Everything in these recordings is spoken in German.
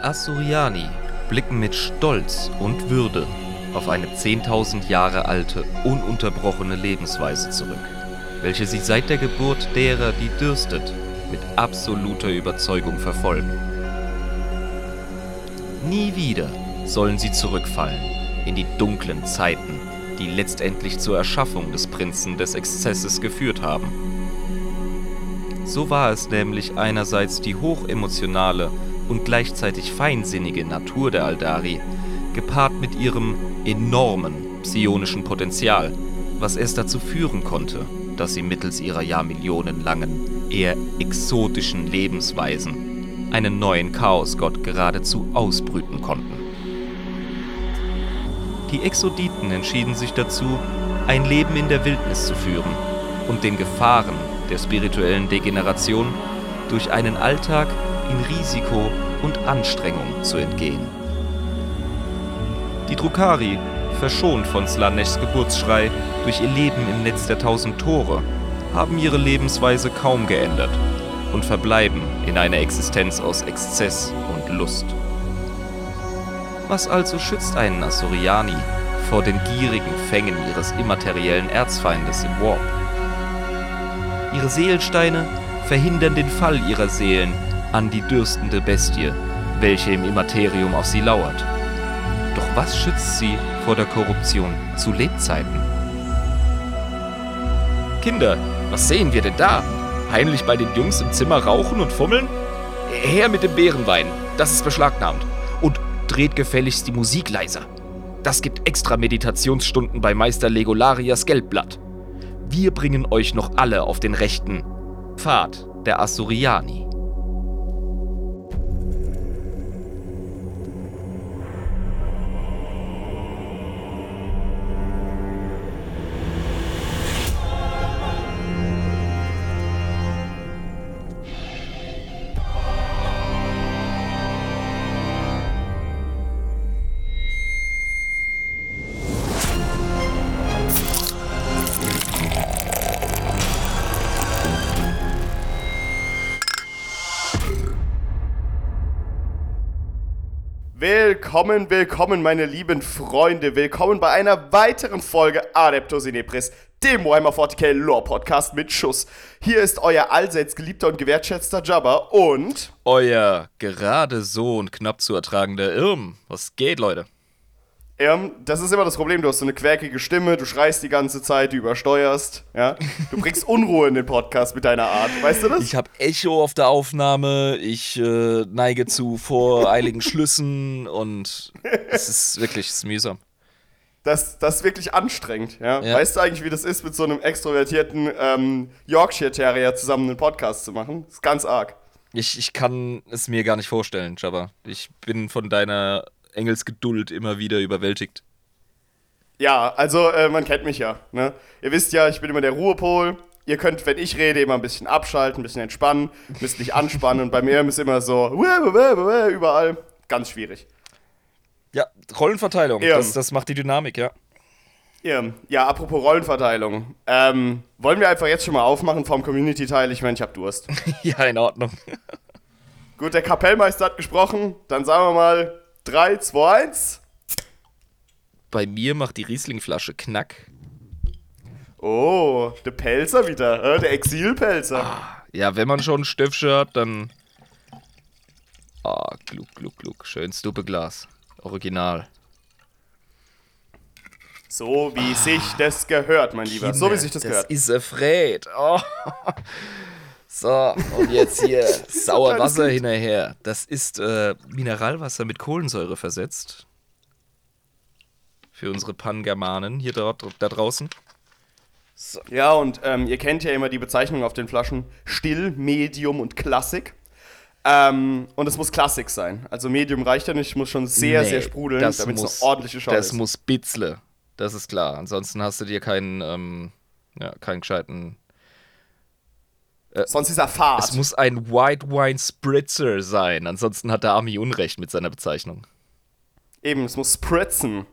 Asuryani blicken mit Stolz und Würde auf eine 10.000 Jahre alte, ununterbrochene Lebensweise zurück, welche sie seit der Geburt derer, die dürstet, mit absoluter Überzeugung verfolgen. Nie wieder sollen sie zurückfallen in die dunklen Zeiten, die letztendlich zur Erschaffung des Prinzen des Exzesses geführt haben. So war es nämlich einerseits die hochemotionale und gleichzeitig feinsinnige Natur der Aeldari, gepaart mit ihrem enormen psionischen Potenzial, was erst dazu führen konnte, dass sie mittels ihrer jahrmillionenlangen, eher exotischen Lebensweisen einen neuen Chaosgott geradezu ausbrüten konnten. Die Exoditen entschieden sich dazu, ein Leben in der Wildnis zu führen und den Gefahren der spirituellen Degeneration durch einen Alltag in Risiko und Anstrengung zu entgehen. Die Drukhari, verschont von Slaanesh Geburtsschrei durch ihr Leben im Netz der 1000 Tore, haben ihre Lebensweise kaum geändert und verbleiben in einer Existenz aus Exzess und Lust. Was also schützt einen Asuryani vor den gierigen Fängen ihres immateriellen Erzfeindes im Warp? Ihre Seelensteine verhindern den Fall ihrer Seelen an die dürstende Bestie, welche im Immaterium auf sie lauert. Doch was schützt sie vor der Korruption zu Lebzeiten? Kinder, was sehen wir denn da? Heimlich bei den Jungs im Zimmer rauchen und fummeln? Her mit dem Bärenwein, das ist beschlagnahmt. Und dreht gefälligst die Musik leiser. Das gibt extra Meditationsstunden bei Meister Legolarias Gelbblatt. Wir bringen euch noch alle auf den rechten Pfad der Asuryani. Willkommen, meine lieben Freunde. Willkommen bei einer weiteren Folge Adeptus Inepris, dem Warhammer 40k Lore Podcast mit Schuss. Hier ist euer allseits geliebter und gewertschätzter Jabba und euer gerade so und knapp zu ertragender Irm. Was geht, Leute? Das ist immer das Problem, du hast so eine quäkige Stimme, du schreist die ganze Zeit, du übersteuerst, ja? Du bringst Unruhe in den Podcast mit deiner Art, weißt du das? Ich habe Echo auf der Aufnahme, ich neige zu voreiligen Schlüssen und es ist mühsam. Das ist wirklich anstrengend, ja? Weißt du eigentlich, wie das ist, mit so einem extrovertierten Yorkshire Terrier zusammen einen Podcast zu machen? Das ist ganz arg. Ich kann es mir gar nicht vorstellen, Jabba. Ich bin von deiner Engelsgeduld immer wieder überwältigt. Ja, also man kennt mich ja, ne? Ihr wisst ja, ich bin immer der Ruhepol. Ihr könnt, wenn ich rede, immer ein bisschen abschalten, ein bisschen entspannen, müsst nicht anspannen. Und bei mir ist immer so überall. Ganz schwierig. Ja, Rollenverteilung, das macht die Dynamik, ja. Ja, apropos Rollenverteilung. Wollen wir einfach jetzt schon mal aufmachen vom Community-Teil? Ich meine, ich hab Durst. Ja, in Ordnung. Gut, der Kapellmeister hat gesprochen. Dann sagen wir mal 3, 2, 1. Bei mir macht die Rieslingflasche Knack. Oh, der Pelzer wieder, der Exilpelzer. Ja, wenn man schon ein Stöpfchen hat, dann... Gluck. Schön Stubbeglas. Original. So wie sich das gehört, mein Lieber. So wie sich das gehört. Das ist erfreut. Oh. So, und jetzt hier Sauerwasser hinterher. Das ist Mineralwasser mit Kohlensäure versetzt. Für unsere Pangermanen hier da draußen. So. Ja, und ihr kennt ja immer die Bezeichnung auf den Flaschen Still, Medium und Klassik. Und es muss Klassik sein. Also Medium reicht ja nicht, muss schon sehr sprudeln, damit es eine ordentliche Schau ist. Das muss bitzle, das ist klar. Ansonsten hast du dir keinen gescheiten... Sonst ist er Fahrt. Es muss ein White Wine Spritzer sein, ansonsten hat der Ami Unrecht mit seiner Bezeichnung. Eben, es muss spritzen.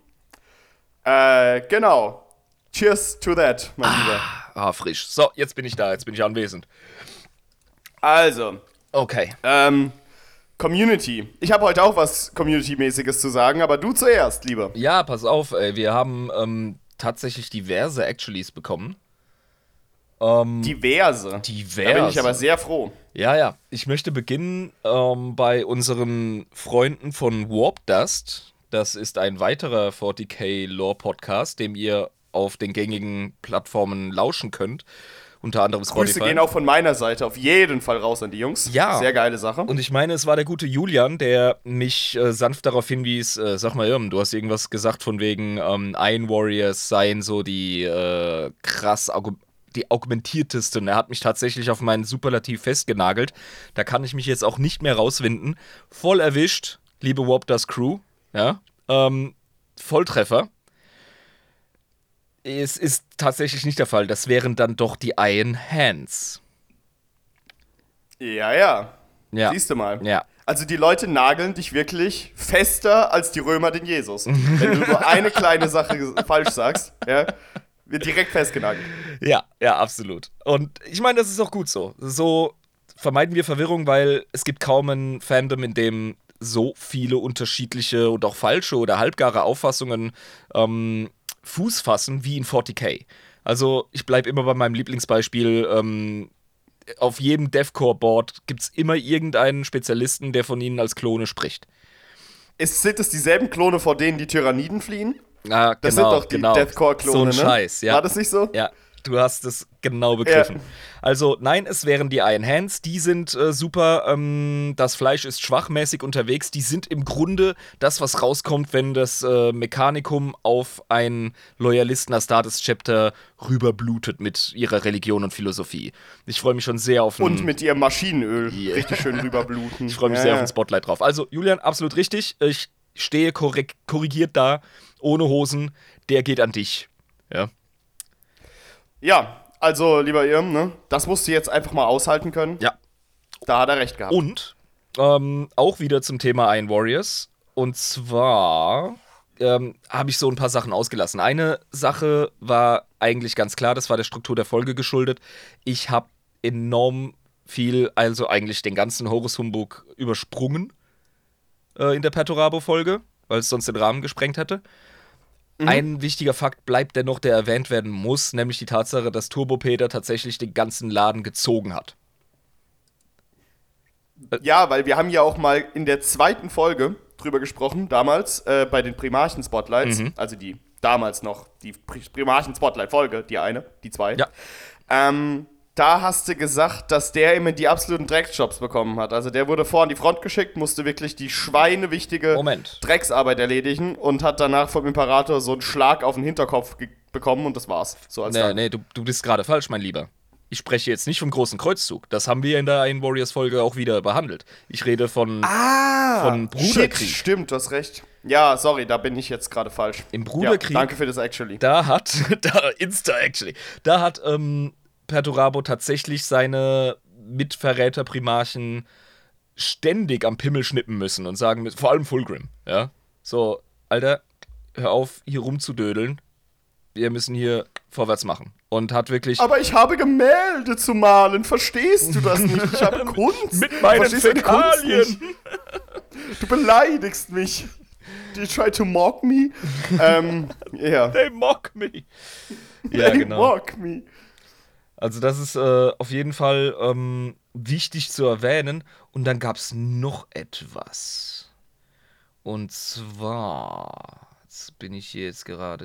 Genau. Cheers to that, mein Lieber. Frisch. So, jetzt bin ich da, jetzt bin ich anwesend. Also. Okay. Community. Ich habe heute auch was Community-mäßiges zu sagen, aber du zuerst, lieber. Ja, pass auf, ey, wir haben tatsächlich diverse Actuallys bekommen. Diverse. Da bin ich aber sehr froh. Ja. Ich möchte beginnen bei unseren Freunden von Warp Dust. Das ist ein weiterer 40k Lore-Podcast, dem ihr auf den gängigen Plattformen lauschen könnt. Unter anderem Spotify. Grüße gehen auch von meiner Seite auf jeden Fall raus an die Jungs. Ja. Sehr geile Sache. Und ich meine, es war der gute Julian, der mich sanft darauf hinwies, sag mal, Irm, du hast irgendwas gesagt von wegen Iron Warriors seien so die die augmentiertesten. Er hat mich tatsächlich auf meinen Superlativ festgenagelt. Da kann ich mich jetzt auch nicht mehr rauswinden. Voll erwischt, liebe Warp Dust Crew. Ja, Volltreffer. Es ist tatsächlich nicht der Fall. Das wären dann doch die Iron Hands. Ja. Ja. Siehst du mal. Ja. Also die Leute nageln dich wirklich fester als die Römer den Jesus. Wenn du nur eine kleine Sache falsch sagst, ja, wird direkt festgenagelt. Ja, absolut. Und ich meine, das ist auch gut so. So vermeiden wir Verwirrung, weil es gibt kaum ein Fandom, in dem so viele unterschiedliche und auch falsche oder halbgare Auffassungen Fuß fassen wie in 40k. Also ich bleibe immer bei meinem Lieblingsbeispiel. Auf jedem Deathcore-Board gibt es immer irgendeinen Spezialisten, der von ihnen als Klone spricht. Sind es dieselben Klone, vor denen die Tyranniden fliehen? Ah, das sind doch die Deathcore-Klone, so ein ne? Scheiß, ja. War das nicht so? Ja, du hast es genau begriffen. Ja. Also nein, es wären die Iron Hands, die sind super, das Fleisch ist schwachmäßig unterwegs, die sind im Grunde das, was rauskommt, wenn das Mechanikum auf einen Loyalisten Astartes Chapter rüberblutet mit ihrer Religion und Philosophie. Ich freue mich schon sehr auf Und mit ihrem Maschinenöl richtig schön rüberbluten. Ich freue mich sehr auf den Spotlight drauf. Also Julian, absolut richtig, ich stehe korrigiert da, ohne Hosen, der geht an dich. Ja. Ja, also, lieber Irm, ne, das musst du jetzt einfach mal aushalten können. Ja. Da hat er recht gehabt. Und auch wieder zum Thema Iron Warriors. Und zwar habe ich so ein paar Sachen ausgelassen. Eine Sache war eigentlich ganz klar, das war der Struktur der Folge geschuldet. Ich habe enorm viel, also eigentlich den ganzen Horus Humbug übersprungen in der Perturabo-Folge, weil es sonst den Rahmen gesprengt hätte. Ein wichtiger Fakt bleibt dennoch, der erwähnt werden muss, nämlich die Tatsache, dass Turbo Peter tatsächlich den ganzen Laden gezogen hat. Ja, weil wir haben ja auch mal in der zweiten Folge drüber gesprochen, damals, bei den Primarchen-Spotlights, also die damals noch, die Primarchen-Spotlight-Folge, die zwei. Ja. Da hast du gesagt, dass der immer die absoluten Drecksjobs bekommen hat. Also der wurde vor an die Front geschickt, musste wirklich die schweinewichtige Drecksarbeit erledigen und hat danach vom Imperator so einen Schlag auf den Hinterkopf bekommen und das war's. So als Nee, du bist gerade falsch, mein Lieber. Ich spreche jetzt nicht vom großen Kreuzzug. Das haben wir in der Iron Warriors-Folge auch wieder behandelt. Ich rede von Bruderkrieg. Shit, stimmt, du hast recht. Ja, sorry, da bin ich jetzt gerade falsch. Im Bruderkrieg. Ja, danke für das Actually. Da hat Perturabo tatsächlich seine Mitverräter Primarchen ständig am Pimmel schnippen müssen und sagen, vor allem Fulgrim, ja. So, Alter, hör auf, hier rumzudödeln. Wir müssen hier vorwärts machen. Und hat wirklich... Aber ich habe Gemälde zu malen, verstehst du das nicht? Ich habe Kunst. Mit meinen Fäkalien. Du beleidigst mich. Do you try to mock me? Yeah. They mock me. Ja, genau. Mock me. Also das ist auf jeden Fall wichtig zu erwähnen. Und dann gab es noch etwas. Und zwar... Jetzt bin ich hier jetzt gerade...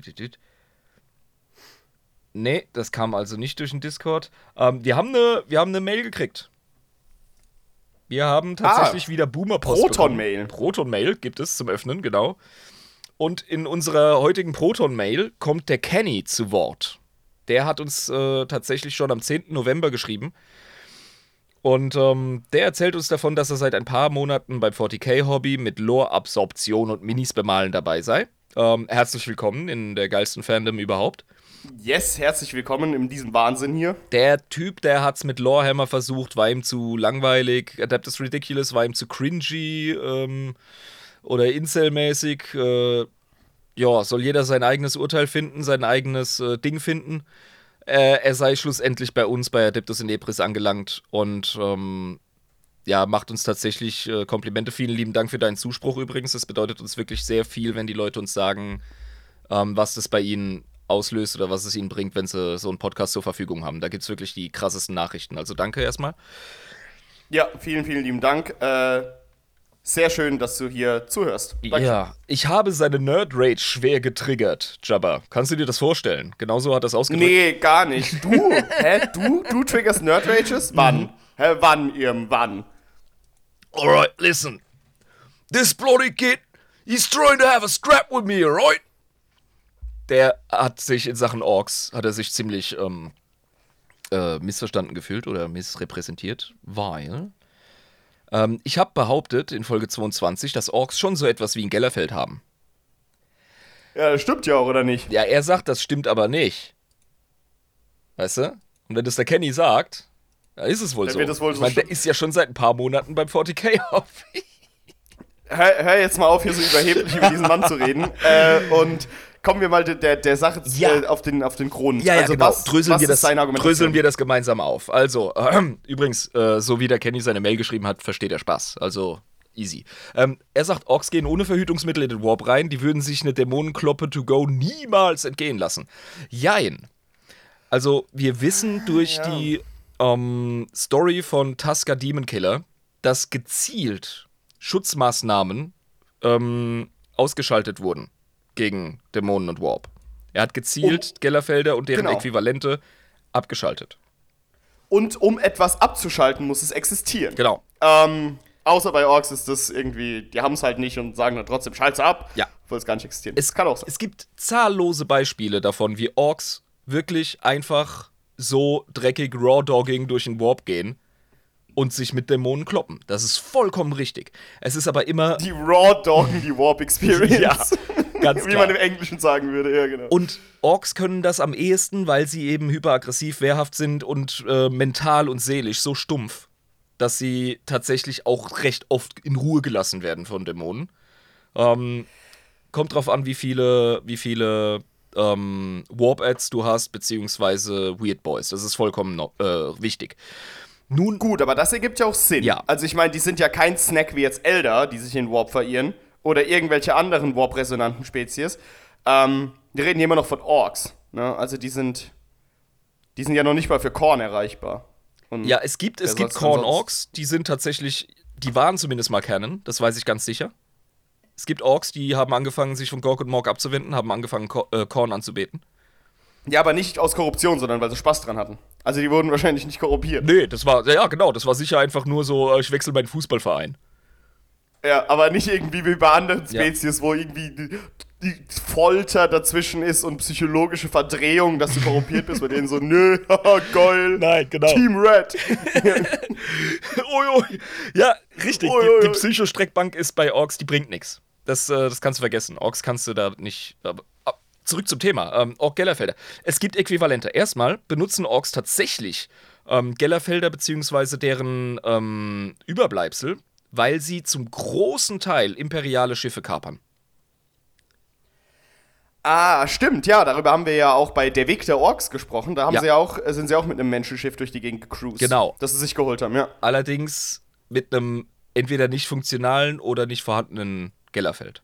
Nee, das kam also nicht durch den Discord. Wir haben eine Mail gekriegt. Wir haben tatsächlich wieder Boomer-Post Proton-Mail. Proton-Mail gibt es zum Öffnen, genau. Und in unserer heutigen Proton-Mail kommt der Kenny zu Wort. Der hat uns tatsächlich schon am 10. November geschrieben. Und der erzählt uns davon, dass er seit ein paar Monaten beim 40k-Hobby mit Lore-Absorption und Minis bemalen dabei sei. Herzlich willkommen in der geilsten Fandom überhaupt. Yes, herzlich willkommen in diesem Wahnsinn hier. Der Typ, der hat's mit Lorehammer versucht, war ihm zu langweilig. Adeptus Ridiculous war ihm zu cringy oder Incel-mäßig. Ja, soll jeder sein eigenes Urteil finden, sein eigenes Ding finden. Er sei schlussendlich bei uns, bei Adeptus Inepris angelangt und ja, macht uns tatsächlich Komplimente. Vielen lieben Dank für deinen Zuspruch übrigens. Das bedeutet uns wirklich sehr viel, wenn die Leute uns sagen, was das bei ihnen auslöst oder was es ihnen bringt, wenn sie so einen Podcast zur Verfügung haben. Da gibt es wirklich die krassesten Nachrichten. Also danke erstmal. Ja, vielen, vielen lieben Dank. Sehr schön, dass du hier zuhörst. Dankeschön. Ja, ich habe seine Nerd-Rage schwer getriggert, Jabba. Kannst du dir das vorstellen? Genauso hat er es ausgedrückt. Nee, gar nicht. Du? Hä? Du triggerst Nerd-Rages? Wann? Hä, wann? Alright, listen. This bloody kid, he's trying to have a scrap with me, alright? Der hat sich in Sachen Orks, hat er sich ziemlich missverstanden gefühlt oder missrepräsentiert, weil ich habe behauptet in Folge 22, dass Orks schon so etwas wie ein Gellerfeld haben. Ja, das stimmt ja auch, oder nicht? Ja, er sagt, das stimmt aber nicht. Weißt du? Und wenn das der Kenny sagt, dann ist es wohl Dann so. wird das wohl Ich so meine, der stimmen. ist ja schon seit ein paar Monaten beim 40k auf. Hör jetzt mal auf, hier so überheblich über diesen Mann zu reden. Und kommen wir mal der Sache Ja. auf den Grund. Ja, also genau. was ist seine Argumentation? Dröseln wir das gemeinsam auf. Also, übrigens, so wie der Kenny seine Mail geschrieben hat, versteht er Spaß. Also, easy. Er sagt, Orks gehen ohne Verhütungsmittel in den Warp rein. Die würden sich eine Dämonenkloppe to go niemals entgehen lassen. Jein. Also, wir wissen durch die Story von Tusker Demon Killer, dass gezielt Schutzmaßnahmen ausgeschaltet wurden gegen Dämonen und Warp. Er hat gezielt Gellerfelder und deren Genau. Äquivalente abgeschaltet. Und um etwas abzuschalten, muss es existieren. Genau. Außer bei Orks ist das irgendwie, die haben es halt nicht und sagen dann trotzdem, schalte ab, Ja. obwohl es gar nicht existiert. Es kann auch sein. Es gibt zahllose Beispiele davon, wie Orks wirklich einfach so dreckig Raw-Dogging durch den Warp gehen und sich mit Dämonen kloppen. Das ist vollkommen richtig. Es ist aber immer... Die Raw Doggen, die Warp Experience. Ja, ganz Wie klar. man im Englischen sagen würde, ja, genau. Und Orks können das am ehesten, weil sie eben hyperaggressiv, wehrhaft sind und mental und seelisch so stumpf, dass sie tatsächlich auch recht oft in Ruhe gelassen werden von Dämonen. Kommt drauf an, wie viele Warp-Ads du hast, beziehungsweise Weird Boys. Das ist vollkommen wichtig. Nun, Gut, aber das ergibt ja auch Sinn. Ja. Also ich meine, die sind ja kein Snack wie jetzt Elder, die sich in Warp verirren, oder irgendwelche anderen Warp-resonanten Spezies. Wir reden hier immer noch von Orks. Ne? Also die sind ja noch nicht mal für Korn erreichbar. Und ja, es gibt soll's denn Korn-Orks, die sind tatsächlich, die waren zumindest mal Canon, das weiß ich ganz sicher. Es gibt Orks, die haben angefangen, sich von Gork und Morg abzuwenden, haben angefangen, Korn anzubeten. Ja, aber nicht aus Korruption, sondern weil sie Spaß dran hatten. Also die wurden wahrscheinlich nicht korrumpiert. Nee, das war, ja genau, das war sicher einfach nur so, ich wechsle meinen Fußballverein. Ja, aber nicht irgendwie wie bei anderen Spezies, wo irgendwie die Folter dazwischen ist und psychologische Verdrehung, dass du korrumpiert bist, bei denen so, nö, haha, geil. Nein, genau. Team Red. Ui. Ja, richtig, Ui, ui, die ui. Psychostreckbank ist bei Orks, die bringt nichts. Das kannst du vergessen. Orks kannst du da nicht. Aber, zurück zum Thema. Ork-Gellerfelder. Es gibt Äquivalente. Erstmal benutzen Orks tatsächlich Gellerfelder bzw. deren Überbleibsel, weil sie zum großen Teil imperiale Schiffe kapern. Ah, stimmt, ja, darüber haben wir ja auch bei Der Weg der Orks gesprochen. Da haben Ja. sie ja auch, sind sie auch mit einem Menschenschiff durch die Gegend gecruised. Genau. Das sie sich geholt haben, ja. Allerdings mit einem entweder nicht funktionalen oder nicht vorhandenen Gellerfeld.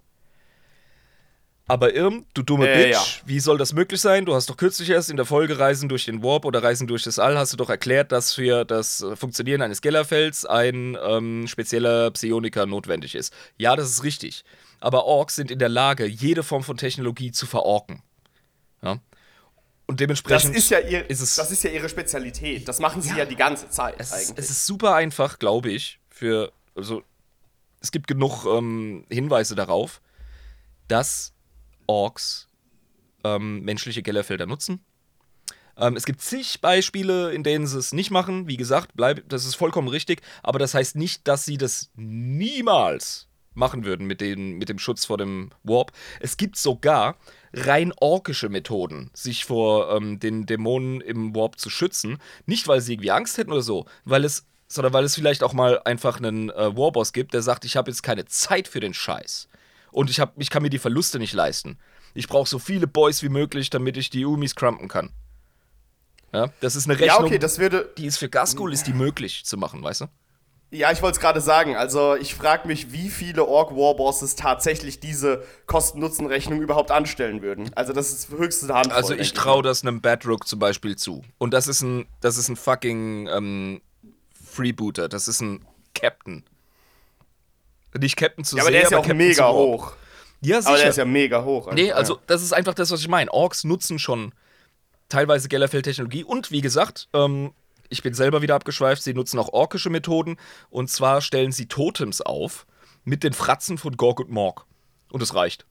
Aber Irm, du dumme Bitch, ja. wie soll das möglich sein? Du hast doch kürzlich erst in der Folge Reisen durch den Warp oder Reisen durch das All, hast du doch erklärt, dass für das Funktionieren eines Gellerfelds ein spezieller Psioniker notwendig ist. Ja, das ist richtig. Aber Orks sind in der Lage, jede Form von Technologie zu verorken. Ja? Und dementsprechend Das ist ja ihre Spezialität. Das machen sie ja die ganze Zeit es eigentlich. ist super einfach, glaube ich, es gibt genug Hinweise darauf, dass Orks menschliche Gellerfelder nutzen. Es gibt zig Beispiele, in denen sie es nicht machen. Wie gesagt, das ist vollkommen richtig, aber das heißt nicht, dass sie das niemals machen würden mit dem Schutz vor dem Warp. Es gibt sogar rein orkische Methoden, sich vor den Dämonen im Warp zu schützen. Nicht, weil sie irgendwie Angst hätten oder so, sondern weil es vielleicht auch mal einfach einen Warboss gibt, der sagt, ich habe jetzt keine Zeit für den Scheiß. Und ich kann mir die Verluste nicht leisten. Ich brauche so viele Boys wie möglich, damit ich die Umis crumpen kann. Ja, das ist eine Rechnung, Ja, okay, das würde. die ist für Gasgul ist die möglich zu machen, weißt du? Ja, ich wollte es gerade sagen. Also, ich frage mich, wie viele Orc-Warbosses tatsächlich diese Kosten-Nutzen-Rechnung überhaupt anstellen würden. Also, das ist höchste Handvoll. Also ich traue das einem Badrook zum Beispiel zu. Und das ist ein fucking Freebooter. Das ist ein Captain. Nicht Captain zu Ja, aber sehr, der ist ja auch Captain mega zu Warp. hoch. Ja, sicher. Aber der ist ja mega hoch. Nee, also das ist einfach das, was ich meine. Orks nutzen schon teilweise Gellerfeld-Technologie. Und wie gesagt, ich bin selber wieder abgeschweift, sie nutzen auch orkische Methoden. Und zwar stellen sie Totems auf mit den Fratzen von Gorg und Morg. Und es reicht.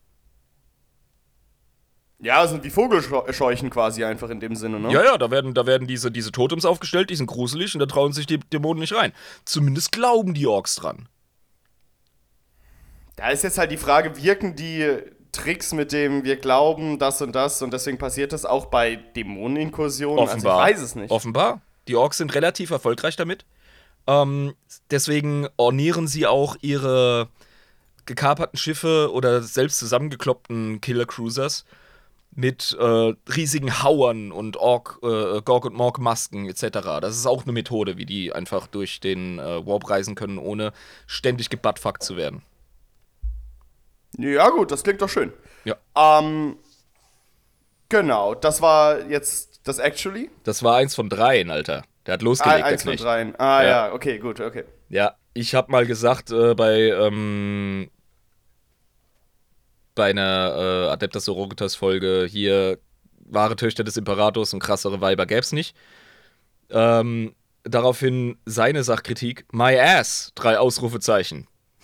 Ja, sind wie Vogelscheuchen quasi einfach in dem Sinne, ne? Ja, da werden diese Totems aufgestellt, die sind gruselig und da trauen sich die Dämonen nicht rein. Zumindest glauben die Orks dran. Da ist jetzt halt die Frage, wirken die Tricks, mit dem wir glauben, das und deswegen passiert das auch bei Dämoneninkursionen? Offenbar. Also ich weiß es nicht. Offenbar. Die Orks sind relativ erfolgreich damit. Deswegen ornieren sie auch ihre gekaperten Schiffe oder selbst zusammengekloppten Killer-Cruisers mit riesigen Hauern und Gorg- und Morg-Masken etc. Das ist auch eine Methode, wie die einfach durch den Warp reisen können, ohne ständig gebuttfuckt zu werden. Ja gut, das klingt doch schön. Ja. Genau, das war jetzt das Actually. Das war 1 von 3, Alter. Der hat losgelegt, der Eins von Knecht. dreien. Ja. Ja, okay, gut, okay. Ja, ich hab mal gesagt, bei einer Adeptus Orogetas Folge hier, wahre Töchter des Imperators und krassere Weiber gäb's nicht. Daraufhin seine Sachkritik, my ass, 3 Ausrufezeichen.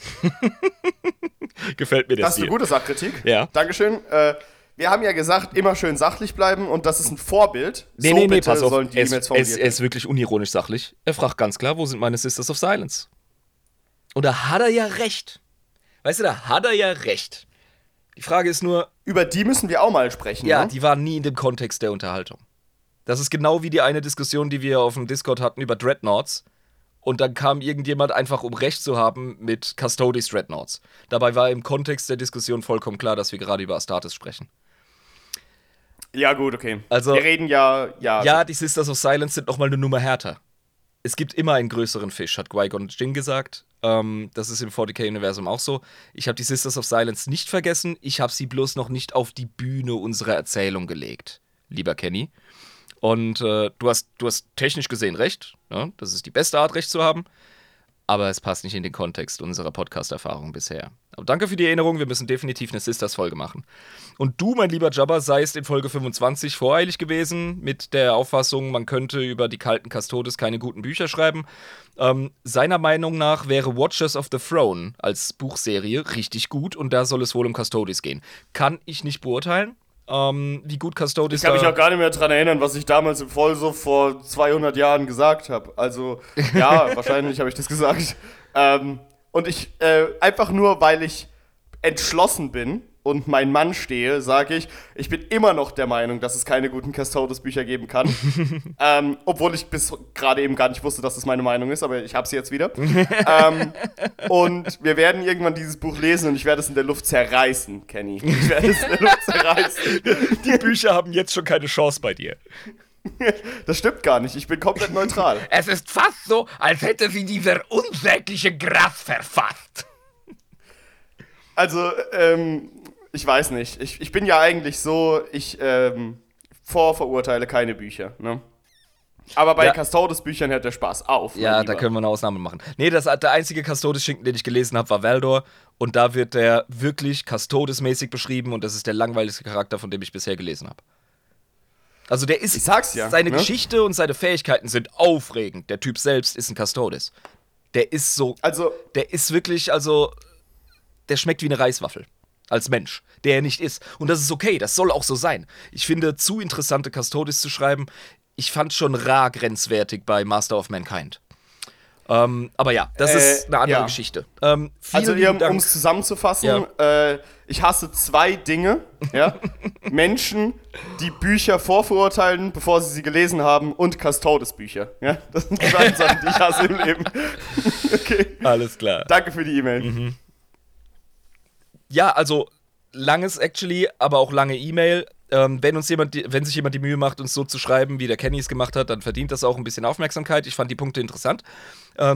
Gefällt mir der Das ist Stil. eine gute Sachkritik. Ja. Dankeschön. Wir haben ja gesagt, immer schön sachlich bleiben und das ist ein Vorbild. Nee, bitte pass auf. sollen die E-Mails Er formuliert ist wirklich unironisch sachlich. Er fragt ganz klar, wo sind meine Sisters of Silence? Und da hat er ja recht. Weißt du, da hat er ja recht. Die Frage ist nur, Über die müssen wir auch mal sprechen. ja, ne? die waren nie in dem Kontext der Unterhaltung. Das ist genau wie die eine Diskussion, die wir auf dem Discord hatten über Dreadnoughts. Und dann kam irgendjemand einfach, um Recht zu haben, mit Custodes Dreadnoughts. Dabei war im Kontext der Diskussion vollkommen klar, dass wir gerade über Astartes sprechen. Ja, gut, okay. Also- wir reden ja. Ja, die Sisters of Silence sind nochmal eine Nummer härter. Es gibt immer einen größeren Fisch, hat Qui-Gon Jinn gesagt. Das ist im 40k-Universum auch so. Ich habe die Sisters of Silence nicht vergessen. Ich habe sie bloß noch nicht auf die Bühne unserer Erzählung gelegt, lieber Kenny. Und du hast technisch gesehen recht. Ja? Das ist die beste Art, Recht zu haben. Aber es passt nicht in den Kontext unserer Podcast-Erfahrung bisher. Aber danke für die Erinnerung. Wir müssen definitiv eine Sisters-Folge machen. Und du, mein lieber Jabba, seist in Folge 25 voreilig gewesen mit der Auffassung, man könnte über die kalten Custodes keine guten Bücher schreiben. Seiner Meinung nach wäre Watchers of the Throne als Buchserie richtig gut und da soll es wohl um Custodes gehen. Kann ich nicht beurteilen, wie gut Custodes Ich kann mich auch gar nicht mehr dran erinnern, was ich damals im Vollsuff vor 200 Jahren gesagt habe. Also, ja, wahrscheinlich habe ich das gesagt. Und ich, einfach nur, weil ich entschlossen bin und mein Mann stehe, sage ich bin immer noch der Meinung, dass es keine guten Custodes-Bücher geben kann. Obwohl ich bis gerade eben gar nicht wusste, dass das meine Meinung ist, aber ich habe sie jetzt wieder. Und wir werden irgendwann dieses Buch lesen und ich werde es in der Luft zerreißen, Kenny. Ich werde es in der Luft zerreißen. Die Bücher haben jetzt schon keine Chance bei dir. Das stimmt gar nicht, ich bin komplett neutral. Es ist fast so, als hätte sie dieser unsägliche Gras verfasst. Also, ich weiß nicht. Ich bin ja eigentlich so, ich vorverurteile keine Bücher, ne? Aber bei Ja. Custodes-Büchern hört der Spaß auf. Ja, da können wir eine Ausnahme machen. Nee, der einzige Custodes-Schinken, den ich gelesen habe, war Valdor. Und da wird der wirklich Custodes-mäßig beschrieben und das ist der langweiligste Charakter, von dem ich bisher gelesen habe. Also der ist, Ich sag's ja, seine ne? Geschichte und seine Fähigkeiten sind aufregend. Der Typ selbst ist ein Custodes. Der ist so, Also, der ist wirklich, also, der schmeckt wie eine Reiswaffel. Als Mensch, der er nicht ist. Und das ist okay, das soll auch so sein. Ich finde, zu interessante Custodes zu schreiben, ich fand schon rar grenzwertig bei Master of Mankind. Aber ja, das ist eine andere ja. Geschichte. also Vielen lieben um Dank. es zusammenzufassen, ich hasse 2 Dinge, ja? Menschen, die Bücher vorverurteilen, bevor sie gelesen haben, und Custodes-Bücher, ja? Das sind die beiden Sachen, die ich hasse im Leben. Okay. Alles klar. Danke für die E-Mail. Ja, also langes Actually, aber auch lange E-Mail. Wenn sich jemand die Mühe macht, uns so zu schreiben, wie der Kenny es gemacht hat, dann verdient das auch ein bisschen Aufmerksamkeit. Ich fand die Punkte interessant.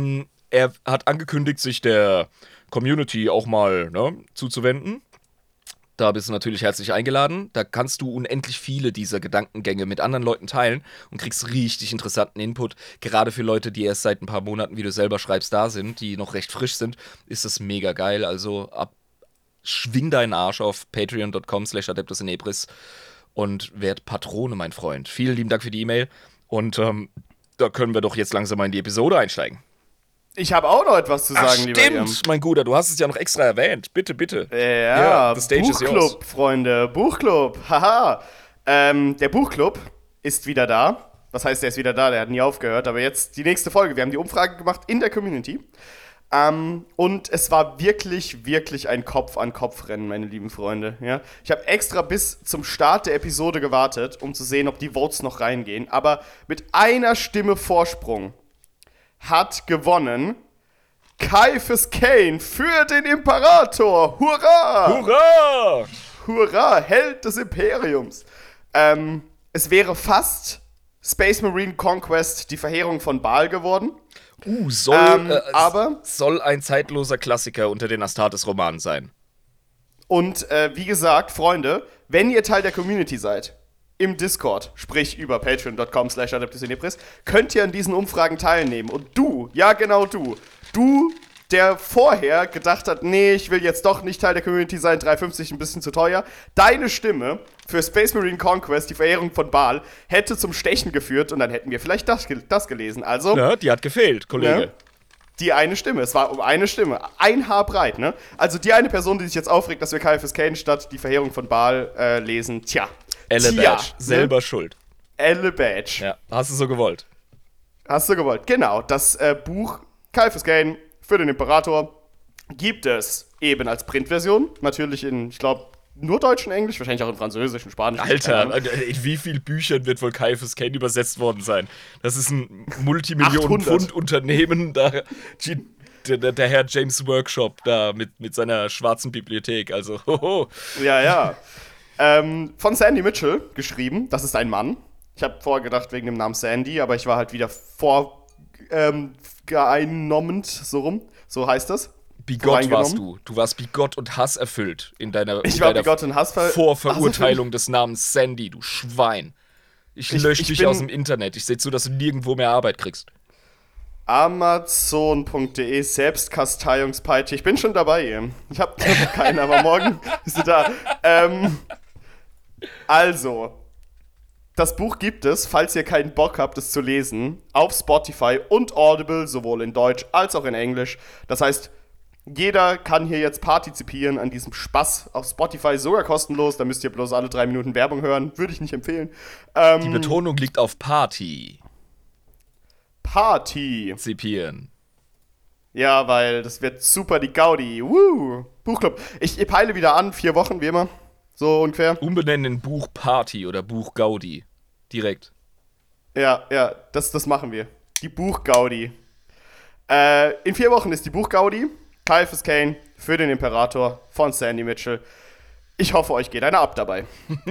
er hat angekündigt, sich der Community auch mal zuzuwenden. Da bist du natürlich herzlich eingeladen. Da kannst du unendlich viele dieser Gedankengänge mit anderen Leuten teilen und kriegst richtig interessanten Input. Gerade für Leute, die erst seit ein paar Monaten, wie du selber schreibst, da sind, die noch recht frisch sind, ist das mega geil. Also schwing deinen Arsch auf patreon.com/adeptusinebris und werd Patrone, mein Freund. Vielen lieben Dank für die E-Mail. Und da können wir doch jetzt langsam mal in die Episode einsteigen. Ich habe auch noch etwas zu sagen, lieber Jan. Stimmt, mein Guter, du hast es ja noch extra erwähnt. Bitte, bitte. Ja, the stage is yours. Buchclub, Freunde, Buchclub, haha. Der Buchclub ist wieder da. Was heißt, der ist wieder da? Der hat nie aufgehört. Aber jetzt die nächste Folge. Wir haben die Umfrage gemacht in der Community. Und es war wirklich, wirklich ein Kopf-an-Kopf-Rennen, meine lieben Freunde. Ja? Ich habe extra bis zum Start der Episode gewartet, um zu sehen, ob die Votes noch reingehen. Aber mit einer Stimme Vorsprung hat gewonnen Caiaphas Cain für den Imperator. Hurra! Hurra! Hurra! Held des Imperiums. Es wäre fast Space Marine Conquest, die Verheerung von Baal geworden. Soll ein zeitloser Klassiker unter den Astartes-Romanen sein. Und wie gesagt, Freunde, wenn ihr Teil der Community seid, im Discord, sprich über patreon.com/adeptusinebris, könnt ihr an diesen Umfragen teilnehmen. Und du, ja genau du, der vorher gedacht hat, nee, ich will jetzt doch nicht Teil der Community sein, 3,50 ein bisschen zu teuer, deine Stimme für Space Marine Conquest, die Verheerung von Baal, hätte zum Stechen geführt und dann hätten wir vielleicht das gelesen. Also, ja, die hat gefehlt, Kollege. Ne? Die eine Stimme, es war um eine Stimme, ein Haar breit, ne? Also die eine Person, die sich jetzt aufregt, dass wir Caiaphas Cain statt die Verheerung von Baal lesen, tja. Elle Badge, selber ne? Schuld. Elle Badge. Ja, hast du so gewollt. Hast du gewollt, genau. Das Buch Caiaphas Cain für den Imperator gibt es eben als Printversion. Natürlich in, ich glaube, nur Deutsch und Englisch, wahrscheinlich auch in Französisch und Spanisch. Alter, in wie vielen Büchern wird wohl Caiaphas Cain übersetzt worden sein? Das ist ein Multimillionen-Pfund-Unternehmen, der Herr James Workshop da mit seiner schwarzen Bibliothek, also hoho. Ja. Von Sandy Mitchell geschrieben, das ist ein Mann. Ich habe vorher gedacht wegen dem Namen Sandy, aber ich war halt wieder vorgeeinnommen, so rum, so heißt das. Bigott warst du. Du warst bigott und hasserfüllt in deiner bigott und Vorverurteilung des Namens Sandy, du Schwein. Ich lösche dich aus dem Internet. Ich sehe zu, dass du nirgendwo mehr Arbeit kriegst. Amazon.de Selbstkasteiungspeitsche. Ich bin schon dabei. Ich habe keine, aber morgen ist sie da. Also, das Buch gibt es, falls ihr keinen Bock habt, es zu lesen, auf Spotify und Audible, sowohl in Deutsch als auch in Englisch. Das heißt, jeder kann hier jetzt partizipieren an diesem Spaß auf Spotify, sogar kostenlos. Da müsst ihr bloß alle 3 Minuten Werbung hören. Würde ich nicht empfehlen. Die Betonung liegt auf Party. Zipieren. Ja, weil das wird super die Gaudi. Woo! Buchclub. Ich peile wieder an, 4 Wochen, wie immer. So ungefähr. Umbenennen in Buch Party oder Buch Gaudi. Direkt. Ja, das machen wir. Die Buch-Gaudi. In 4 Wochen ist die Buch-Gaudi. Caiaphas Cain für den Imperator von Sandy Mitchell. Ich hoffe, euch geht einer ab dabei.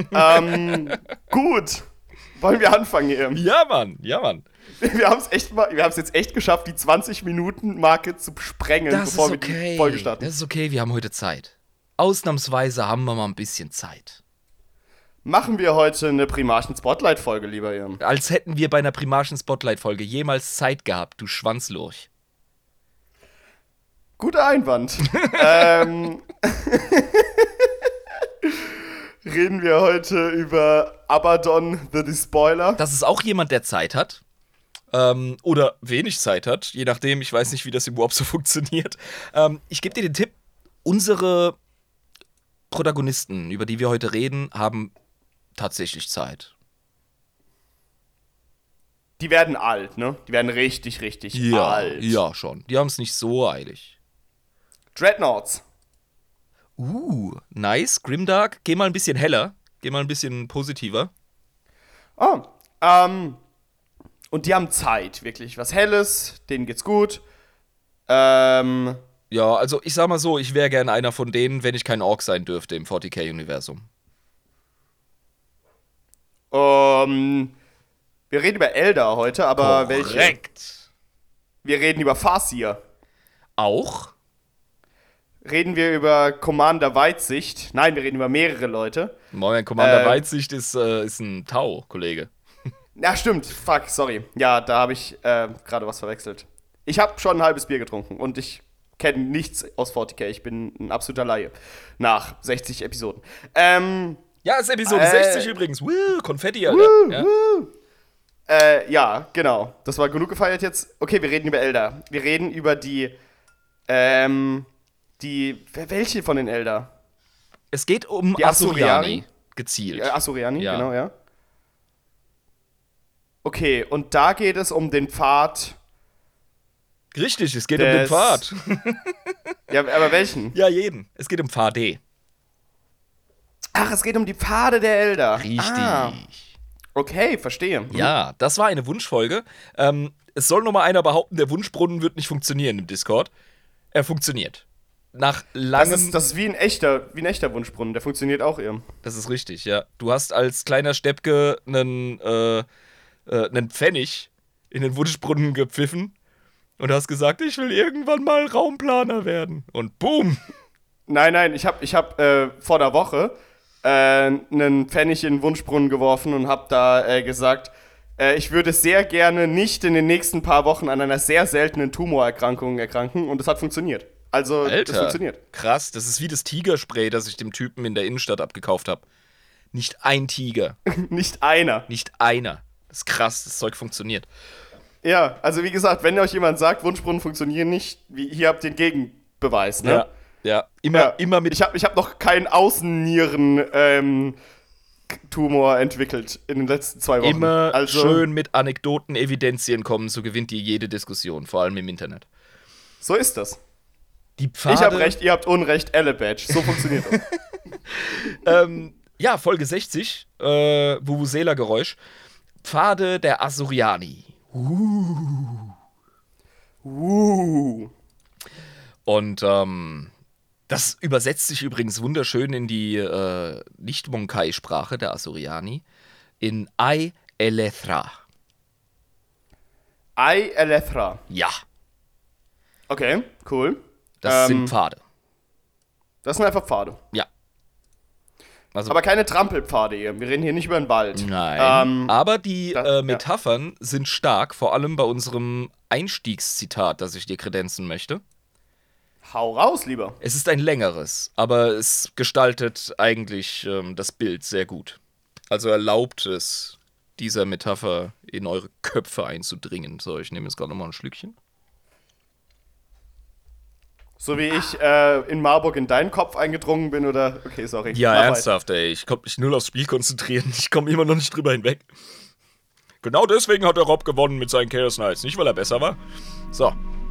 Gut. Wollen wir anfangen hier? Ja, Mann. Wir haben es jetzt echt geschafft, die 20-Minuten-Marke zu sprengen, bevor wir die Folge starten. Das ist okay, wir haben heute Zeit. Ausnahmsweise haben wir mal ein bisschen Zeit. Machen wir heute eine Primarchen-Spotlight-Folge, lieber Irm? Als hätten wir bei einer Primarchen-Spotlight-Folge jemals Zeit gehabt, du Schwanzlurch. Guter Einwand. Reden wir heute über Abaddon the Despoiler. Das ist auch jemand, der Zeit hat. Oder wenig Zeit hat, je nachdem. Ich weiß nicht, wie das überhaupt so funktioniert. Ich gebe dir den Tipp, unsere Protagonisten, über die wir heute reden, haben tatsächlich Zeit. Die werden alt, ne? Die werden richtig, richtig alt. Ja, schon. Die haben es nicht so eilig. Dreadnoughts. Nice. Grimdark. Geh mal ein bisschen heller. Geh mal ein bisschen positiver. Und die haben Zeit, wirklich. Was Helles, denen geht's gut. Ja, also ich sag mal so, ich wäre gern einer von denen, wenn ich kein Ork sein dürfte im 40k-Universum. Wir reden über Eldar heute, aber Korrekt. Wir reden über Farseer. Auch? Reden wir über Commander Weitsicht? Nein, wir reden über mehrere Leute. Moment, Commander Weitsicht ist ein Tau, Kollege. Ja, stimmt. Fuck, sorry. Ja, da habe ich gerade was verwechselt. Ich habe schon ein halbes Bier getrunken und ich kenne nichts aus 40k. Ich bin ein absoluter Laie. Nach 60 Episoden. Ja, ist Episode 60 übrigens. Woo, Konfetti, Alter. Ja, genau. Das war genug gefeiert jetzt. Okay, wir reden über Elder. Wir reden über welche von den Elder? Es geht um Die Asuryani. Gezielt. Asuryani, Ja. genau, ja. Okay, und da geht es um den Pfad. Richtig, es geht um den Pfad. Ja, aber welchen? Ja, jeden. Es geht um Pfad D. Ach, es geht um die Pfade der Elder. Richtig. Ah, okay, verstehe. Ja, das war eine Wunschfolge. Es soll nur mal einer behaupten, der Wunschbrunnen wird nicht funktionieren im Discord. Er funktioniert. Nach langem... Das ist wie ein echter Wunschbrunnen, der funktioniert auch eben. Das ist richtig, ja. Du hast als kleiner Steppke einen Pfennig in den Wunschbrunnen gepfiffen und hast gesagt, ich will irgendwann mal Raumplaner werden. Und boom! Nein, ich hab vor der Woche einen Pfennig in den Wunschbrunnen geworfen und hab da gesagt, ich würde sehr gerne nicht in den nächsten paar Wochen an einer sehr seltenen Tumorerkrankung erkranken und es hat funktioniert. Also, Alter, das funktioniert. krass. Das ist wie das Tigerspray, das ich dem Typen in der Innenstadt abgekauft habe. Nicht ein Tiger. Nicht einer. Nicht einer. Das ist krass, das Zeug funktioniert. Ja, also wie gesagt, wenn euch jemand sagt, Wunschbrunnen funktionieren nicht, hier habt ihr den Gegenbeweis, ne? Ja. Ja. Immer mit... Ich hab noch keinen Außennieren-Tumor entwickelt in den letzten 2 Wochen. Immer schön mit Anekdoten, Evidenzien kommen, so gewinnt ihr jede Diskussion, vor allem im Internet. So ist das. Die Pfade... Ich hab Recht, ihr habt Unrecht, Badge. So funktioniert das. Ja, Folge 60, Vuvuzela-Geräusch. Pfade der Asuryani. Und das übersetzt sich übrigens wunderschön in die Nicht-Monkai-Sprache der Asuryani in Ai Elethra. Ai Elethra. Ja, Okay, cool. das sind Pfade. Das sind einfach Pfade. Ja. Also, Aber keine Trampelpfade hier. Wir reden hier nicht über den Wald. nein. Aber die ja. Metaphern sind stark, vor allem bei unserem Einstiegszitat, das ich dir kredenzen möchte. Hau raus, lieber. Es ist ein längeres, aber es gestaltet eigentlich das Bild sehr gut. Also erlaubt es, dieser Metapher in eure Köpfe einzudringen. So, ich nehme jetzt gerade nochmal ein Schlückchen. So wie ich in Marburg in deinen Kopf eingedrungen bin, oder? Okay, sorry. Ja, Mach ernsthaft, ey. Ich konnte mich null aufs Spiel konzentrieren. Ich komme immer noch nicht drüber hinweg. Genau deswegen hat der Rob gewonnen mit seinen Chaos Knights. Nicht, weil er besser war. So.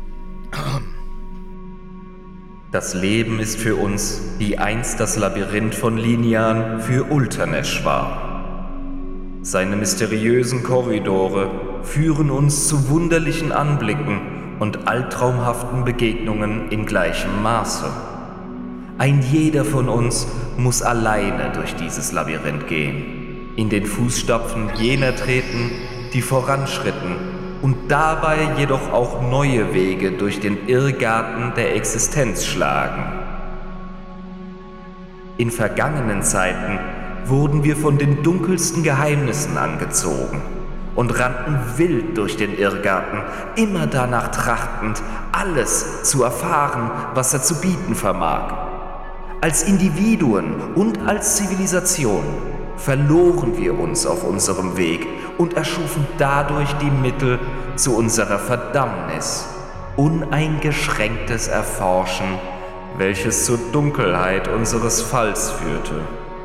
Das Leben ist für uns, wie einst das Labyrinth von Linian für Ultanesh war. Seine mysteriösen Korridore führen uns zu wunderlichen Anblicken und albtraumhaften Begegnungen in gleichem Maße. Ein jeder von uns muss alleine durch dieses Labyrinth gehen, in den Fußstapfen jener treten, die voranschritten und dabei jedoch auch neue Wege durch den Irrgarten der Existenz schlagen. In vergangenen Zeiten wurden wir von den dunkelsten Geheimnissen angezogen und rannten wild durch den Irrgarten, immer danach trachtend, alles zu erfahren, was er zu bieten vermag. Als Individuen und als Zivilisation verloren wir uns auf unserem Weg und erschufen dadurch die Mittel zu unserer Verdammnis, uneingeschränktes Erforschen, welches zur Dunkelheit unseres Falls führte.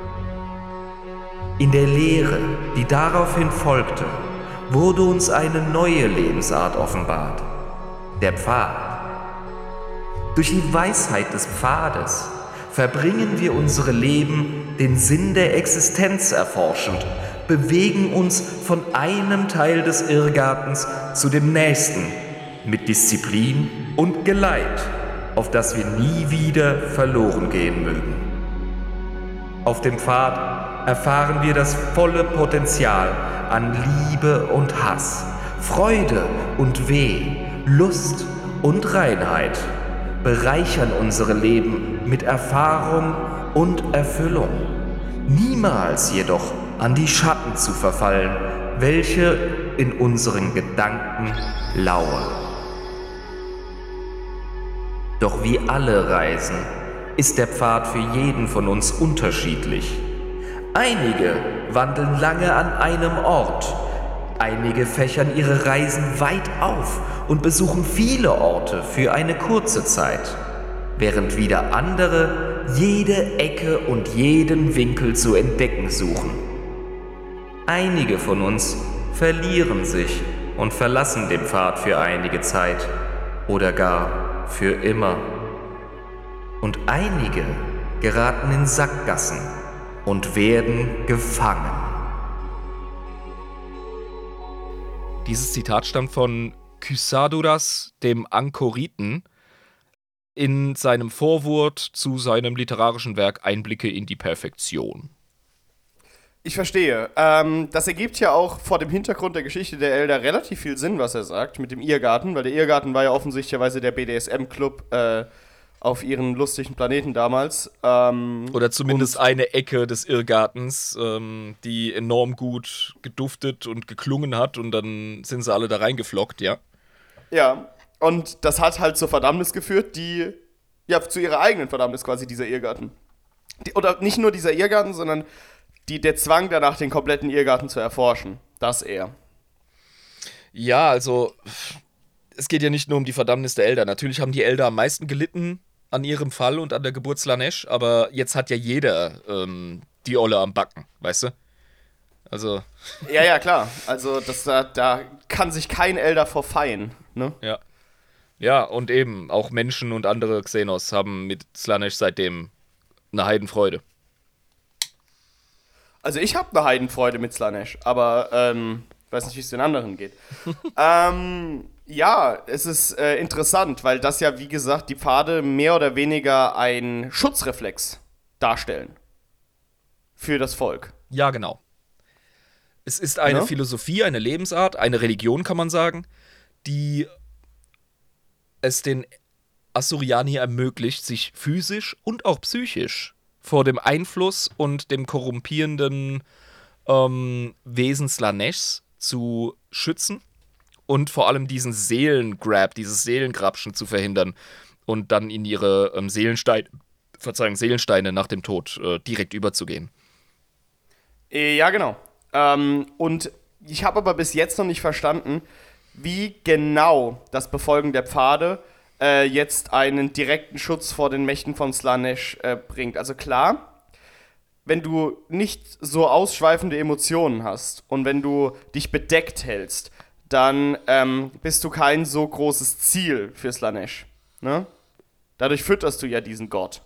In der Lehre, die daraufhin folgte, wurde uns eine neue Lebensart offenbart, der Pfad. Durch die Weisheit des Pfades verbringen wir unsere Leben den Sinn der Existenz erforschend, bewegen uns von einem Teil des Irrgartens zu dem nächsten, mit Disziplin und Geleit, auf das wir nie wieder verloren gehen mögen. Auf dem Pfad erfahren wir das volle Potenzial an Liebe und Hass, Freude und Weh, Lust und Reinheit, bereichern unsere Leben mit Erfahrung und Erfüllung. Niemals jedoch an die Schatten zu verfallen, welche in unseren Gedanken lauern. Doch wie alle Reisen ist der Pfad für jeden von uns unterschiedlich. Einige wandeln lange an einem Ort, einige fächern ihre Reisen weit auf und besuchen viele Orte für eine kurze Zeit, während wieder andere jede Ecke und jeden Winkel zu entdecken suchen. Einige von uns verlieren sich und verlassen den Pfad für einige Zeit oder gar für immer. Und einige geraten in Sackgassen und werden gefangen. Dieses Zitat stammt von Kysaduras, dem Ankoriten, in seinem Vorwort zu seinem literarischen Werk Einblicke in die Perfektion. Ich verstehe. Das ergibt ja auch vor dem Hintergrund der Geschichte der Elder relativ viel Sinn, was er sagt mit dem Irrgarten, weil der Irrgarten war ja offensichtlicherweise der BDSM-Club auf ihren lustigen Planeten damals. Oder zumindest eine Ecke des Irrgartens, die enorm gut geduftet und geklungen hat und dann sind sie alle da reingeflockt, ja. Ja, und das hat halt zur Verdammnis geführt, zu ihrer eigenen Verdammnis quasi, dieser Irrgarten. Oder nicht nur dieser Irrgarten, sondern der Zwang danach, den kompletten Irrgarten zu erforschen. Das eher. Ja, also, es geht ja nicht nur um die Verdammnis der Elder. Natürlich haben die Elder am meisten gelitten an ihrem Fall und an der Geburt Slaanesh, aber jetzt hat ja jeder die Olle am Backen, weißt du? Also. Ja, klar. Also, da kann sich kein Elder verfeien, ne? Ja. Ja, und eben, auch Menschen und andere Xenos haben mit Slaanesh seitdem eine Heidenfreude. Also ich habe eine Heidenfreude mit Slaanesh, aber weiß nicht, wie es den anderen geht. Ja, es ist interessant, weil das ja, wie gesagt, die Pfade mehr oder weniger einen Schutzreflex darstellen für das Volk. Ja, genau. Es ist eine Philosophie, eine Lebensart, eine Religion, kann man sagen, die es den Asuryani ermöglicht, sich physisch und auch psychisch vor dem Einfluss und dem korrumpierenden Wesen Slaaneshs zu schützen und vor allem diesen Seelengrab, dieses Seelengrabschen zu verhindern und dann in ihre Seelensteine nach dem Tod direkt überzugehen. Ja, genau. Und ich habe aber bis jetzt noch nicht verstanden, wie genau das Befolgen der Pfade jetzt einen direkten Schutz vor den Mächten von Slaanesh bringt. Also klar, wenn du nicht so ausschweifende Emotionen hast und wenn du dich bedeckt hältst, dann bist du kein so großes Ziel für Slaanesh. Ne? Dadurch fütterst du ja diesen Gott.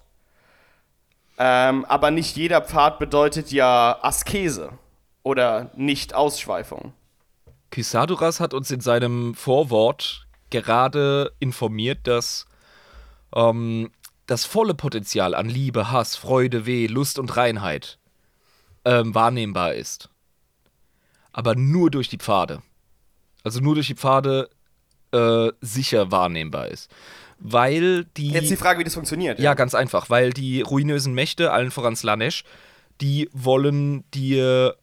Aber nicht jeder Pfad bedeutet ja Askese oder Nicht-Ausschweifung. Kysaduras hat uns in seinem Vorwort gerade informiert, dass das volle Potenzial an Liebe, Hass, Freude, Weh, Lust und Reinheit wahrnehmbar ist. Aber nur durch die Pfade. Also nur durch die Pfade sicher wahrnehmbar ist. Weil die... Jetzt die Frage, wie das funktioniert. Ja, ganz einfach. Weil die ruinösen Mächte, allen voran Slaanesh, die wollen dir...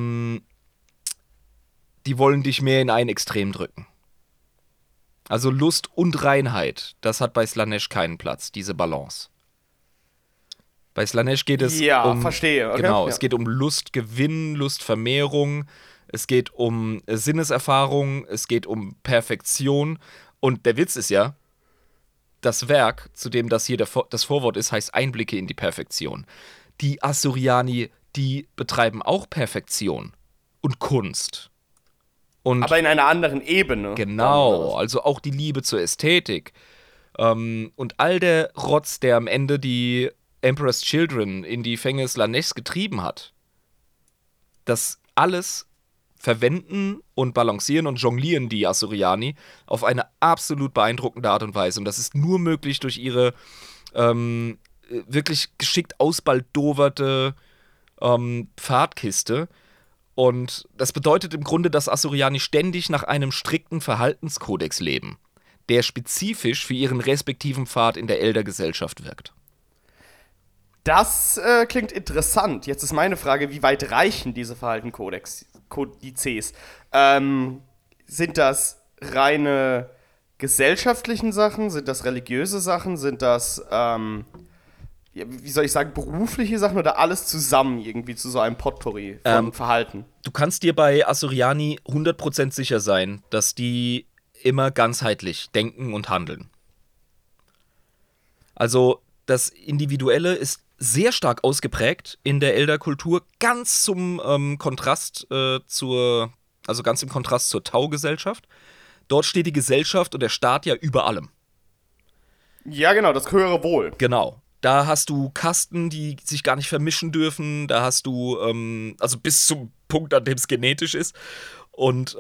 die wollen dich mehr in ein Extrem drücken. Also Lust und Reinheit, das hat bei Slaanesh keinen Platz, diese Balance. Bei Slaanesh geht es verstehe. Okay. Genau, ja. Es geht um Lustgewinn, Lustvermehrung, es geht um Sinneserfahrung, es geht um Perfektion. Und der Witz ist ja, das Werk, zu dem das hier das Vorwort ist, heißt Einblicke in die Perfektion. Die Asuryani, die betreiben auch Perfektion und Kunst. Aber in einer anderen Ebene. Genau, also auch die Liebe zur Ästhetik. Und all der Rotz, der am Ende die Emperor's Children in die Fänge Slaaneshs getrieben hat. Das alles verwenden und balancieren und jonglieren die Asuryani auf eine absolut beeindruckende Art und Weise. Und das ist nur möglich durch ihre wirklich geschickt ausbaldowerte Pfadkiste. Und das bedeutet im Grunde, dass Asuryani ständig nach einem strikten Verhaltenskodex leben. der spezifisch für ihren respektiven Pfad in der Elder-Gesellschaft wirkt. Das klingt interessant. Jetzt ist meine Frage, wie weit reichen diese Kodizes? Sind das reine gesellschaftlichen Sachen? Sind das religiöse Sachen? Sind das, wie soll ich sagen, berufliche Sachen oder alles zusammen irgendwie zu so einem Potpourri von Verhalten? Du kannst dir bei Asuryani 100% sicher sein, dass die immer ganzheitlich denken und handeln. Also das Individuelle ist sehr stark ausgeprägt in der Elder-Kultur, ganz zum Kontrast ganz im Kontrast zur Tau-Gesellschaft. Dort steht die Gesellschaft und der Staat ja über allem. Ja, genau, das höhere Wohl. Genau. Da hast du Kasten, die sich gar nicht vermischen dürfen. Da hast du, also bis zum Punkt, an dem es genetisch ist. Und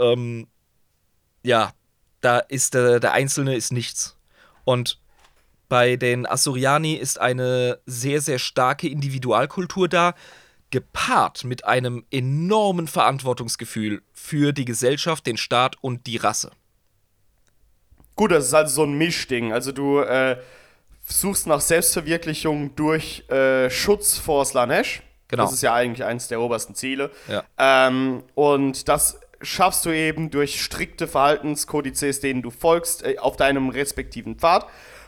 da ist der Einzelne ist nichts. Und bei den Asuryani ist eine sehr, sehr starke Individualkultur da, gepaart mit einem enormen Verantwortungsgefühl für die Gesellschaft, den Staat und die Rasse. Gut, das ist also so ein Mischding. Also du suchst nach Selbstverwirklichung durch Schutz vor Slanesh. Genau. Das ist ja eigentlich eines der obersten Ziele. Ja. Und das schaffst du eben durch strikte Verhaltenskodizes, denen du folgst, auf deinem respektiven Pfad.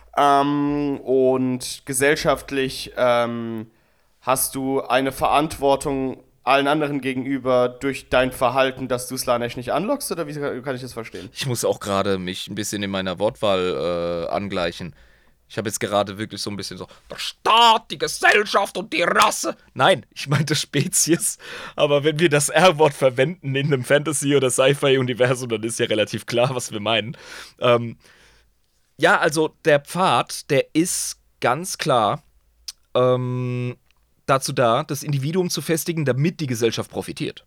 Und gesellschaftlich hast du eine Verantwortung allen anderen gegenüber durch dein Verhalten, dass du Slanesh nicht anlockst, oder wie kann ich das verstehen? Ich muss auch gerade mich ein bisschen in meiner Wortwahl angleichen. Ich habe jetzt gerade wirklich so ein bisschen so, Der Staat, die Gesellschaft und die Rasse. nein, ich meinte Spezies, aber wenn wir das R-Wort verwenden in einem Fantasy- oder Sci-Fi-Universum, dann ist ja relativ klar, was wir meinen. Ja, also der Pfad, der ist ganz klar dazu da, das Individuum zu festigen, damit die Gesellschaft profitiert.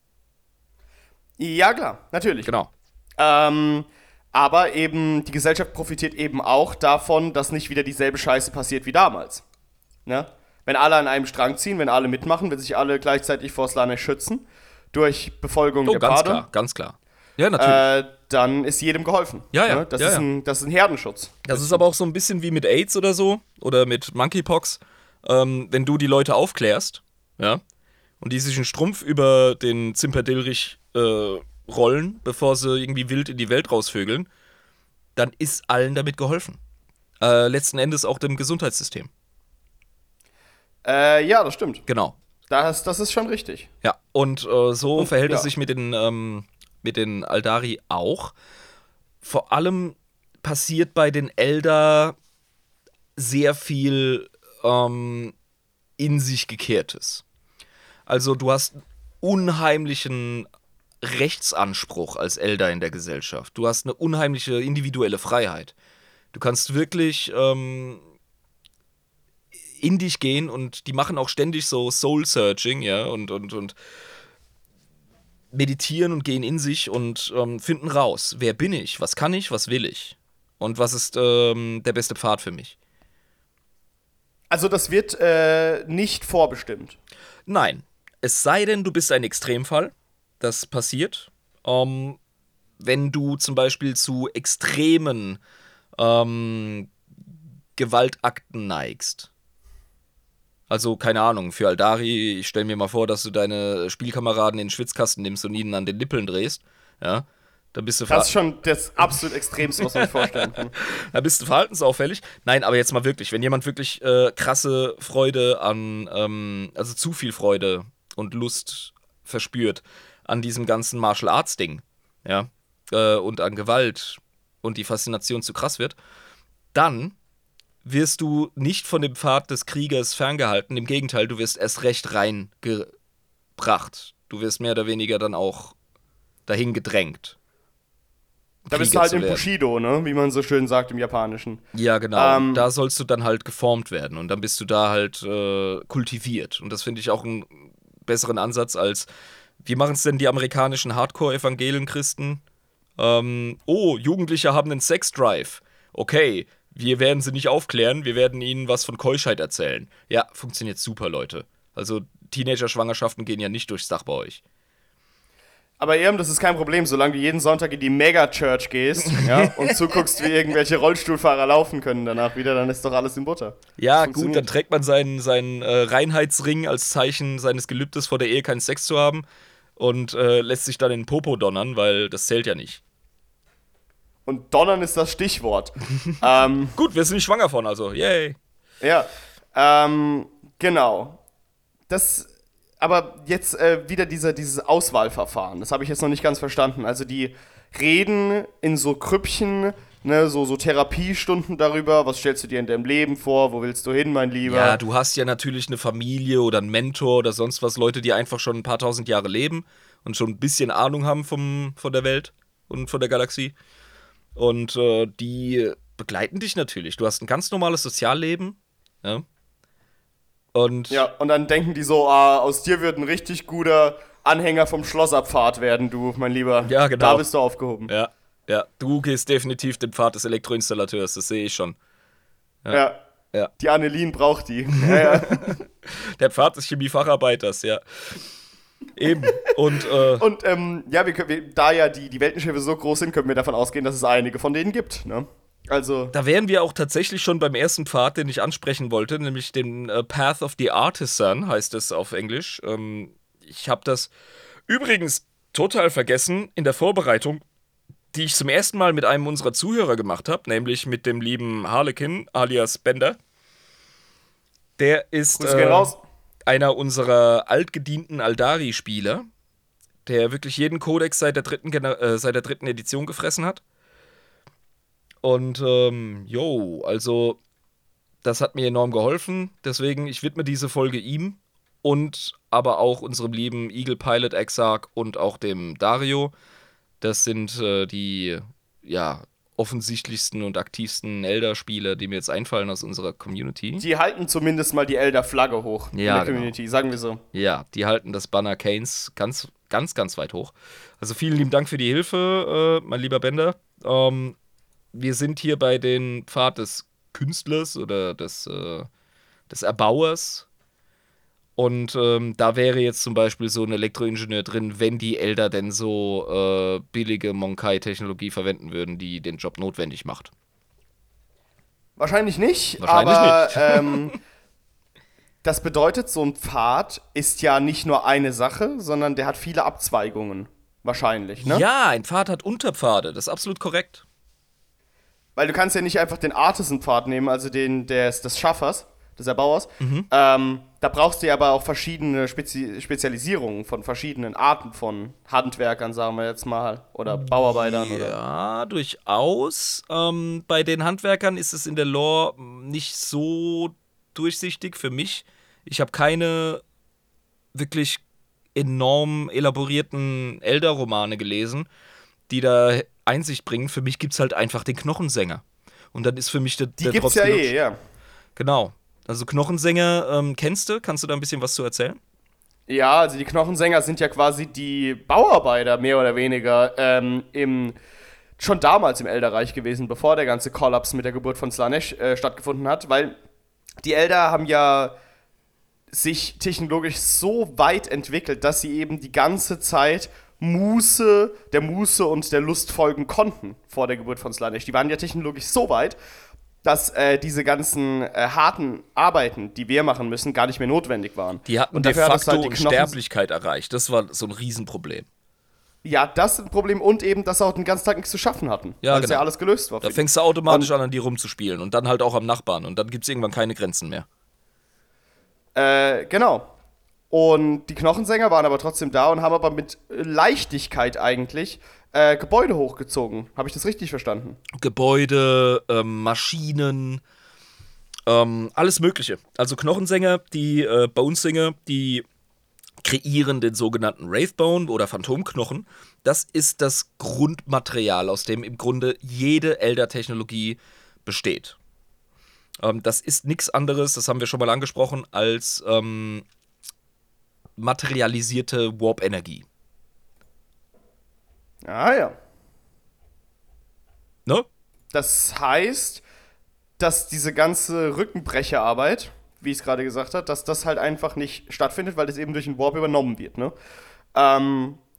Ja, klar, natürlich. Genau. Aber eben, die Gesellschaft profitiert eben auch davon, dass nicht wieder dieselbe Scheiße passiert wie damals. Ne? Wenn alle an einem Strang ziehen, wenn alle mitmachen, wenn sich alle gleichzeitig vor Slanesh schützen, durch Befolgung der ganz Pfade, klar, ganz klar. Ja, natürlich. dann ist jedem geholfen. Ja, ja, Ne? Das, ja, ist ja. das ist ein Herdenschutz. Das ist aber auch so ein bisschen wie mit AIDS oder so, oder mit Monkeypox, wenn du die Leute aufklärst, ja, und die sich einen Strumpf über den Zimperdilrich rollen, bevor sie irgendwie wild in die Welt rausvögeln, dann ist allen damit geholfen. Letzten Endes auch dem Gesundheitssystem. Ja, das stimmt. Genau. Das ist schon richtig. Ja, und so verhält es ja. sich mit den Aldari auch. Vor allem passiert bei den Elder sehr viel in sich Gekehrtes. Also du hast einen unheimlichen Rechtsanspruch als Elder in der Gesellschaft. Du hast eine unheimliche individuelle Freiheit. Du kannst wirklich in dich gehen und die machen auch ständig so Soul-Searching, ja, und meditieren und gehen in sich und finden raus, wer bin ich, was kann ich, was will ich und was ist der beste Pfad für mich. Also das wird nicht vorbestimmt. Nein, es sei denn, du bist ein Extremfall, das passiert, wenn du zum Beispiel zu extremen Gewaltakten neigst. Also, keine Ahnung, für Aldari, ich stelle mir mal vor, dass du deine Spielkameraden in den Schwitzkasten nimmst und ihnen an den Nippeln drehst, ja, dann bist du Das ist schon das absolut Extremste, was man sich vorstellen kann. da bist du verhaltensauffällig. Nein, aber jetzt mal wirklich, wenn jemand wirklich krasse Freude an, also zu viel Freude und Lust verspürt an diesem ganzen Martial Arts Ding, ja, und an Gewalt und die Faszination zu krass wird, dann wirst du nicht von dem Pfad des Kriegers ferngehalten. Im Gegenteil, du wirst erst recht reingebracht. Du wirst mehr oder weniger dann auch dahin gedrängt. Da bist du Krieger halt zu im werden. Bushido, ne? Wie man so schön sagt im Japanischen. Ja, genau. Da sollst du dann halt geformt werden und dann bist du da halt kultiviert. Und das finde ich auch einen besseren Ansatz als, wie machen es denn die amerikanischen Hardcore-Evangelen-Christen? Jugendliche haben einen Sex-Drive. Okay, wir werden sie nicht aufklären, wir werden ihnen was von Keuschheit erzählen. Ja, funktioniert super, Leute. Also Teenager-Schwangerschaften gehen ja nicht durchs Dach bei euch. Aber Irm, das ist kein Problem, solange du jeden Sonntag in die Mega-Church gehst, ja, und zuguckst, wie irgendwelche Rollstuhlfahrer laufen können danach wieder, dann ist doch alles in Butter. Ja, gut, dann trägt man seinen Reinheitsring als Zeichen seines Gelübdes vor der Ehe keinen Sex zu haben und lässt sich dann in den Popo donnern, weil das zählt ja nicht. Und donnern ist das Stichwort. Gut, wir sind nicht schwanger von, also yay. Ja, genau. Aber jetzt wieder dieses Auswahlverfahren, das habe ich jetzt noch nicht ganz verstanden. Also die reden in so Krüppchen, ne, so Therapiestunden darüber, was stellst du dir in deinem Leben vor, wo willst du hin, mein Lieber? Ja, du hast ja natürlich eine Familie oder einen Mentor oder sonst was, Leute, die einfach schon ein paar tausend Jahre leben und schon ein bisschen Ahnung haben von der Welt und von der Galaxie. Und die begleiten dich natürlich. Du hast ein ganz normales Sozialleben, ja. Und dann denken die so, aus dir wird ein richtig guter Anhänger vom Schlosserpfad werden, du, mein Lieber. Ja, genau. Da bist du aufgehoben. Ja, du gehst definitiv den Pfad des Elektroinstallateurs, das sehe ich schon. Ja. Die Annelien braucht die. Ja. Der Pfad des Chemiefacharbeiters, ja. Eben. Und da ja die Weltenschiffe so groß sind, können wir davon ausgehen, dass es einige von denen gibt, ne? Also. Da wären wir auch tatsächlich schon beim ersten Pfad, den ich ansprechen wollte, nämlich den Path of the Artisan, heißt es auf Englisch. Ich habe das übrigens total vergessen in der Vorbereitung, die ich zum ersten Mal mit einem unserer Zuhörer gemacht habe, nämlich mit dem lieben Harlequin, alias Bender. Der ist einer unserer altgedienten Aldari-Spieler, der wirklich jeden Kodex seit der dritten Edition gefressen hat. Und, also, das hat mir enorm geholfen. Deswegen, ich widme diese Folge ihm und aber auch unserem lieben Eagle Pilot Exarch und auch dem Dario. Das sind die, offensichtlichsten und aktivsten Elder-Spieler, die mir jetzt einfallen aus unserer Community. Die halten zumindest mal die Elder-Flagge hoch in der Community, genau. Sagen wir so. Ja, die halten das Banner Canes ganz, ganz, ganz weit hoch. Also vielen lieben Dank für die Hilfe, mein lieber Bender. Wir sind hier bei den Pfad des Künstlers oder des Erbauers. Und da wäre jetzt zum Beispiel so ein Elektroingenieur drin, wenn die Elder denn so billige Monkai-Technologie verwenden würden, die den Job notwendig macht. Wahrscheinlich nicht, das bedeutet, so ein Pfad ist ja nicht nur eine Sache, sondern der hat viele Abzweigungen. Wahrscheinlich, ne? Ja, ein Pfad hat Unterpfade, das ist absolut korrekt. Weil du kannst ja nicht einfach den Artisan-Pfad nehmen, also den des Schaffers, des Erbauers. Da brauchst du ja aber auch verschiedene Spezialisierungen von verschiedenen Arten von Handwerkern, sagen wir jetzt mal, oder Bauarbeitern. Ja, durchaus. Bei den Handwerkern ist es in der Lore nicht so durchsichtig für mich. Ich habe keine wirklich enorm elaborierten Elder-Romane gelesen, die da Einsicht bringen. Für mich gibt es halt einfach den Knochensänger. Und dann ist für mich der Die gibt's ja ja. Genau. Also Knochensänger kennst du? Kannst du da ein bisschen was zu erzählen? Ja, also die Knochensänger sind ja quasi die Bauarbeiter, mehr oder weniger, schon damals im Elderreich gewesen, bevor der ganze Kollaps mit der Geburt von Slaanesh stattgefunden hat, weil die Elder haben ja sich technologisch so weit entwickelt, dass sie eben die ganze Zeit der Muße und der Lust folgen konnten vor der Geburt von Slaanesh. Die waren ja technologisch so weit, dass diese ganzen harten Arbeiten, die wir machen müssen, gar nicht mehr notwendig waren. Die hatten de facto Unsterblichkeit erreicht. Das war so ein Riesenproblem. Ja, das ist ein Problem und eben, dass sie auch den ganzen Tag nichts zu schaffen hatten. Ja, weil das ja alles gelöst war. Da fängst du automatisch an die rumzuspielen und dann halt auch am Nachbarn und dann gibt es irgendwann keine Grenzen mehr. Genau. Und die Knochensänger waren aber trotzdem da und haben aber mit Leichtigkeit eigentlich Gebäude hochgezogen. Habe ich das richtig verstanden? Gebäude, Maschinen, alles Mögliche. Also Knochensänger, die Bonesänger, die kreieren den sogenannten Wraithbone oder Phantomknochen. Das ist das Grundmaterial, aus dem im Grunde jede Elder-Technologie besteht. Das ist nichts anderes, das haben wir schon mal angesprochen, als materialisierte Warp-Energie. Ah ja. Ne? Das heißt, dass diese ganze Rückenbrecherarbeit, wie ich es gerade gesagt habe, dass das halt einfach nicht stattfindet, weil das eben durch den Warp übernommen wird, ne?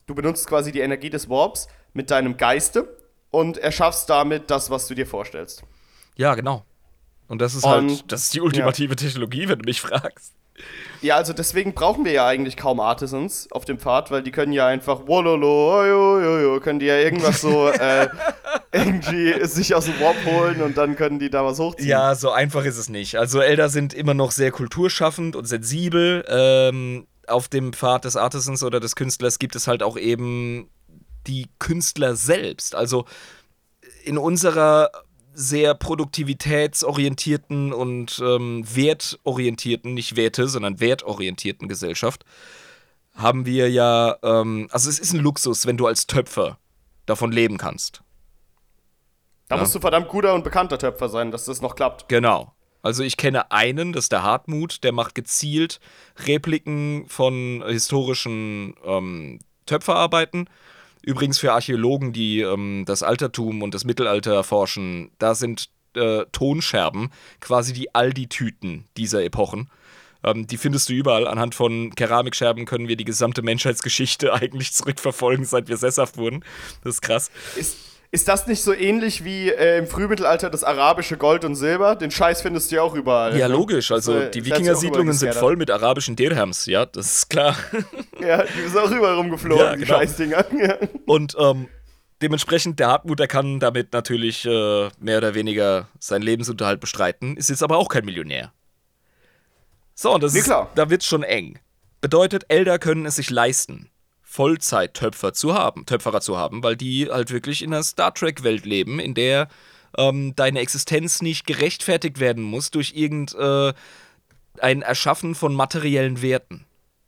du benutzt quasi die Energie des Warps mit deinem Geiste und erschaffst damit das, was du dir vorstellst. Ja, genau. Und das ist das ist die ultimative Technologie, wenn du mich fragst. Ja, also deswegen brauchen wir ja eigentlich kaum Artisans auf dem Pfad, weil die können ja einfach wololo, können die ja irgendwas so irgendwie sich aus dem Warp holen und dann können die da was hochziehen. Ja, so einfach ist es nicht. Also Elder sind immer noch sehr kulturschaffend und sensibel. Auf dem Pfad des Artisans oder des Künstlers gibt es halt auch eben die Künstler selbst. Also in unserer sehr produktivitätsorientierten und wertorientierten, nicht Werte, sondern wertorientierten Gesellschaft haben wir ja, also es ist ein Luxus, wenn du als Töpfer davon leben kannst. Da musst du verdammt guter und bekannter Töpfer sein, dass das noch klappt. Genau. Also ich kenne einen, das ist der Hartmut, der macht gezielt Repliken von historischen Töpferarbeiten. Übrigens für Archäologen, die das Altertum und das Mittelalter erforschen, da sind Tonscherben quasi die Aldi-Tüten dieser Epochen. Die findest du überall. Anhand von Keramikscherben können wir die gesamte Menschheitsgeschichte eigentlich zurückverfolgen, seit wir sesshaft wurden. Das ist krass. Ist das nicht so ähnlich wie im Frühmittelalter das arabische Gold und Silber? Den Scheiß findest du ja auch überall. Ja, logisch. Also die Wikinger-Siedlungen sind voll mit arabischen Dirhams, ja, das ist klar. Ja, die sind auch überall rumgeflogen, ja, genau. Die Scheißdinger. Ja. Und dementsprechend, der Hartmut, der kann damit natürlich mehr oder weniger seinen Lebensunterhalt bestreiten, ist jetzt aber auch kein Millionär. So, und da wird's schon eng. Bedeutet, Elder können es sich leisten, Vollzeit-Töpferer zu haben, weil die halt wirklich in einer Star Trek-Welt leben, in der deine Existenz nicht gerechtfertigt werden muss durch ein Erschaffen von materiellen Werten.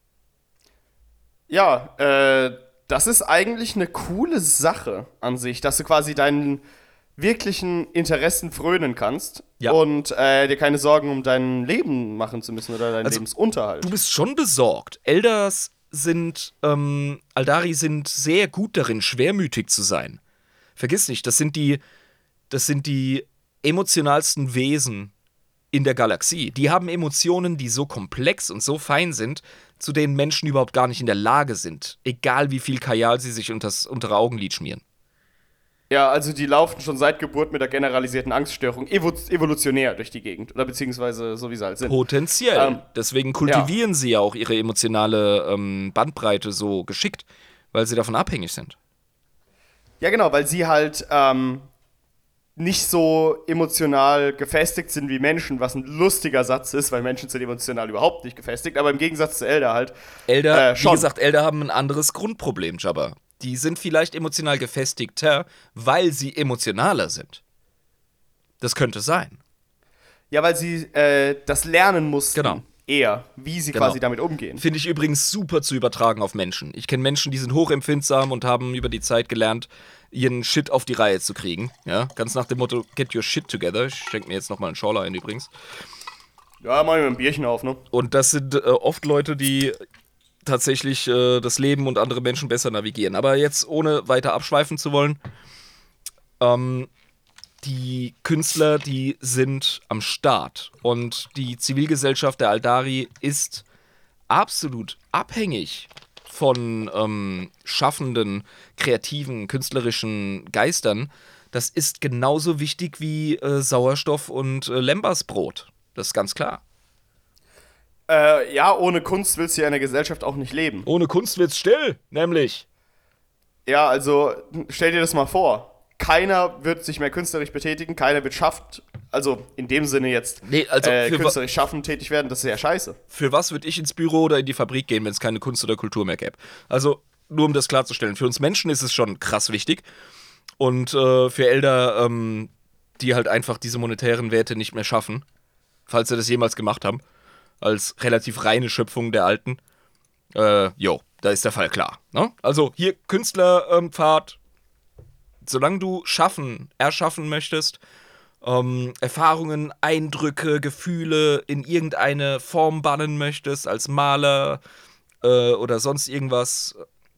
Ja, das ist eigentlich eine coole Sache an sich, dass du quasi deinen wirklichen Interessen frönen kannst und dir keine Sorgen um dein Leben machen zu müssen oder deinen Lebensunterhalt. Du bist schon besorgt. Elders Aldari sind sehr gut darin, schwermütig zu sein. Vergiss nicht, das sind die emotionalsten Wesen in der Galaxie. Die haben Emotionen, die so komplex und so fein sind, zu denen Menschen überhaupt gar nicht in der Lage sind. Egal wie viel Kajal sie sich unter das untere Augenlid schmieren. Ja, also die laufen schon seit Geburt mit der generalisierten Angststörung evolutionär durch die Gegend. Oder beziehungsweise so, wie sie halt sind. Potenziell. Deswegen kultivieren sie ja auch ihre emotionale Bandbreite so geschickt, weil sie davon abhängig sind. Ja, genau, weil sie halt nicht so emotional gefestigt sind wie Menschen, was ein lustiger Satz ist, weil Menschen sind emotional überhaupt nicht gefestigt, aber im Gegensatz zu Elder halt. Wie gesagt, Elder haben ein anderes Grundproblem, Jabba. Die sind vielleicht emotional gefestigter, weil sie emotionaler sind. Das könnte sein. Ja, weil sie das lernen mussten. Genau. Eher, wie sie quasi damit umgehen. Finde ich übrigens super zu übertragen auf Menschen. Ich kenne Menschen, die sind hochempfindsam und haben über die Zeit gelernt, ihren Shit auf die Reihe zu kriegen. Ja, ganz nach dem Motto, get your shit together. Ich schenke mir jetzt nochmal einen Schorler ein übrigens. Ja, mach ich mir ein Bierchen auf, ne? Und das sind oft Leute, die tatsächlich das Leben und andere Menschen besser navigieren. Aber jetzt, ohne weiter abschweifen zu wollen, die Künstler, die sind am Start. Und die Zivilgesellschaft der Aldari ist absolut abhängig von schaffenden, kreativen, künstlerischen Geistern. Das ist genauso wichtig wie Sauerstoff und Lembersbrot. Das ist ganz klar. Ja, ohne Kunst willst du ja in der Gesellschaft auch nicht leben. Ohne Kunst wird's still, nämlich. Ja, also stell dir das mal vor. Keiner wird sich mehr künstlerisch betätigen, keiner wird also in dem Sinne jetzt künstlerisch schaffen, tätig werden, das ist ja scheiße. Für was würde ich ins Büro oder in die Fabrik gehen, wenn es keine Kunst oder Kultur mehr gäbe? Also, nur um das klarzustellen, für uns Menschen ist es schon krass wichtig. Und für Elder, die halt einfach diese monetären Werte nicht mehr schaffen, falls sie das jemals gemacht haben, als relativ reine Schöpfung der Alten, da ist der Fall klar. Ne? Also hier Künstlerpfad, solange du erschaffen möchtest, Erfahrungen, Eindrücke, Gefühle in irgendeine Form bannen möchtest, als Maler oder sonst irgendwas,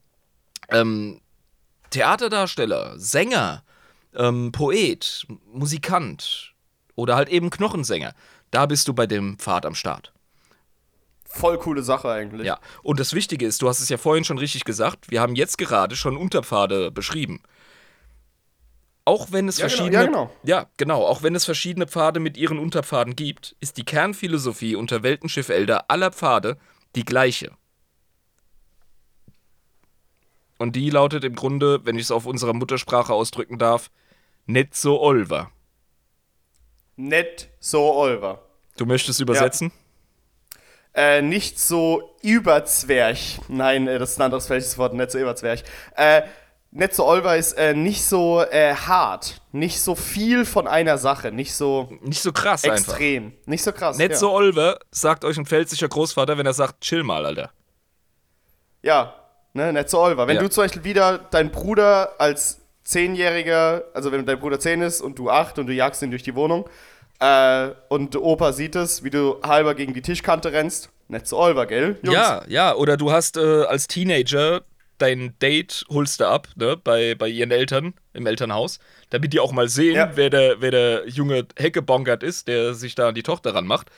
Theaterdarsteller, Sänger, Poet, Musikant oder halt eben Knochensänger, da bist du bei dem Pfad am Start. voll coole Sache eigentlich. Ja, und das Wichtige ist, du hast es ja vorhin schon richtig gesagt, wir haben jetzt gerade schon Unterpfade beschrieben. Auch wenn es auch wenn es verschiedene Pfade mit ihren Unterpfaden gibt, ist die Kernphilosophie unter Weltenschiff Elder aller Pfade die gleiche. Und die lautet im Grunde, wenn ich es auf unserer Muttersprache ausdrücken darf, net so olver. Net so olver. Du möchtest übersetzen? Nicht so überzwerch. Nein, das ist ein anderes welches Wort, nicht so überzwerch. Nicht so olver ist nicht so hart. Nicht so viel von einer Sache. Nicht so Krass extrem. Einfach. Nicht so krass. Nicht so olver, sagt euch ein pfälzischer Großvater, wenn er sagt, chill mal, Alter. Ja, ne, nicht so olver. Wenn du zum Beispiel wieder deinen Bruder als 10-Jähriger, also wenn dein Bruder 10 ist und du 8 und du jagst ihn durch die Wohnung und Opa sieht es, wie du halber gegen die Tischkante rennst, nicht so olver, gell, Jungs? Ja, oder du hast als Teenager dein Date holst du ab, ne, bei ihren Eltern im Elternhaus, damit die auch mal sehen, wer der junge Heckebonkert ist, der sich da an die Tochter ranmacht.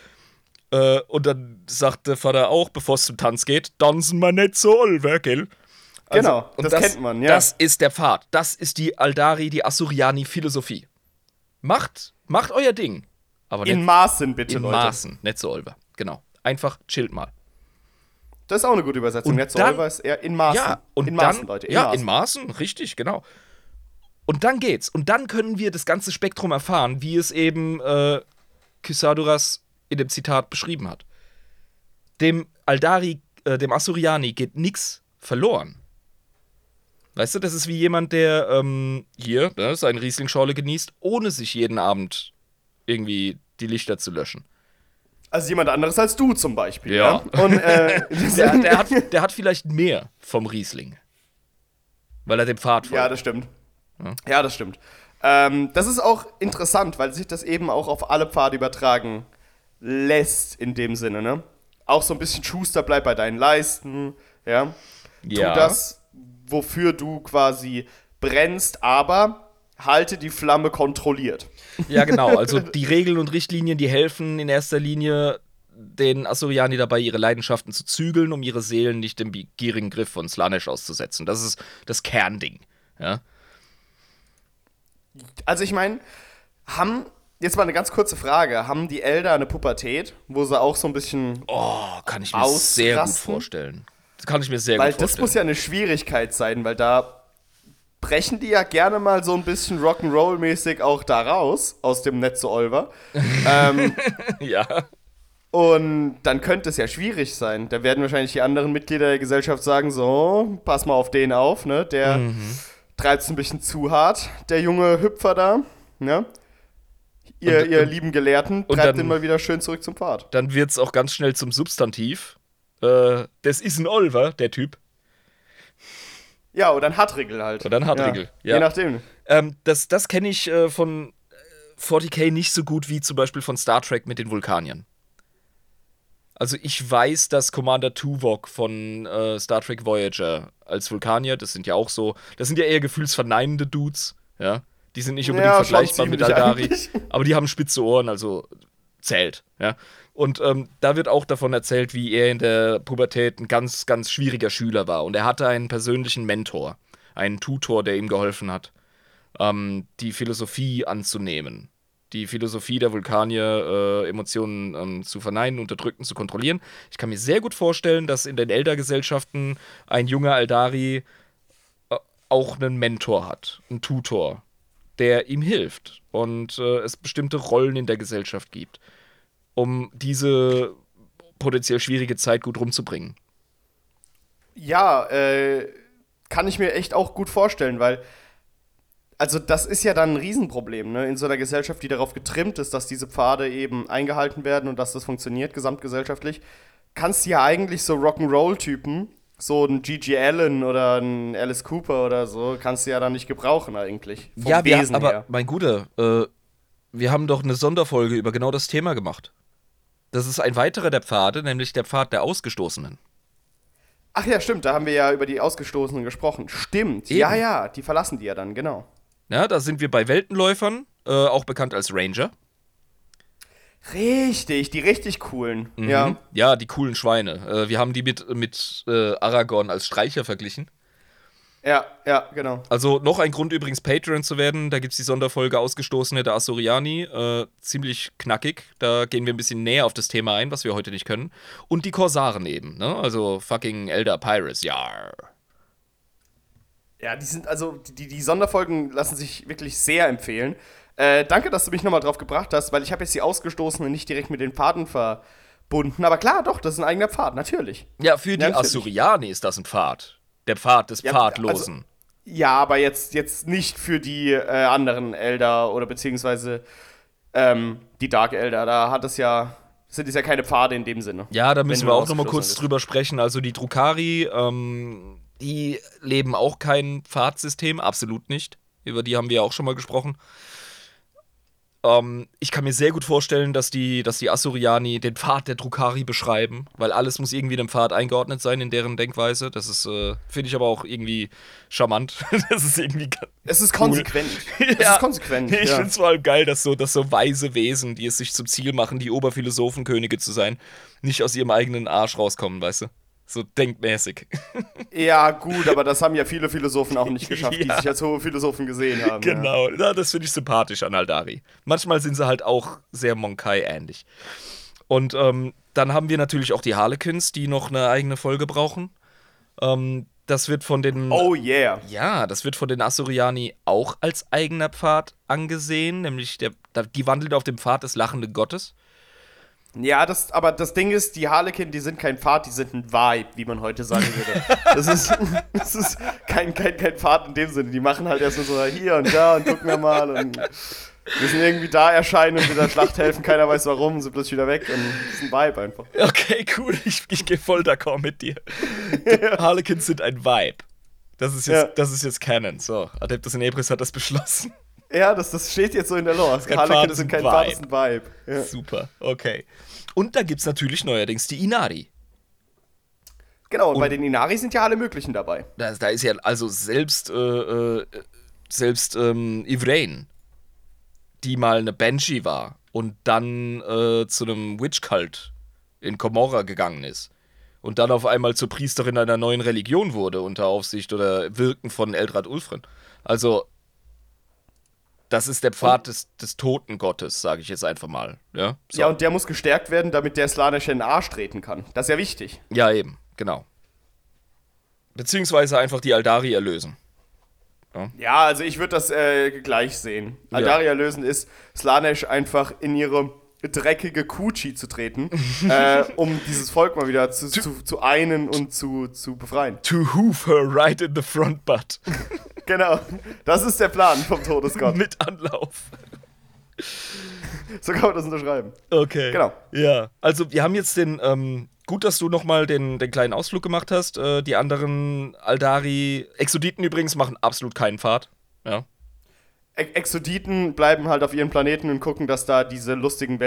Und dann sagt der Vater auch, bevor es zum Tanz geht, tanzen wir nicht so olver, gell? Also, genau, und das kennt man, ja. Das ist der Pfad. Das ist die Aldari, die Asuryani-Philosophie. Macht euer Ding. Aber in Maßen, bitte, Leute. In Maßen, nicht so olver. Genau. Einfach chillt mal. Das ist auch eine gute Übersetzung. Und nicht so olver ist eher in Maßen. Ja, und in dann, Maßen, Leute. In Maßen, richtig, genau. Und dann geht's. Und dann können wir das ganze Spektrum erfahren, wie es eben Kysaduras in dem Zitat beschrieben hat. Dem Aldari, dem Asuryani geht nichts verloren. Weißt du, das ist wie jemand, der seine Riesling-Schorle genießt, ohne sich jeden Abend irgendwie die Lichter zu löschen. Also jemand anderes als du zum Beispiel. Ja. Und, der hat vielleicht mehr vom Riesling. Weil er dem Pfad folgt. Ja, das stimmt. Ja, das stimmt. Das ist auch interessant, weil sich das eben auch auf alle Pfade übertragen lässt in dem Sinne, ne? Auch so ein bisschen Schuster, bleib bei deinen Leisten, ja? Ja. Tu das, wofür du quasi brennst, aber halte die Flamme kontrolliert. Ja, genau. Also die Regeln und Richtlinien, die helfen in erster Linie den Asuryani dabei, ihre Leidenschaften zu zügeln, um ihre Seelen nicht dem gierigen Griff von Slaanesh auszusetzen. Das ist das Kernding, ja? Also ich meine, jetzt mal eine ganz kurze Frage, haben die Elder eine Pubertät, wo sie auch so ein bisschen kann ich mir sehr gut vorstellen. Das kann ich mir sehr gut vorstellen. Weil das muss ja eine Schwierigkeit sein, weil da brechen die ja gerne mal so ein bisschen Rock'n'Roll-mäßig auch da raus, aus dem Netz so Olver. Ja. Und dann könnte es ja schwierig sein. Da werden wahrscheinlich die anderen Mitglieder der Gesellschaft sagen, so, pass mal auf den auf, ne? Der treibt es ein bisschen zu hart, der junge Hüpfer da, ne? Ihr lieben Gelehrten, treibt den mal wieder schön zurück zum Pfad. Dann wird es auch ganz schnell zum Substantiv. Das ist ein Olver, der Typ. Ja, oder ein Hartriggel halt. Oder ein Hartriggel, ja. Je nachdem. Das kenne ich von 40k nicht so gut wie zum Beispiel von Star Trek mit den Vulkaniern. Also ich weiß, dass Commander Tuvok von Star Trek Voyager als Vulkanier, das sind ja eher gefühlsverneinende Dudes, ja. Die sind nicht unbedingt vergleichbar mit Aldari, aber die haben spitze Ohren, also zählt, ja. Und da wird auch davon erzählt, wie er in der Pubertät ein ganz, ganz schwieriger Schüler war. Und er hatte einen persönlichen Mentor, einen Tutor, der ihm geholfen hat, die Philosophie anzunehmen. Die Philosophie der Vulkanier, Emotionen zu verneinen, unterdrücken, zu kontrollieren. Ich kann mir sehr gut vorstellen, dass in den Elder-Gesellschaften ein junger Aldari auch einen Mentor hat, einen Tutor, der ihm hilft und es bestimmte Rollen in der Gesellschaft gibt, um diese potenziell schwierige Zeit gut rumzubringen. Ja, kann ich mir echt auch gut vorstellen, weil also das ist ja dann ein Riesenproblem, ne? In so einer Gesellschaft, die darauf getrimmt ist, dass diese Pfade eben eingehalten werden und dass das funktioniert gesamtgesellschaftlich, kannst du ja eigentlich so Rock'n'Roll-Typen, so ein G.G. Allen oder ein Alice Cooper oder so, kannst du ja dann nicht gebrauchen eigentlich. Vom Wesen aber her. mein Guter, wir haben doch eine Sonderfolge über genau das Thema gemacht. Das ist ein weiterer der Pfade, nämlich der Pfad der Ausgestoßenen. Ach ja, stimmt, da haben wir ja über die Ausgestoßenen gesprochen. Stimmt, Eben. ja, die verlassen die ja dann, genau. Ja, da sind wir bei Weltenläufern, auch bekannt als Ranger. Richtig, die richtig coolen. Ja. Ja, die coolen Schweine. Wir haben die mit Aragorn als Streicher verglichen. Ja, genau. Also noch ein Grund übrigens, Patreon zu werden. Da gibt es die Sonderfolge Ausgestoßene der Asuryani. Ziemlich knackig. Da gehen wir ein bisschen näher auf das Thema ein, was wir heute nicht können. Und die Korsaren eben, ne? Also fucking Elder Pirates, ja. Ja, die sind, also, die Sonderfolgen lassen sich wirklich sehr empfehlen. Danke, dass du mich nochmal drauf gebracht hast, weil ich habe jetzt die Ausgestoßene nicht direkt mit den Pfaden verbunden. Aber klar, doch, das ist ein eigener Pfad, natürlich. Ja, für die Natürlich. Asuryani ist das ein Pfad. Der Pfad des Pfadlosen. Ja, aber jetzt nicht für die anderen Elder oder beziehungsweise die Dark Elder. Da sind es ja keine Pfade in dem Sinne. Ja, da müssen wenn wir du auch nochmal kurz ausgestoßen drüber sprechen. Also die Drukhari, die leben auch kein Pfadsystem, absolut nicht. Über die haben wir auch schon mal gesprochen. Ich kann mir sehr gut vorstellen, dass die Asuryani den Pfad der Drukhari beschreiben, weil alles muss irgendwie dem Pfad eingeordnet sein in deren Denkweise. Das ist, finde ich aber auch irgendwie charmant. Das ist irgendwie Es ist cool. konsequent. Es ist konsequent. Ich ja. finde es vor allem geil, dass so weise Wesen, die es sich zum Ziel machen, die Oberphilosophenkönige zu sein, nicht aus ihrem eigenen Arsch rauskommen, weißt du? So denkmäßig. Ja, gut, aber das haben ja viele Philosophen auch nicht geschafft, die sich als hohe Philosophen gesehen haben. Ja. Genau, ja, das finde ich sympathisch an Aldari. Manchmal sind sie halt auch sehr Monkai-ähnlich. Und dann haben wir natürlich auch die Harlequins, die noch eine eigene Folge brauchen. Das wird von den... Oh yeah. Ja, das wird von den Asuryani auch als eigener Pfad angesehen, nämlich die wandelt auf dem Pfad des lachenden Gottes. Ja, aber das Ding ist, die Harlequin, die sind kein Pfad, die sind ein Vibe, wie man heute sagen würde. Das ist kein Pfad in dem Sinne. Die machen halt erst so hier und da und gucken wir mal und müssen irgendwie da erscheinen und in der Schlacht helfen. Keiner weiß warum, sind plötzlich wieder weg und das ist ein Vibe einfach. Okay, cool. Ich gehe voll d'accord mit dir. Harlequins sind ein Vibe. Das ist jetzt Canon. So, Adeptus in Ebris hat das beschlossen. Ja, das steht jetzt so in der Lore. Harlequin sind kein Pfad, das ist ein Vibe. Ja. Super, okay. Und da gibt's natürlich neuerdings die Inari. Genau, und bei den Inari sind ja alle möglichen dabei. Da ist ja also selbst Ivrain, die mal eine Banshee war und dann zu einem Witch-Cult in Komorra gegangen ist und dann auf einmal zur Priesterin einer neuen Religion wurde unter Aufsicht oder Wirken von Eldrad Ulfrin. Also das ist der Pfad des Totengottes, sage ich jetzt einfach mal. Ja, so. Ja, und der muss gestärkt werden, damit der Slaanesh in den Arsch treten kann. Das ist ja wichtig. Ja, eben, genau. Beziehungsweise einfach die Aldari erlösen. Ja, also ich würde das gleich sehen. Aldaria lösen ist, Slaanesh einfach in ihre dreckige Kuchi zu treten, um dieses Volk mal wieder zu einen und zu befreien. To hoof her right in the front butt. Genau, das ist der Plan vom Todesgott. Mit Anlauf. So kann man das unterschreiben. Okay. Genau. Ja, also wir haben jetzt den, gut, dass du nochmal den kleinen Ausflug gemacht hast. Die anderen Aldari, Exoditen übrigens, machen absolut keinen Pfad. Ja. Exoditen bleiben halt auf ihren Planeten und gucken, dass da diese lustigen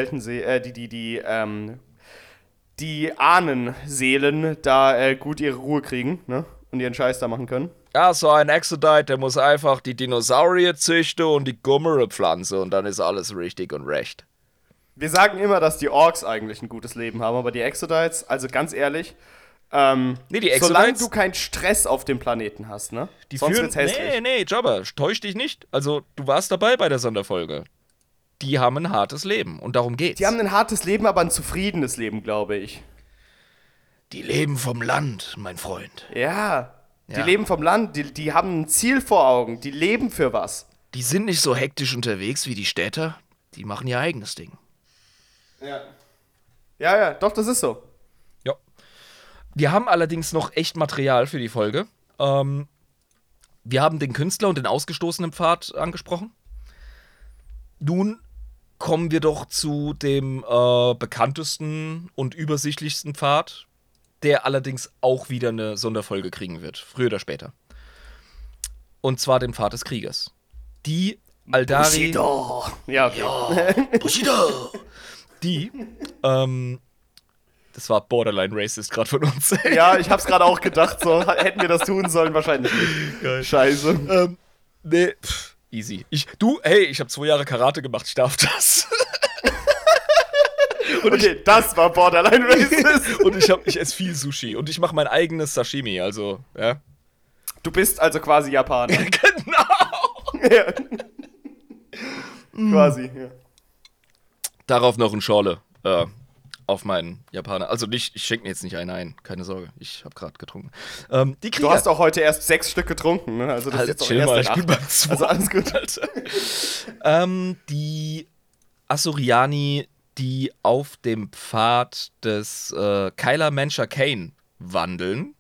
die Ahnenseelen da gut ihre Ruhe kriegen, ne? Und ihren Scheiß da machen können. Ja, so ein Exodite, der muss einfach die Dinosaurier züchten und die Gummere pflanzen und dann ist alles richtig und recht. Wir sagen immer, dass die Orks eigentlich ein gutes Leben haben, aber die Exodites, also ganz ehrlich, die Exodites, solange du keinen Stress auf dem Planeten hast, ne? Sonst wird's hässlich. Nee, Jobber, täusch dich nicht. Also, du warst dabei bei der Sonderfolge. Die haben ein hartes Leben und darum geht's. Die haben ein hartes Leben, aber ein zufriedenes Leben, glaube ich. Die leben vom Land, mein Freund. Ja, die leben vom Land, die haben ein Ziel vor Augen, die leben für was. Die sind nicht so hektisch unterwegs wie die Städter, die machen ihr eigenes Ding. Ja, doch, das ist so. Ja. Wir haben allerdings noch echt Material für die Folge. Wir haben den Künstler und den ausgestoßenen Pfad angesprochen. Nun kommen wir doch zu dem bekanntesten und übersichtlichsten Pfad, der allerdings auch wieder eine Sonderfolge kriegen wird, früher oder später. Und zwar den Pfad des Kriegers. Die Aldari... Bushido. Ja, okay. Bushido! Die, das war borderline racist gerade von uns. Ja, ich hab's gerade auch gedacht, so hätten wir das tun sollen, wahrscheinlich nicht. Geil. Scheiße. Nee, easy. Ich habe 2 Jahre Karate gemacht, ich darf das. Okay, das war Borderline Racist. Und ich esse viel Sushi. Und ich mache mein eigenes Sashimi, also, ja. Du bist also quasi Japaner. Genau! Ja. Quasi, ja. Darauf noch ein Schorle. Auf meinen Japaner. Also nicht, ich schenke mir jetzt nicht einen ein, keine Sorge. Ich habe gerade getrunken. Die Krieger. Du hast auch heute erst 6 Stück getrunken, ne? Also das ist jetzt auch chill erst mal, der ich bin 8. beim 2. Also alles gut. Alter. Die Asuriani, die auf dem Pfad des Kyler Mencha Kane wandeln,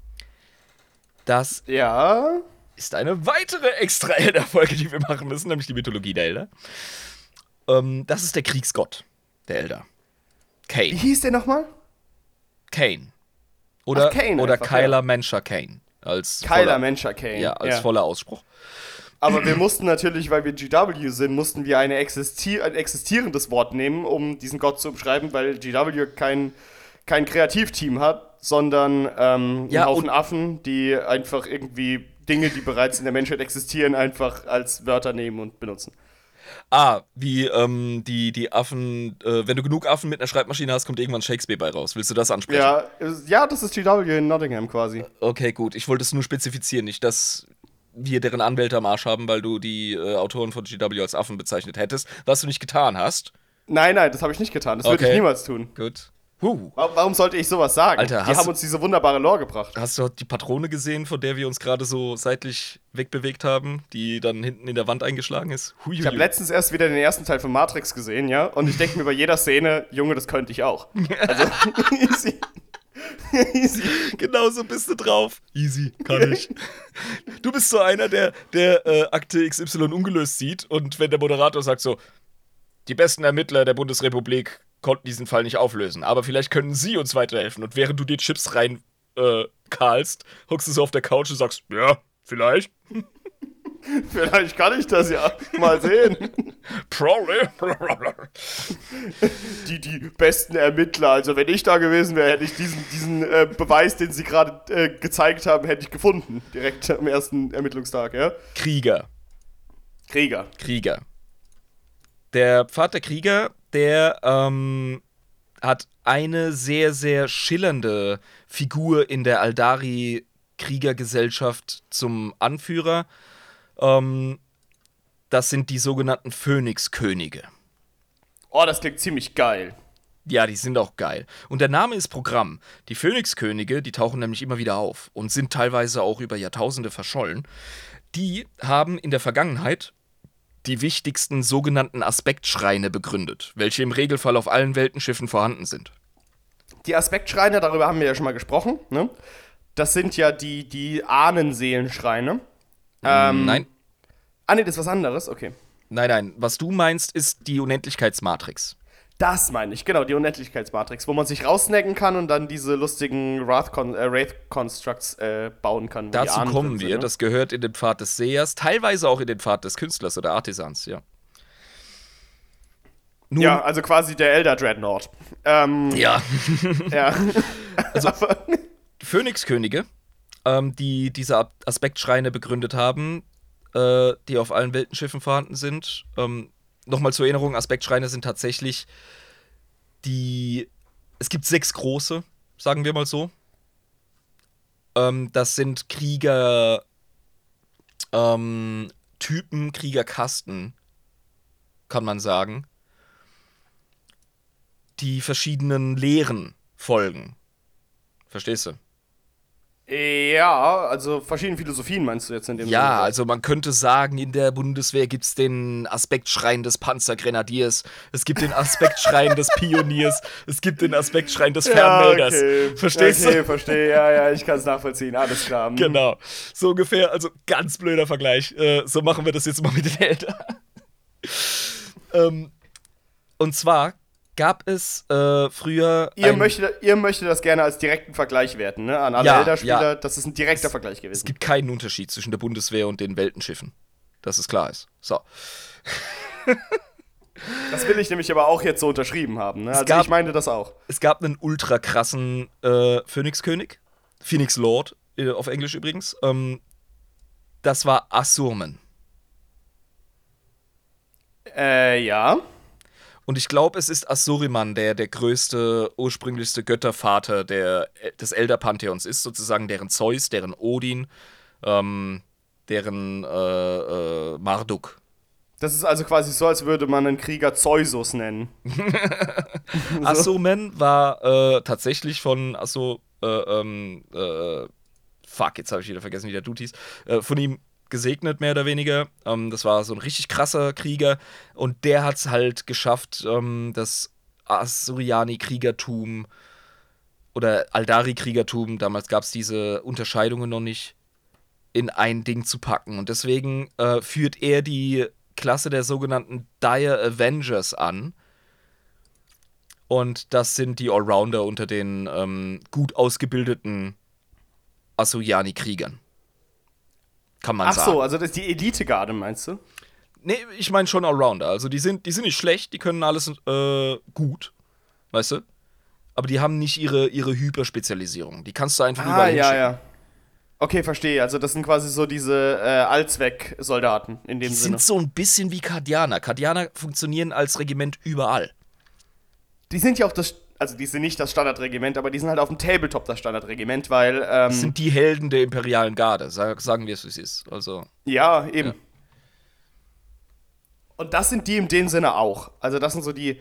das Ja. ist eine weitere extra Elder-Folge, die wir machen müssen, nämlich die Mythologie der Elder. Das ist der Kriegsgott der Elder. Wie Kane. hieß der nochmal? Kane. Oder, Kane oder einfach, Kyler ja. Mencha Kane. Als Kyler voller- Mencha Kane. Ja, als voller Ausspruch. Aber wir mussten natürlich, weil wir GW sind, mussten wir ein existierendes Wort nehmen, um diesen Gott zu umschreiben, weil GW kein Kreativteam hat, sondern einen Ja, Haufen Affen, die einfach irgendwie Dinge, die bereits in der Menschheit existieren, einfach als Wörter nehmen und benutzen. Wie die Affen, wenn du genug Affen mit einer Schreibmaschine hast, kommt irgendwann Shakespeare bei raus. Willst du das ansprechen? Ja, das ist GW in Nottingham quasi. Okay, gut. Ich wollte es nur spezifizieren, nicht, dass wir deren Anwälte am Arsch haben, weil du die Autoren von GW als Affen bezeichnet hättest, was du nicht getan hast. Nein, das habe ich nicht getan. Das würde ich niemals tun. Gut. Warum sollte ich sowas sagen? Alter, die haben uns diese wunderbare Lore gebracht. Hast du die Patrone gesehen, von der wir uns gerade so seitlich wegbewegt haben, die dann hinten in der Wand eingeschlagen ist? Ich habe letztens erst wieder den ersten Teil von Matrix gesehen, ja, und ich denke mir bei jeder Szene, Junge, das könnte ich auch. Also, easy. Easy. Genau so bist du drauf. Easy, kann ich. Du bist so einer, der Akte XY ungelöst sieht und wenn der Moderator sagt so, die besten Ermittler der Bundesrepublik konnten diesen Fall nicht auflösen, aber vielleicht können sie uns weiterhelfen. Und während du dir Chips rein kahlst, hockst du so auf der Couch und sagst, ja, vielleicht. Vielleicht kann ich das ja. Mal sehen. Probably. Die besten Ermittler. Also wenn ich da gewesen wäre, hätte ich diesen Beweis, den sie gerade gezeigt haben, hätte ich gefunden. Direkt am ersten Ermittlungstag, ja. Krieger. Krieger. Der Pfad der Krieger, der hat eine sehr, sehr schillernde Figur in der Aldari-Kriegergesellschaft zum Anführer. Das sind die sogenannten Phönixkönige. Oh, das klingt ziemlich geil. Ja, die sind auch geil. Und der Name ist Programm. Die Phönixkönige, die tauchen nämlich immer wieder auf und sind teilweise auch über Jahrtausende verschollen. Die haben in der Vergangenheit die wichtigsten sogenannten Aspektschreine begründet, welche im Regelfall auf allen Weltenschiffen vorhanden sind. Die Aspektschreine, darüber haben wir ja schon mal gesprochen, ne? Das sind ja die Ahnenseelenschreine. Nein. Ah, nee, das ist was anderes, okay. Nein. Was du meinst, ist die Unendlichkeitsmatrix. Das meine ich, genau, die Unendlichkeitsmatrix, wo man sich raussnacken kann und dann diese lustigen Wraith-Constructs bauen kann. Wo die Dazu Ahnen kommen drin sind, wir. ne? Das gehört in den Pfad des Sehers, teilweise auch in den Pfad des Künstlers oder Artisans, ja. Nun, Ja, also quasi der Elder Dreadnought. ja. Ja. Also, Phönixkönige, die diese Aspektschreine begründet haben, die auf allen Weltenschiffen vorhanden sind. Nochmal zur Erinnerung, Aspektschreine sind tatsächlich es gibt 6 große, sagen wir mal so. Das sind Krieger, Typen, Kriegerkasten, kann man sagen, die verschiedenen Lehren folgen. Verstehst du? Ja, also verschiedene Philosophien meinst du jetzt in dem Ja, Sinne? also man könnte sagen, in der Bundeswehr gibt es den Aspektschrein des Panzergrenadiers, es gibt den Aspektschrein des Pioniers, es gibt den Aspektschrein des Fernmelders. Okay. Verstehst Okay, du? verstehe, ja, ich kann es nachvollziehen, alles klar. Genau, so ungefähr, also ganz blöder Vergleich. So machen wir das jetzt mal mit den Eltern. Und zwar gab es früher Ihr möchtet das gerne als direkten Vergleich werten, ne? An alle Ja, Elder-Spieler, ja. das ist ein direkter Vergleich Es gewesen. gibt keinen Unterschied zwischen der Bundeswehr und den Weltenschiffen. Dass es klar ist. So. Das will ich nämlich aber auch jetzt so unterschrieben haben, ne? Also gab- ich meine das auch. Es gab einen ultra krassen Phönixkönig. Phoenix Lord, auf Englisch übrigens. Das war Asurmen. Ja. Und ich glaube, es ist Assuriman, der größte, ursprünglichste Göttervater des Elder-Pantheons ist, sozusagen deren Zeus, deren Odin, deren Marduk. Das ist also quasi so, als würde man einen Krieger Zeusus nennen. Assuriman war tatsächlich von fuck, jetzt habe ich wieder vergessen, wie der Dude hieß, von ihm gesegnet, mehr oder weniger. Das war so ein richtig krasser Krieger und der hat es halt geschafft, das Assuriani-Kriegertum oder Aldari-Kriegertum, damals gab es diese Unterscheidungen noch nicht, in ein Ding zu packen. Und deswegen führt er die Klasse der sogenannten Dire Avengers an. Und das sind die Allrounder unter den gut ausgebildeten Assuriani-Kriegern. Kann man sagen. Ach so, also das ist die Elite-Garde, meinst du? Nee, ich meine schon Allrounder. Also die sind nicht schlecht, die können alles gut, weißt du? Aber die haben nicht ihre Hyperspezialisierung. Die kannst du einfach überall hinschicken. Ja. Okay, verstehe. Also das sind quasi so diese Allzweck-Soldaten in dem Die Sinne. sind so ein bisschen wie Kardianer. Kardianer funktionieren als Regiment überall. Die sind ja auch die sind nicht das Standardregiment, aber die sind halt auf dem Tabletop das Standardregiment, weil Das sind die Helden der imperialen Garde. Sagen wir es, wie es ist. Also, ja, eben. Ja. Und das sind die in dem Sinne auch. Also das sind so die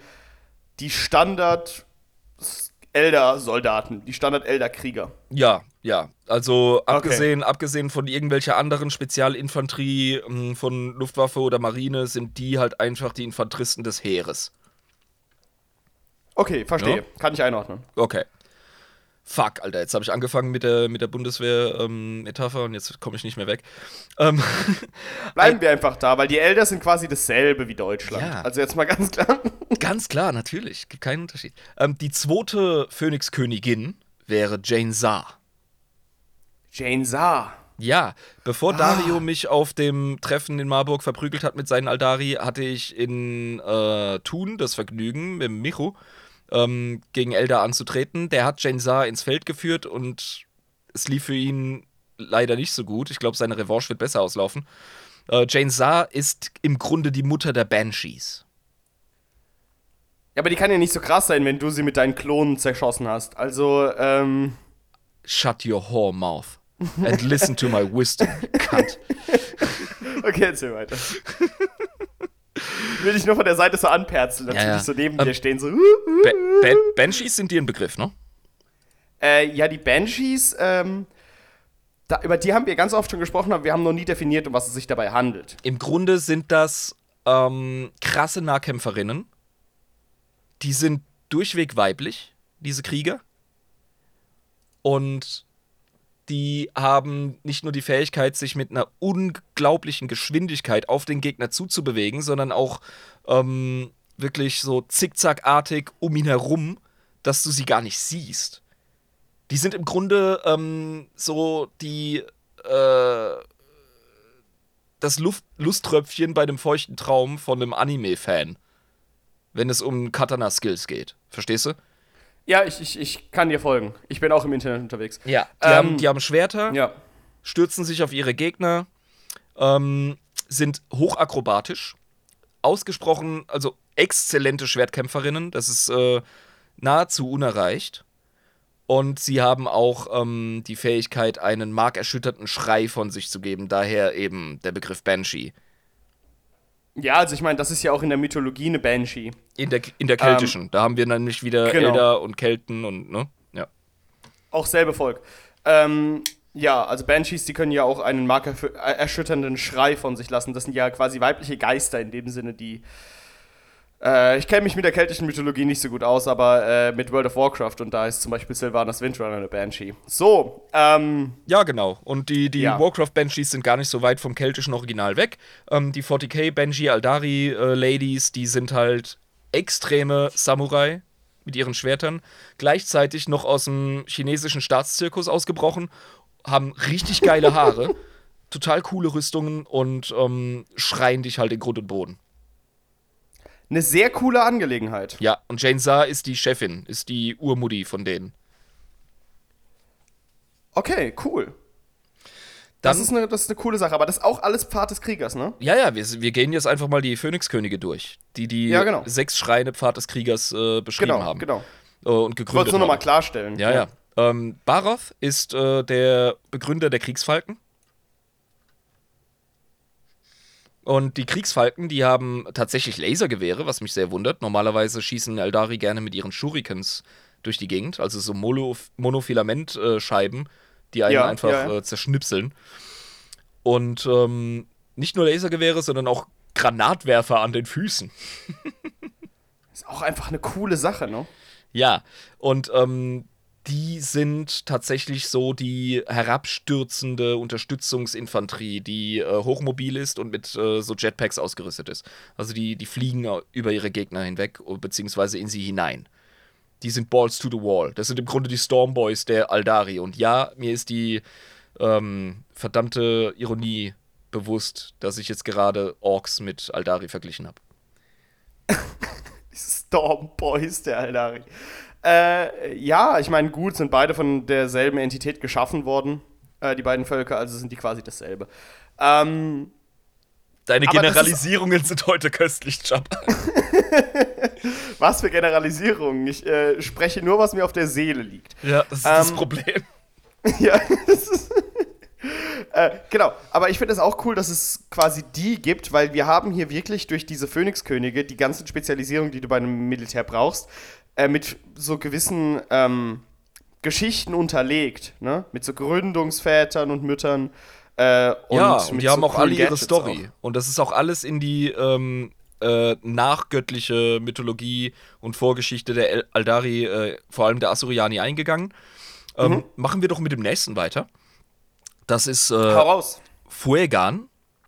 Standard-Elder-Soldaten, die Standard-Elder-Krieger. ja. Also abgesehen von irgendwelcher anderen Spezialinfanterie von Luftwaffe oder Marine sind die halt einfach die Infanteristen des Heeres. Okay, verstehe. Ja. Kann ich einordnen. Okay. Fuck, Alter, jetzt habe ich angefangen mit der Bundeswehr-Metapher und jetzt komme ich nicht mehr weg. Bleiben wir einfach da, weil die Elder sind quasi dasselbe wie Deutschland. Ja. Also jetzt mal ganz klar. Ganz klar, natürlich. Gibt keinen Unterschied. Die zweite Phönixkönigin wäre Jane Sar. Jane Sar. Ja, bevor Dario mich auf dem Treffen in Marburg verprügelt hat mit seinen Aldari, hatte ich in Thun das Vergnügen, mit Michu gegen Elder anzutreten. Der hat Jane Sar ins Feld geführt und es lief für ihn leider nicht so gut. Ich glaube, seine Revanche wird besser auslaufen. Jane Sar ist im Grunde die Mutter der Banshees. Ja, aber die kann ja nicht so krass sein, wenn du sie mit deinen Klonen zerschossen hast. Also, Shut your whore mouth and listen to my wisdom, cunt. Okay, erzähl weiter. Will ich nur von der Seite so anperzeln, dass Ja. die so neben dir stehen, so. Banshees sind dir ein Begriff, ne? Ja, die Banshees, über die haben wir ganz oft schon gesprochen, aber wir haben noch nie definiert, um was es sich dabei handelt. Im Grunde sind das krasse Nahkämpferinnen. Die sind durchweg weiblich, diese Krieger. Und die haben nicht nur die Fähigkeit, sich mit einer unglaublichen Geschwindigkeit auf den Gegner zuzubewegen, sondern auch wirklich so zickzackartig um ihn herum, dass du sie gar nicht siehst. Die sind im Grunde so das Lusttröpfchen bei dem feuchten Traum von einem Anime-Fan, wenn es um Katana-Skills geht. Verstehst du? Ja, ich kann dir folgen. Ich bin auch im Internet unterwegs. Ja. Die haben Schwerter, Ja. stürzen sich auf ihre Gegner, sind hochakrobatisch, ausgesprochen, also exzellente Schwertkämpferinnen, das ist nahezu unerreicht. Und sie haben auch die Fähigkeit, einen markerschütternden Schrei von sich zu geben, daher eben der Begriff Banshee. Ja, also ich meine, das ist ja auch in der Mythologie eine Banshee. In der keltischen, da haben wir nämlich wieder Genau. Elder und Kelten und, ne? Ja. Auch selbe Volk. Ja, also Banshees, die können ja auch einen markerschütternden Schrei von sich lassen. Das sind ja quasi weibliche Geister in dem Sinne, die ich kenne mich mit der keltischen Mythologie nicht so gut aus, aber mit World of Warcraft und da ist zum Beispiel Sylvanas Windrunner eine Banshee. So, Ja, genau. Und die Ja. Warcraft-Banshees sind gar nicht so weit vom keltischen Original weg. Die 40k Banshee Aldari Ladies, die sind halt extreme Samurai mit ihren Schwertern. Gleichzeitig noch aus dem chinesischen Staatszirkus ausgebrochen, haben richtig geile Haare, total coole Rüstungen und schreien dich halt in Grund und Boden. eine sehr coole Angelegenheit. Ja, und Jane Sar ist die Chefin, ist die Urmutti von denen. Okay, cool. Das ist eine coole Sache, aber das ist auch alles Pfad des Kriegers, ne? Ja, wir gehen jetzt einfach mal die Phönixkönige durch, die Ja, genau. 6 Schreine Pfad des Kriegers beschrieben haben. Genau. Und Ich wollte gegründet es nur nochmal haben. klarstellen. Ja. Baroth ist der Begründer der Kriegsfalken. Und die Kriegsfalken, die haben tatsächlich Lasergewehre, was mich sehr wundert. Normalerweise schießen Eldari gerne mit ihren Shurikens durch die Gegend, also so Monofilament-Scheiben, die einen einfach zerschnipseln. Und nicht nur Lasergewehre, sondern auch Granatwerfer an den Füßen. Ist auch einfach eine coole Sache, ne? Ja, und die sind tatsächlich so die herabstürzende Unterstützungsinfanterie, die hochmobil ist und mit so Jetpacks ausgerüstet ist. Also die fliegen über ihre Gegner hinweg, beziehungsweise in sie hinein. Die sind Balls to the Wall. Das sind im Grunde die Stormboys der Aldari. Und ja, mir ist die verdammte Ironie bewusst, dass ich jetzt gerade Orks mit Aldari verglichen habe. Die Stormboys der Eldari. Ja, ich meine, gut, sind beide von derselben Entität geschaffen worden, die beiden Völker, also sind die quasi dasselbe. Deine aber Generalisierungen sind heute köstlich, Chap. Was für Generalisierungen? Ich spreche nur, was mir auf der Seele liegt. Ja, das ist das Problem. Ja, das ist genau, aber ich finde es auch cool, dass es quasi die gibt, weil wir haben hier wirklich durch diese Phönixkönige die ganzen Spezialisierungen, die du bei einem Militär brauchst, mit so gewissen Geschichten unterlegt, ne? Mit so Gründungsvätern und Müttern. Und die haben so auch alle ihre Gadgets Story. Und das ist auch alles in die nachgöttliche Mythologie und Vorgeschichte der Aldari, vor allem der Asuriani, eingegangen. Machen wir doch mit dem nächsten weiter. Das ist Hau raus. Fuegan.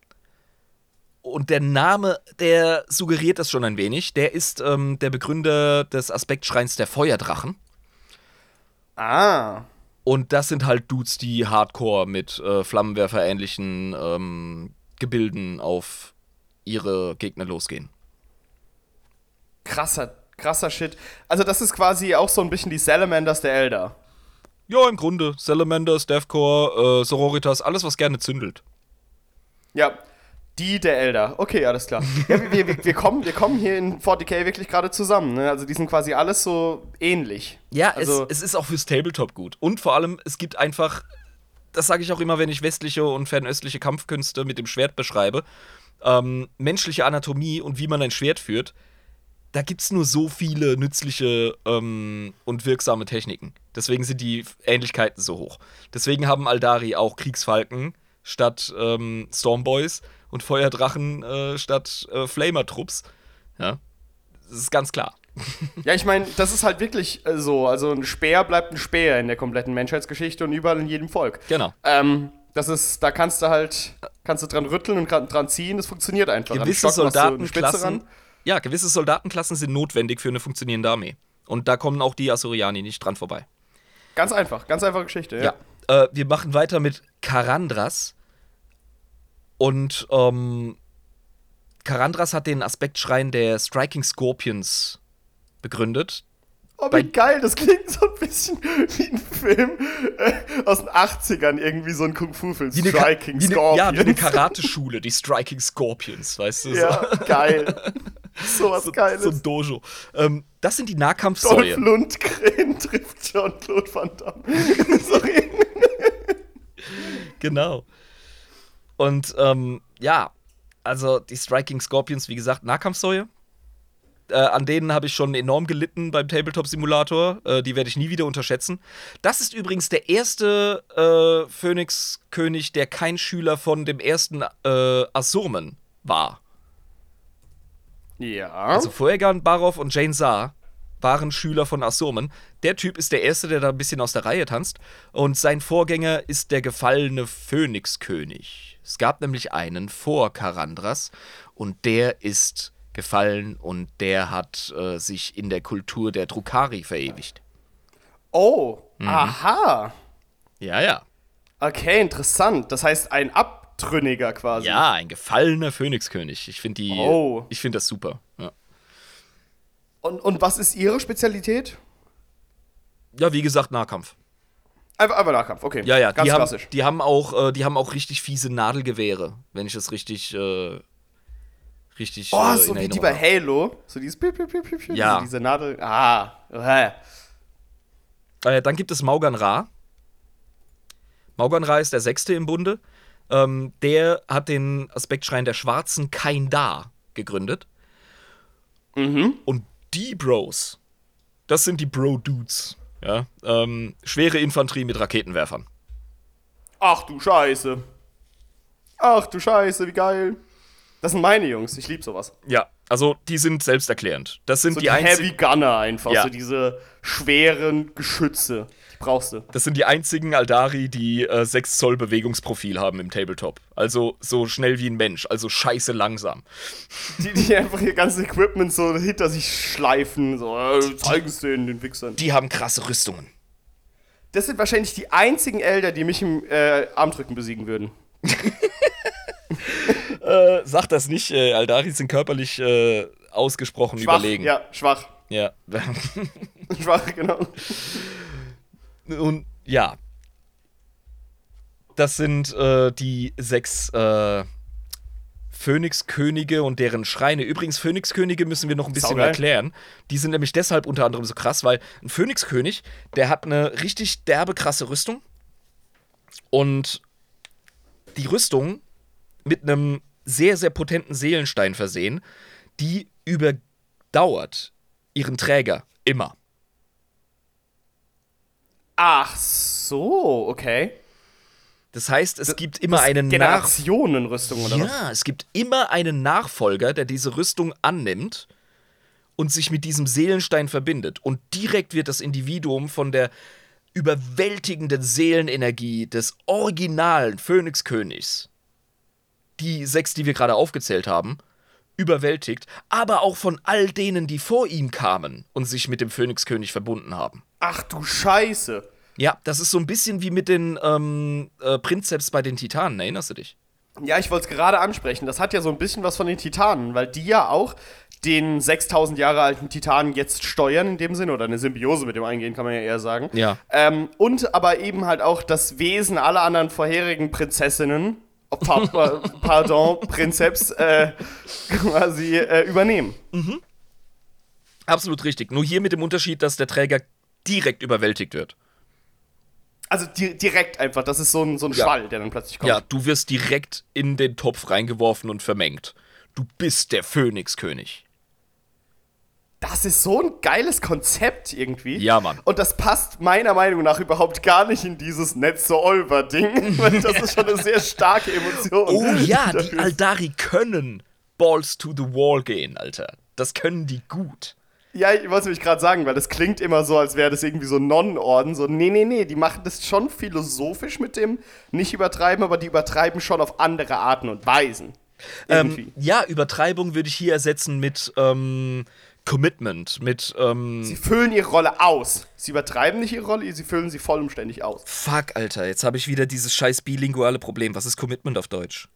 Und der Name, der suggeriert das schon ein wenig. Der ist der Begründer des Aspektschreins der Feuerdrachen. Ah. Und das sind halt Dudes, die hardcore mit Flammenwerfer-ähnlichen Gebilden auf ihre Gegner losgehen. Krasser Shit. Also das ist quasi auch so ein bisschen die Salamanders der Elder. Ja, im Grunde. Salamanders, Deathcore, Sororitas, alles, was gerne zündelt. Ja, die der Elder. Okay, alles klar. Ja, wir kommen hier in 40k wirklich gerade zusammen. Ne? Also die sind quasi alles so ähnlich. Ja, also, es ist auch fürs Tabletop gut. Und vor allem, es gibt einfach, das sage ich auch immer, wenn ich westliche und fernöstliche Kampfkünste mit dem Schwert beschreibe, menschliche Anatomie und wie man ein Schwert führt, da gibt es nur so viele nützliche und wirksame Techniken. Deswegen sind die Ähnlichkeiten so hoch. Deswegen haben Aldari auch Kriegsfalken statt Stormboys und Feuerdrachen statt Flamer-Trupps. Ja, das ist ganz klar. ja, ich meine, das ist halt wirklich so. Also ein Speer bleibt ein Speer in der kompletten Menschheitsgeschichte und überall in jedem Volk. Genau. Da kannst du dran rütteln und dran ziehen, das funktioniert einfach. Gewisse Soldatenklassen sind notwendig für eine funktionierende Armee. Und da kommen auch die Asuriani nicht dran vorbei. Ganz einfache Geschichte, ja. Wir machen weiter mit Karandras. Und Karandras hat den Aspektschrein der Striking Scorpions begründet. Oh, wie geil, das klingt so ein bisschen wie ein Film aus den 80ern, irgendwie so ein Kung-Fu-Film. Striking Scorpions. Ja, wie eine Karateschule, die Striking Scorpions, weißt du? Ja, so. Geil. Sowas Geiles. So ein Dojo. Das sind die Nahkampfsäue. Dolph Lundgren trifft Jean-Claude Van Damme. Sorry. Genau. Und also die Striking Scorpions, wie gesagt, Nahkampfsäue. An denen habe ich schon enorm gelitten beim Tabletop-Simulator. Die werde ich nie wieder unterschätzen. Das ist übrigens der erste Phönixkönig, der kein Schüler von dem ersten Asurmen war. Ja. Also Fuegan, Baroth und Jane Sar waren Schüler von Asurmen. Der Typ ist der Erste, der da ein bisschen aus der Reihe tanzt. Und sein Vorgänger ist der gefallene Phönixkönig. Es gab nämlich einen vor Karandras und der ist gefallen und der hat sich in der Kultur der Drukhari verewigt. Oh, aha. Ja. Okay, interessant. Das heißt, ein Abtrünniger quasi. Ja, ein gefallener Phönixkönig. Ich finde das super. Ja. Und was ist ihre Spezialität? Ja, wie gesagt, Nahkampf. Einfach Nahkampf, okay. Ja, ganz klassisch. die haben auch richtig fiese Nadelgewehre, wenn ich das richtig so in wie die Erinnerung bei habe. Halo. So dieses Piep, Piep, Piep, Piep, Piep, Ja. so diese Nadel. Dann gibt es Maugan Ra. Maugan Ra ist der 6. im Bunde. Der hat den Aspektschrein der Schwarzen Kain-Da gegründet. Und die Bros, das sind die Bro-Dudes. Ja? Schwere Infanterie mit Raketenwerfern. Ach du Scheiße. Ach du Scheiße, wie geil. Das sind meine Jungs, ich liebe sowas. Ja, also die sind selbsterklärend. Das sind So die die einzigen. Heavy Gunner einfach, Ja. so diese schweren Geschütze. Die brauchst du. Das sind die einzigen Aldari, die 6 Zoll Bewegungsprofil haben im Tabletop. Also so schnell wie ein Mensch, also scheiße langsam. Die einfach ihr ganzes Equipment so hinter sich schleifen, so, zeigen es denen, den Wichsern. Die haben krasse Rüstungen. Das sind wahrscheinlich die einzigen Elder, die mich im Armdrücken besiegen würden. Sag das nicht, Aldari sind körperlich ausgesprochen Schwach, überlegen. ja, schwach. Ja. Schwach, genau. Und ja. Das sind die 6 Phönixkönige und deren Schreine. Übrigens, Phönixkönige müssen wir noch ein bisschen Saugeil. erklären. Die sind nämlich deshalb unter anderem so krass, weil ein Phönixkönig, der hat eine richtig derbe, krasse Rüstung. Und die Rüstung mit einem sehr, sehr potenten Seelenstein versehen, die überdauert ihren Träger immer. Ach so, okay. Das heißt, es gibt immer einen Generationenrüstung oder was? Ja, es gibt immer einen Nachfolger, der diese Rüstung annimmt und sich mit diesem Seelenstein verbindet. Und direkt wird das Individuum von der überwältigenden Seelenenergie des originalen Phönixkönigs, die 6, die wir gerade aufgezählt haben, überwältigt, aber auch von all denen, die vor ihm kamen und sich mit dem Phönixkönig verbunden haben. Ach du Scheiße. Ja, das ist so ein bisschen wie mit den Prinzeps bei den Titanen, erinnerst du dich? Ja, ich wollte es gerade ansprechen. Das hat ja so ein bisschen was von den Titanen, weil die ja auch den 6000 Jahre alten Titanen jetzt steuern in dem Sinne oder eine Symbiose mit dem eingehen, kann man ja eher sagen. Ja. Und aber eben halt auch das Wesen aller anderen vorherigen Prinzessinnen, Prinzeps, quasi übernehmen. Absolut richtig. Nur hier mit dem Unterschied, dass der Träger direkt überwältigt wird. Also direkt einfach, das ist so ein Schwall, der dann plötzlich kommt. Ja, du wirst direkt in den Topf reingeworfen und vermengt. Du bist der Phönixkönig. Das ist so ein geiles Konzept irgendwie. Ja, Mann. Und das passt meiner Meinung nach überhaupt gar nicht in dieses Netze-Olver-Ding, weil das ist schon eine sehr starke Emotion. Oh ja, die Dafür- Aldari können Balls to the Wall gehen, Alter. Das können die gut. Ja, ich wollte nämlich gerade sagen, weil das klingt immer so, als wäre das irgendwie so ein Nonnenorden. So, nee, die machen das schon philosophisch mit dem nicht übertreiben, aber die übertreiben schon auf andere Arten und Weisen. Irgendwie. Ja, Übertreibung würde ich hier ersetzen mit Commitment, mit Sie füllen ihre Rolle aus. Sie übertreiben nicht ihre Rolle, sie füllen sie vollumständig aus. Fuck, Alter, jetzt habe ich wieder dieses scheiß bilinguale Problem. Was ist Commitment auf Deutsch?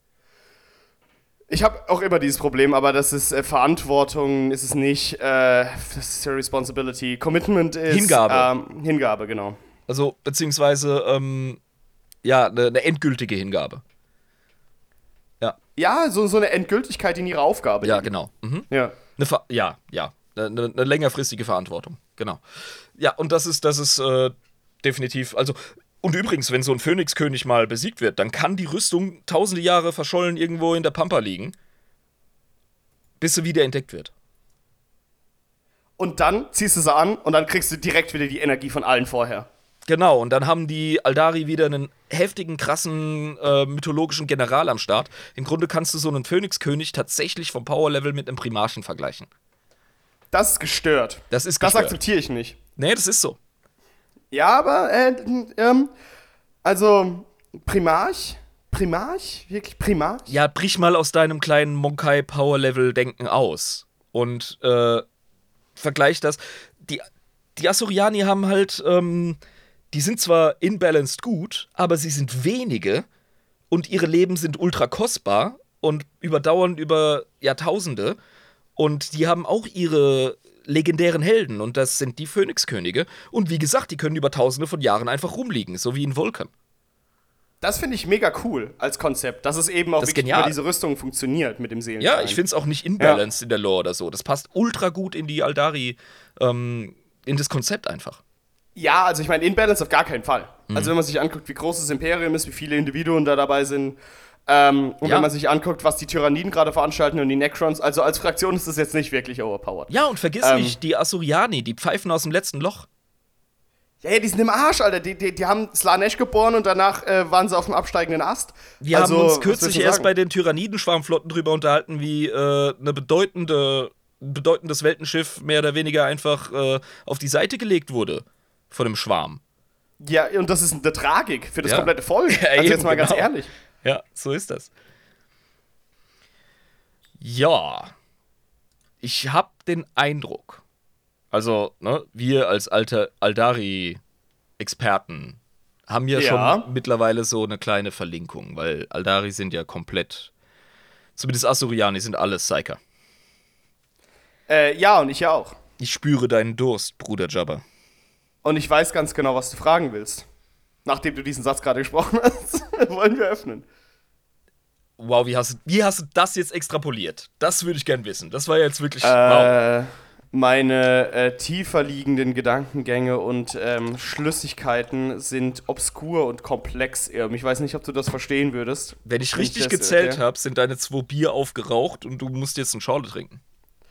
Ich habe auch immer dieses Problem, aber das ist Verantwortung, ist es nicht. Das ist ja Responsibility. Commitment ist Hingabe. Hingabe, genau. Also, beziehungsweise, ja, eine endgültige Hingabe. Ja, so eine Endgültigkeit in ihre Aufgabe. Ja, genau. Mhm. Ja. Eine längerfristige Verantwortung, genau. Ja, und das ist definitiv, also, und übrigens, wenn so ein Phönixkönig mal besiegt wird, dann kann die Rüstung tausende Jahre verschollen irgendwo in der Pampa liegen, bis sie wieder entdeckt wird. Und dann ziehst du sie an und dann kriegst du direkt wieder die Energie von allen vorher. Genau, und dann haben die Aldari wieder einen heftigen, krassen, mythologischen General am Start. Im Grunde kannst du so einen Phönixkönig tatsächlich vom Powerlevel mit einem Primarchen vergleichen. Das ist gestört. Das ist Das gestört. akzeptiere ich nicht. Nee, das ist so. Ja, aber, also, Primarch? Wirklich Primarch? Ja, brich mal aus deinem kleinen Monkai-Power-Level-Denken aus und vergleich das. Die Asuriani haben halt, die sind zwar imbalanced gut, aber sie sind wenige und ihre Leben sind ultra kostbar und überdauern über Jahrtausende und die haben auch ihre legendären Helden und das sind die Phönixkönige. Und wie gesagt, die können über tausende von Jahren einfach rumliegen, so wie ein Vulkan. Das finde ich mega cool als Konzept, dass es eben auch Das ist wirklich genial. über diese Rüstung funktioniert mit dem Seelenstein. Ja, ich finde es auch nicht imbalanced in der Lore oder so. Das passt ultra gut in die Aldari, in das Konzept einfach. Ja, also ich meine, Inbalance auf gar keinen Fall. Also wenn man sich anguckt, wie groß das Imperium ist, wie viele Individuen da dabei sind, und wenn man sich anguckt, was die Tyranniden gerade veranstalten und die Necrons, also als Fraktion ist das jetzt nicht wirklich overpowered. Ja, und vergiss nicht, die Asuriani, die pfeifen aus dem letzten Loch. Ja, die sind im Arsch, Alter. Die haben Slanesh geboren und danach waren sie auf dem absteigenden Ast. Wir haben uns kürzlich erst bei den Tyrannidenschwarmflotten drüber unterhalten, wie ein bedeutendes Weltenschiff mehr oder weniger einfach auf die Seite gelegt wurde von dem Schwarm. Ja, und das ist eine Tragik für das Ja. komplette Volk. Ja, Also eben, jetzt mal ganz genau. ehrlich. Ja, so ist das. Ja, ich hab den Eindruck, also, ne, wir als alte Aldari-Experten haben ja Ja. schon mittlerweile so eine kleine Verlinkung, weil Aldari sind ja komplett, zumindest Asuriani sind alles Psyker. Ja, und ich ja auch. Ich spüre deinen Durst, Bruder Jabba. Und ich weiß ganz genau, was du fragen willst. Nachdem du diesen Satz gerade gesprochen hast, wollen wir öffnen. Wow, wie hast du das jetzt extrapoliert? Das würde ich gern wissen. Das war jetzt wirklich, wow. Meine tiefer liegenden Gedankengänge und Schlüssigkeiten sind obskur und komplex. Ich weiß nicht, ob du das verstehen würdest. Wenn ich richtig das, gezählt habe, sind deine 2 Bier aufgeraucht und du musst jetzt einen Schorle trinken.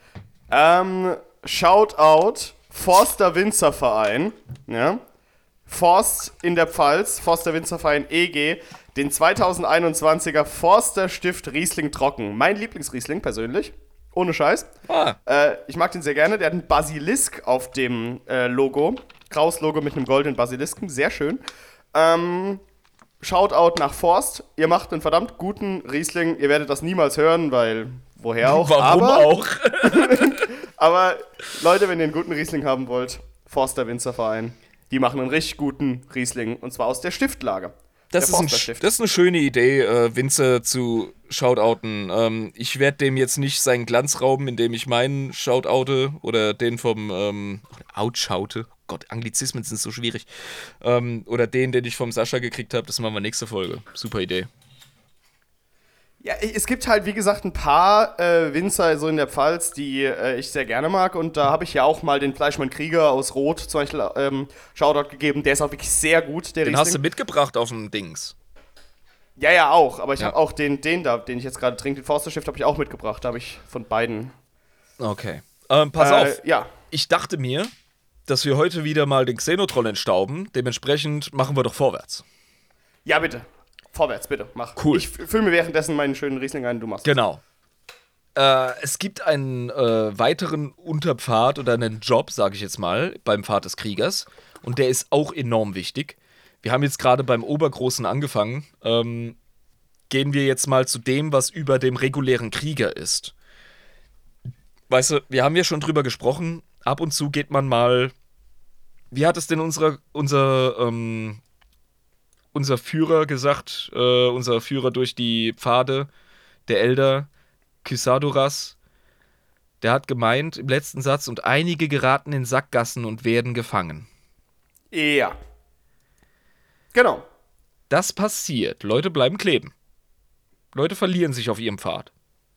Shoutout Forster Winzerverein, ja? Forst in der Pfalz, Forster Winzerverein EG, den 2021er Forster Stift Riesling Trocken. Mein Lieblingsriesling persönlich, ohne Scheiß. Ah, Ich mag den sehr gerne, der hat einen Basilisk auf dem Logo. Graues Logo mit einem goldenen Basilisken, sehr schön. Shoutout nach Forst, ihr macht einen verdammt guten Riesling. Ihr werdet das niemals hören, weil woher auch. warum aber, auch? Aber Leute, wenn ihr einen guten Riesling haben wollt, Forster Winzerverein, die machen einen richtig guten Riesling und zwar aus der Stiftlage. Das der Forster-Stift. ist eine schöne Idee, Winzer zu shoutouten. Ich werde dem jetzt nicht seinen Glanz rauben, indem ich meinen shoutoute oder den vom outschaute. Gott, Anglizismen sind so schwierig. Oder den ich vom Sascha gekriegt habe. Das machen wir nächste Folge. Super Idee. Ja, es gibt halt, wie gesagt, ein paar Winzer so in der Pfalz, die ich sehr gerne mag. Und da habe ich ja auch mal den Fleischmann Krieger aus Rot zum Beispiel Shoutout gegeben. Der ist auch wirklich sehr gut, der Den Riesling. hast du mitgebracht auf dem Dings. Ja, ja, auch. Aber ich Ja. habe auch den da, den ich jetzt gerade trinke, den Forster-Stift, habe ich auch mitgebracht. Da habe ich von beiden. Okay. Pass auf. Ja. Ich dachte mir, dass wir heute wieder mal den Xenotroll entstauben. Dementsprechend machen wir doch vorwärts. Ja, bitte. Vorwärts, bitte. Mach. Cool. Ich fülle mir währenddessen meinen schönen Riesling ein, du machst. Genau. Es gibt einen weiteren Unterpfad oder einen Job, sage ich jetzt mal, beim Pfad des Kriegers. Und der ist auch enorm wichtig. Wir haben jetzt gerade beim Obergroßen angefangen. Gehen wir jetzt mal zu dem, was über dem regulären Krieger ist. Weißt du, wir haben ja schon drüber gesprochen. Ab und zu geht man mal. Wie hat es denn unser Führer gesagt? Unser Führer durch die Pfade, der Elder, Kysadoras, der hat gemeint im letzten Satz, und einige geraten in Sackgassen und werden gefangen. Ja. Genau. Das passiert. Leute bleiben kleben. Leute verlieren sich auf ihrem Pfad.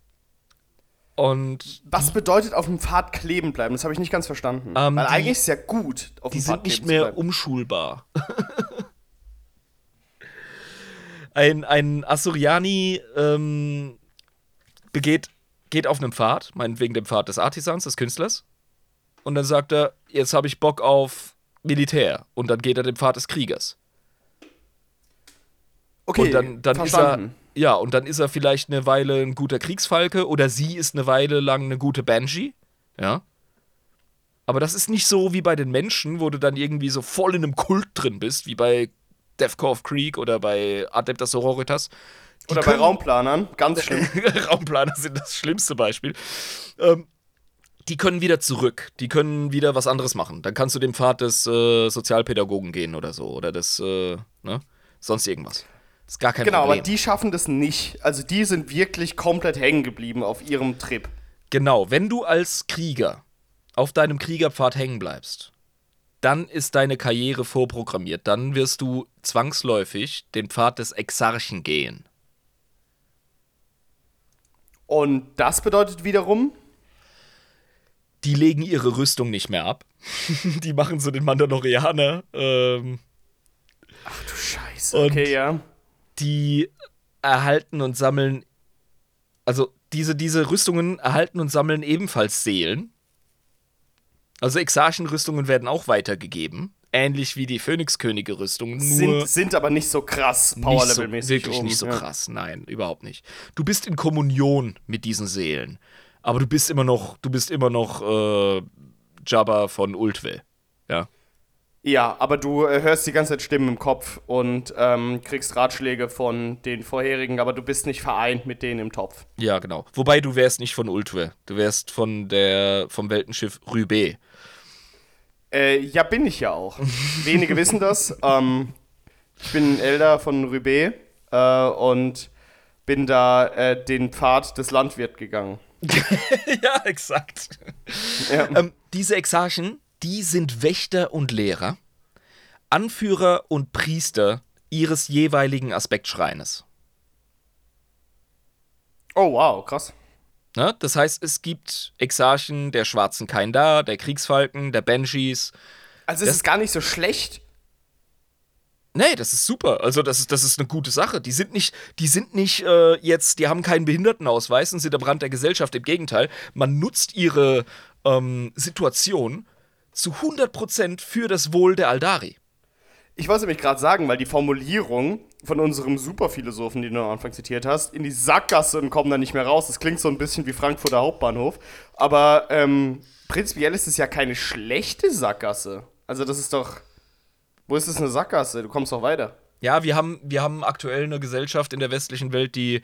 Und Was bedeutet auf dem Pfad kleben bleiben? Das habe ich nicht ganz verstanden. Weil eigentlich ist es ja gut, auf die dem Pfad sind nicht kleben zu mehr bleiben. umschulbar. Ein Asuriani geht auf einem Pfad, meinetwegen dem Pfad des Artisans, des Künstlers, und dann sagt er, jetzt habe ich Bock auf Militär, und dann geht er den Pfad des Kriegers. Okay, Und dann ist er, verstanden. ja, und dann ist er vielleicht eine Weile ein guter Kriegsfalke oder sie ist eine Weile lang eine gute Banshee, ja. Aber das ist nicht so wie bei den Menschen, wo du dann irgendwie so voll in einem Kult drin bist, wie bei Death Cove Creek oder bei Adeptus Sororitas. Die Oder bei können- Raumplanern, ganz schlimm. Raumplaner sind das schlimmste Beispiel. Die können wieder zurück. Die können wieder was anderes machen. Dann kannst du den Pfad des Sozialpädagogen gehen oder so. Oder des, sonst irgendwas. Ist gar kein Genau, Problem. aber die schaffen das nicht. Also die sind wirklich komplett hängen geblieben auf ihrem Trip. Genau, wenn du als Krieger auf deinem Kriegerpfad hängen bleibst, dann ist deine Karriere vorprogrammiert. Dann wirst du zwangsläufig den Pfad des Exarchen gehen. Und das bedeutet wiederum, Die legen ihre Rüstung nicht mehr ab. Die machen so den Mandalorianer. ach du Scheiße, okay, ja. Die erhalten und sammeln, also diese Rüstungen erhalten und sammeln ebenfalls Seelen. Also Exarchen-Rüstungen werden auch weitergegeben. Ähnlich wie die Phönixkönige-Rüstungen. Nur Sind aber nicht so krass nicht Powerlevel-mäßig. wirklich nicht so krass. Nein, überhaupt nicht. Du bist in Kommunion mit diesen Seelen. Aber du bist immer noch Jabba von Ultwe. Ja. Ja, aber du hörst die ganze Zeit Stimmen im Kopf und kriegst Ratschläge von den vorherigen, aber du bist nicht vereint mit denen im Topf. Ja, genau. Wobei du wärst nicht von Ultwe. Du wärst vom Weltenschiff Rübe. Ja, bin ich ja auch. Wenige wissen das. Ich bin ein Elder von Rübe und bin da den Pfad des Landwirts gegangen. Ja, exakt. Ja. Diese Exarchen, die sind Wächter und Lehrer, Anführer und Priester ihres jeweiligen Aspektschreines. Oh, wow, krass. Ne? Das heißt, es gibt Exarchen der Schwarzen Kaindar, der Kriegsfalken, der Banshees. Also es ist gar nicht so schlecht. Nee, das ist super. Also das ist eine gute Sache. Die sind nicht jetzt, die haben keinen Behindertenausweis und sind am Rand der Gesellschaft. Im Gegenteil, man nutzt ihre Situation zu 100% für das Wohl der Aldari. Ich wollte nämlich gerade sagen, weil die Formulierung von unserem Superphilosophen, den du am Anfang zitiert hast, in die Sackgasse und kommen da nicht mehr raus. Das klingt so ein bisschen wie Frankfurter Hauptbahnhof. Aber prinzipiell ist es ja keine schlechte Sackgasse. Also das ist doch... Wo ist es eine Sackgasse? Du kommst doch weiter. Ja, wir haben aktuell eine Gesellschaft in der westlichen Welt, die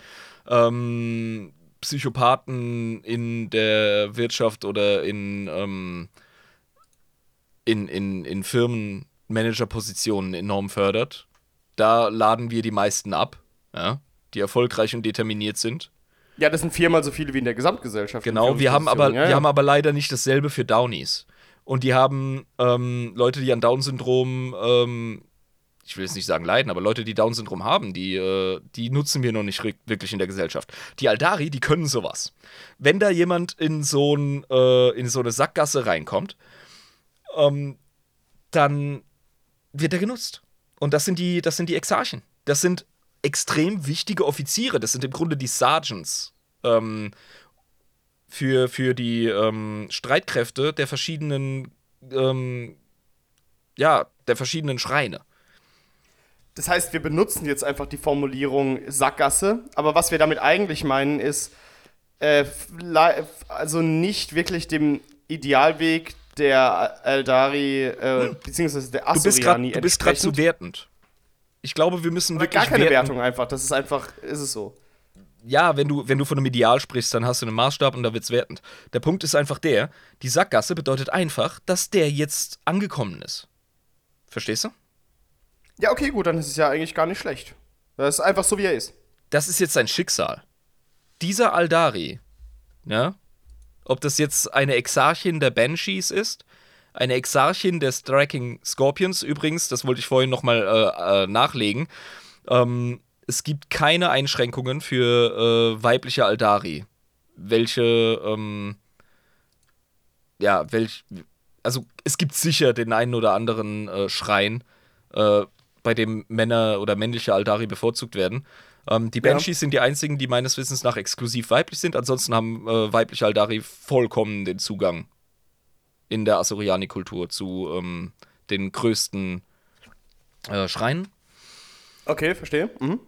Psychopathen in der Wirtschaft oder in Firmenmanagerpositionen enorm fördert. Da laden wir die meisten ab, ja, die erfolgreich und determiniert sind. Ja, das sind 4-mal so viele wie in der Gesamtgesellschaft. Genau, wir haben aber leider nicht dasselbe für Downies. Und die haben Leute, die an Down-Syndrom, ich will jetzt nicht sagen leiden, aber Leute, die Down-Syndrom haben, die nutzen wir noch nicht wirklich in der Gesellschaft. Die Aldari, die können sowas. Wenn da jemand in so eine Sackgasse reinkommt, dann wird er genutzt. Und das sind die Exarchen. Das sind extrem wichtige Offiziere. Das sind im Grunde die Sergeants für die Streitkräfte der verschiedenen Schreine. Das heißt, wir benutzen jetzt einfach die Formulierung Sackgasse, aber was wir damit eigentlich meinen ist, also nicht wirklich dem Idealweg der Eldari, beziehungsweise der Asuryani Du bist gerade zu wertend. Ich glaube, wir müssen aber wirklich gar keine werten. Wertung einfach, das ist einfach, ist es so. Ja, wenn du von einem Ideal sprichst, dann hast du einen Maßstab und da wird's wertend. Der Punkt ist einfach die Sackgasse bedeutet einfach, dass der jetzt angekommen ist. Verstehst du? Ja, okay, gut, dann ist es ja eigentlich gar nicht schlecht. Das ist einfach so, wie er ist. Das ist jetzt sein Schicksal. Dieser Aldari, ja, ob das jetzt eine Exarchin der Banshees ist, eine Exarchin der Striking Scorpions übrigens, das wollte ich vorhin nochmal nachlegen, es gibt keine Einschränkungen für weibliche Aldari. Also es gibt sicher den einen oder anderen Schrein, bei dem Männer oder männliche Aldari bevorzugt werden. Die Banshees sind die einzigen, die meines Wissens nach exklusiv weiblich sind. Ansonsten haben weibliche Aldari vollkommen den Zugang in der Asuryani-Kultur zu den größten Schreinen. Okay, verstehe. Mhm.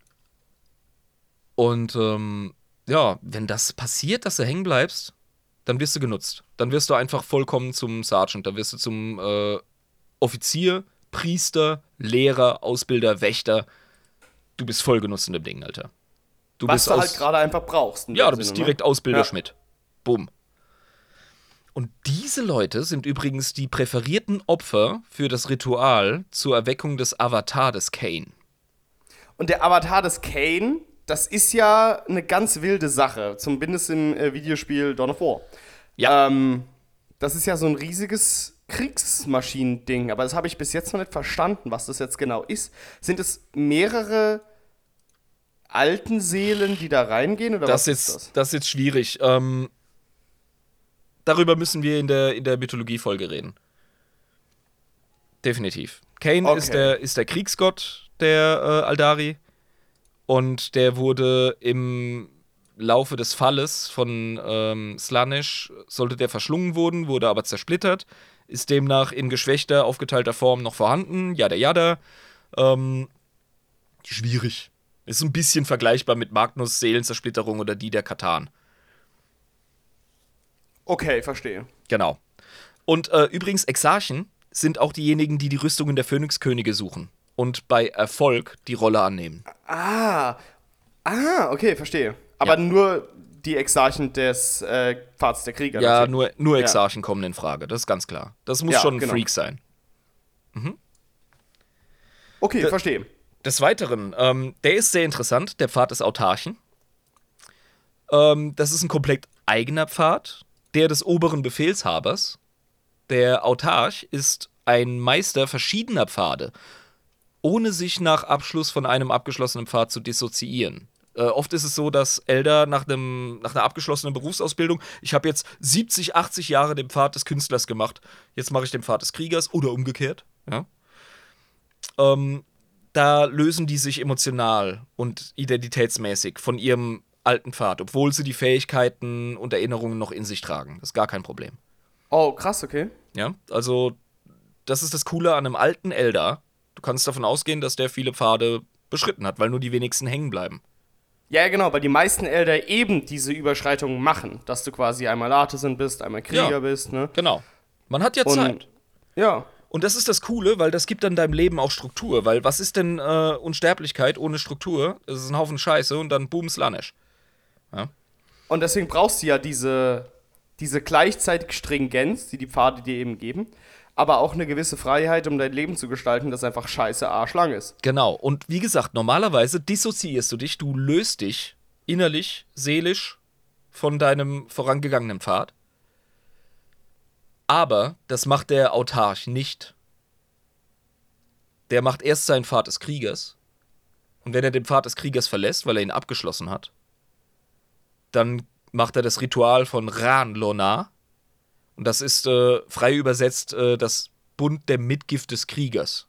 Und wenn das passiert, dass du hängen bleibst, dann wirst du genutzt. Dann wirst du einfach vollkommen zum Sergeant. Dann wirst du zum Offizier, Priester, Lehrer, Ausbilder, Wächter. Du bist voll genutzt in dem Ding, Alter. Was du halt gerade einfach brauchst. Ja, du bist direkt Ausbilder Ja. Schmidt. Bumm. Und diese Leute sind übrigens die präferierten Opfer für das Ritual zur Erweckung des Avatar des Kane. Und der Avatar des Kane, das ist ja eine ganz wilde Sache. Zumindest im Videospiel Dawn of War. Ja. das ist ja so ein riesiges Kriegsmaschinending, aber das habe ich bis jetzt noch nicht verstanden, was das jetzt genau ist. Sind es mehrere alten Seelen, die da reingehen, oder was ist das? Das ist jetzt schwierig. Darüber müssen wir in der Mythologie-Folge reden. Definitiv. Kane Okay. ist der Kriegsgott der Aldari. Und der wurde im Laufe des Falles von Slaanesh, sollte der verschlungen wurden, wurde aber zersplittert, ist demnach in geschwächter, aufgeteilter Form noch vorhanden, yada yada. Schwierig. Ist so ein bisschen vergleichbar mit Magnus' Seelenzersplitterung oder die der Katan. Okay, verstehe. Genau. Und übrigens, Exarchen sind auch diejenigen, die die Rüstungen der Phönixkönige suchen und bei Erfolg die Rolle annehmen. Okay, verstehe. Aber Ja. nur die Exarchen des Pfads der Krieger. Ja, natürlich. nur Ja. Exarchen kommen in Frage, das ist ganz klar. Das muss Ja, schon ein genau. Freak sein. Okay, verstehe. Des Weiteren, der ist sehr interessant, der Pfad des Autarchen. Das ist ein komplett eigener Pfad, der des oberen Befehlshabers. Der Autarch ist ein Meister verschiedener Pfade, ohne sich nach Abschluss von einem abgeschlossenen Pfad zu dissoziieren. Oft ist es so, dass Elder nach einer abgeschlossenen Berufsausbildung, ich habe jetzt 70, 80 Jahre den Pfad des Künstlers gemacht, jetzt mache ich den Pfad des Kriegers oder umgekehrt. Ja? Da lösen die sich emotional und identitätsmäßig von ihrem alten Pfad, obwohl sie die Fähigkeiten und Erinnerungen noch in sich tragen. Das ist gar kein Problem. Oh, krass, okay. Ja, also das ist das Coole an einem alten Elder. Du kannst davon ausgehen, dass der viele Pfade beschritten hat, weil nur die wenigsten hängen bleiben. Ja, genau, weil die meisten Elder eben diese Überschreitungen machen, dass du quasi einmal Artisan bist, einmal Krieger Ja. bist, ne? Genau. Man hat ja Zeit. Ja. Und das ist das Coole, weil das gibt dann deinem Leben auch Struktur. Weil was ist denn Unsterblichkeit ohne Struktur? Das ist ein Haufen Scheiße und dann boom, Slaanesh. Und deswegen brauchst du ja diese gleichzeitige Stringenz, die Pfade dir eben geben, aber auch eine gewisse Freiheit, um dein Leben zu gestalten, das einfach scheiße arschlang ist. Genau. Und wie gesagt, normalerweise dissoziierst du dich, du löst dich innerlich, seelisch von deinem vorangegangenen Pfad. Aber das macht der Autarch nicht. Der macht erst seinen Pfad des Kriegers. Und wenn er den Pfad des Kriegers verlässt, weil er ihn abgeschlossen hat, dann macht er das Ritual von Ran Lonar. Und das ist frei übersetzt das Bund der Mitgift des Kriegers.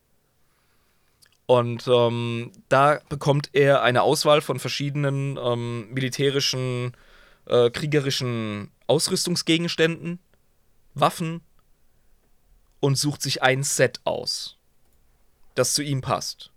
Und da bekommt er eine Auswahl von verschiedenen militärischen, kriegerischen Ausrüstungsgegenständen, Waffen und sucht sich ein Set aus, das zu ihm passt.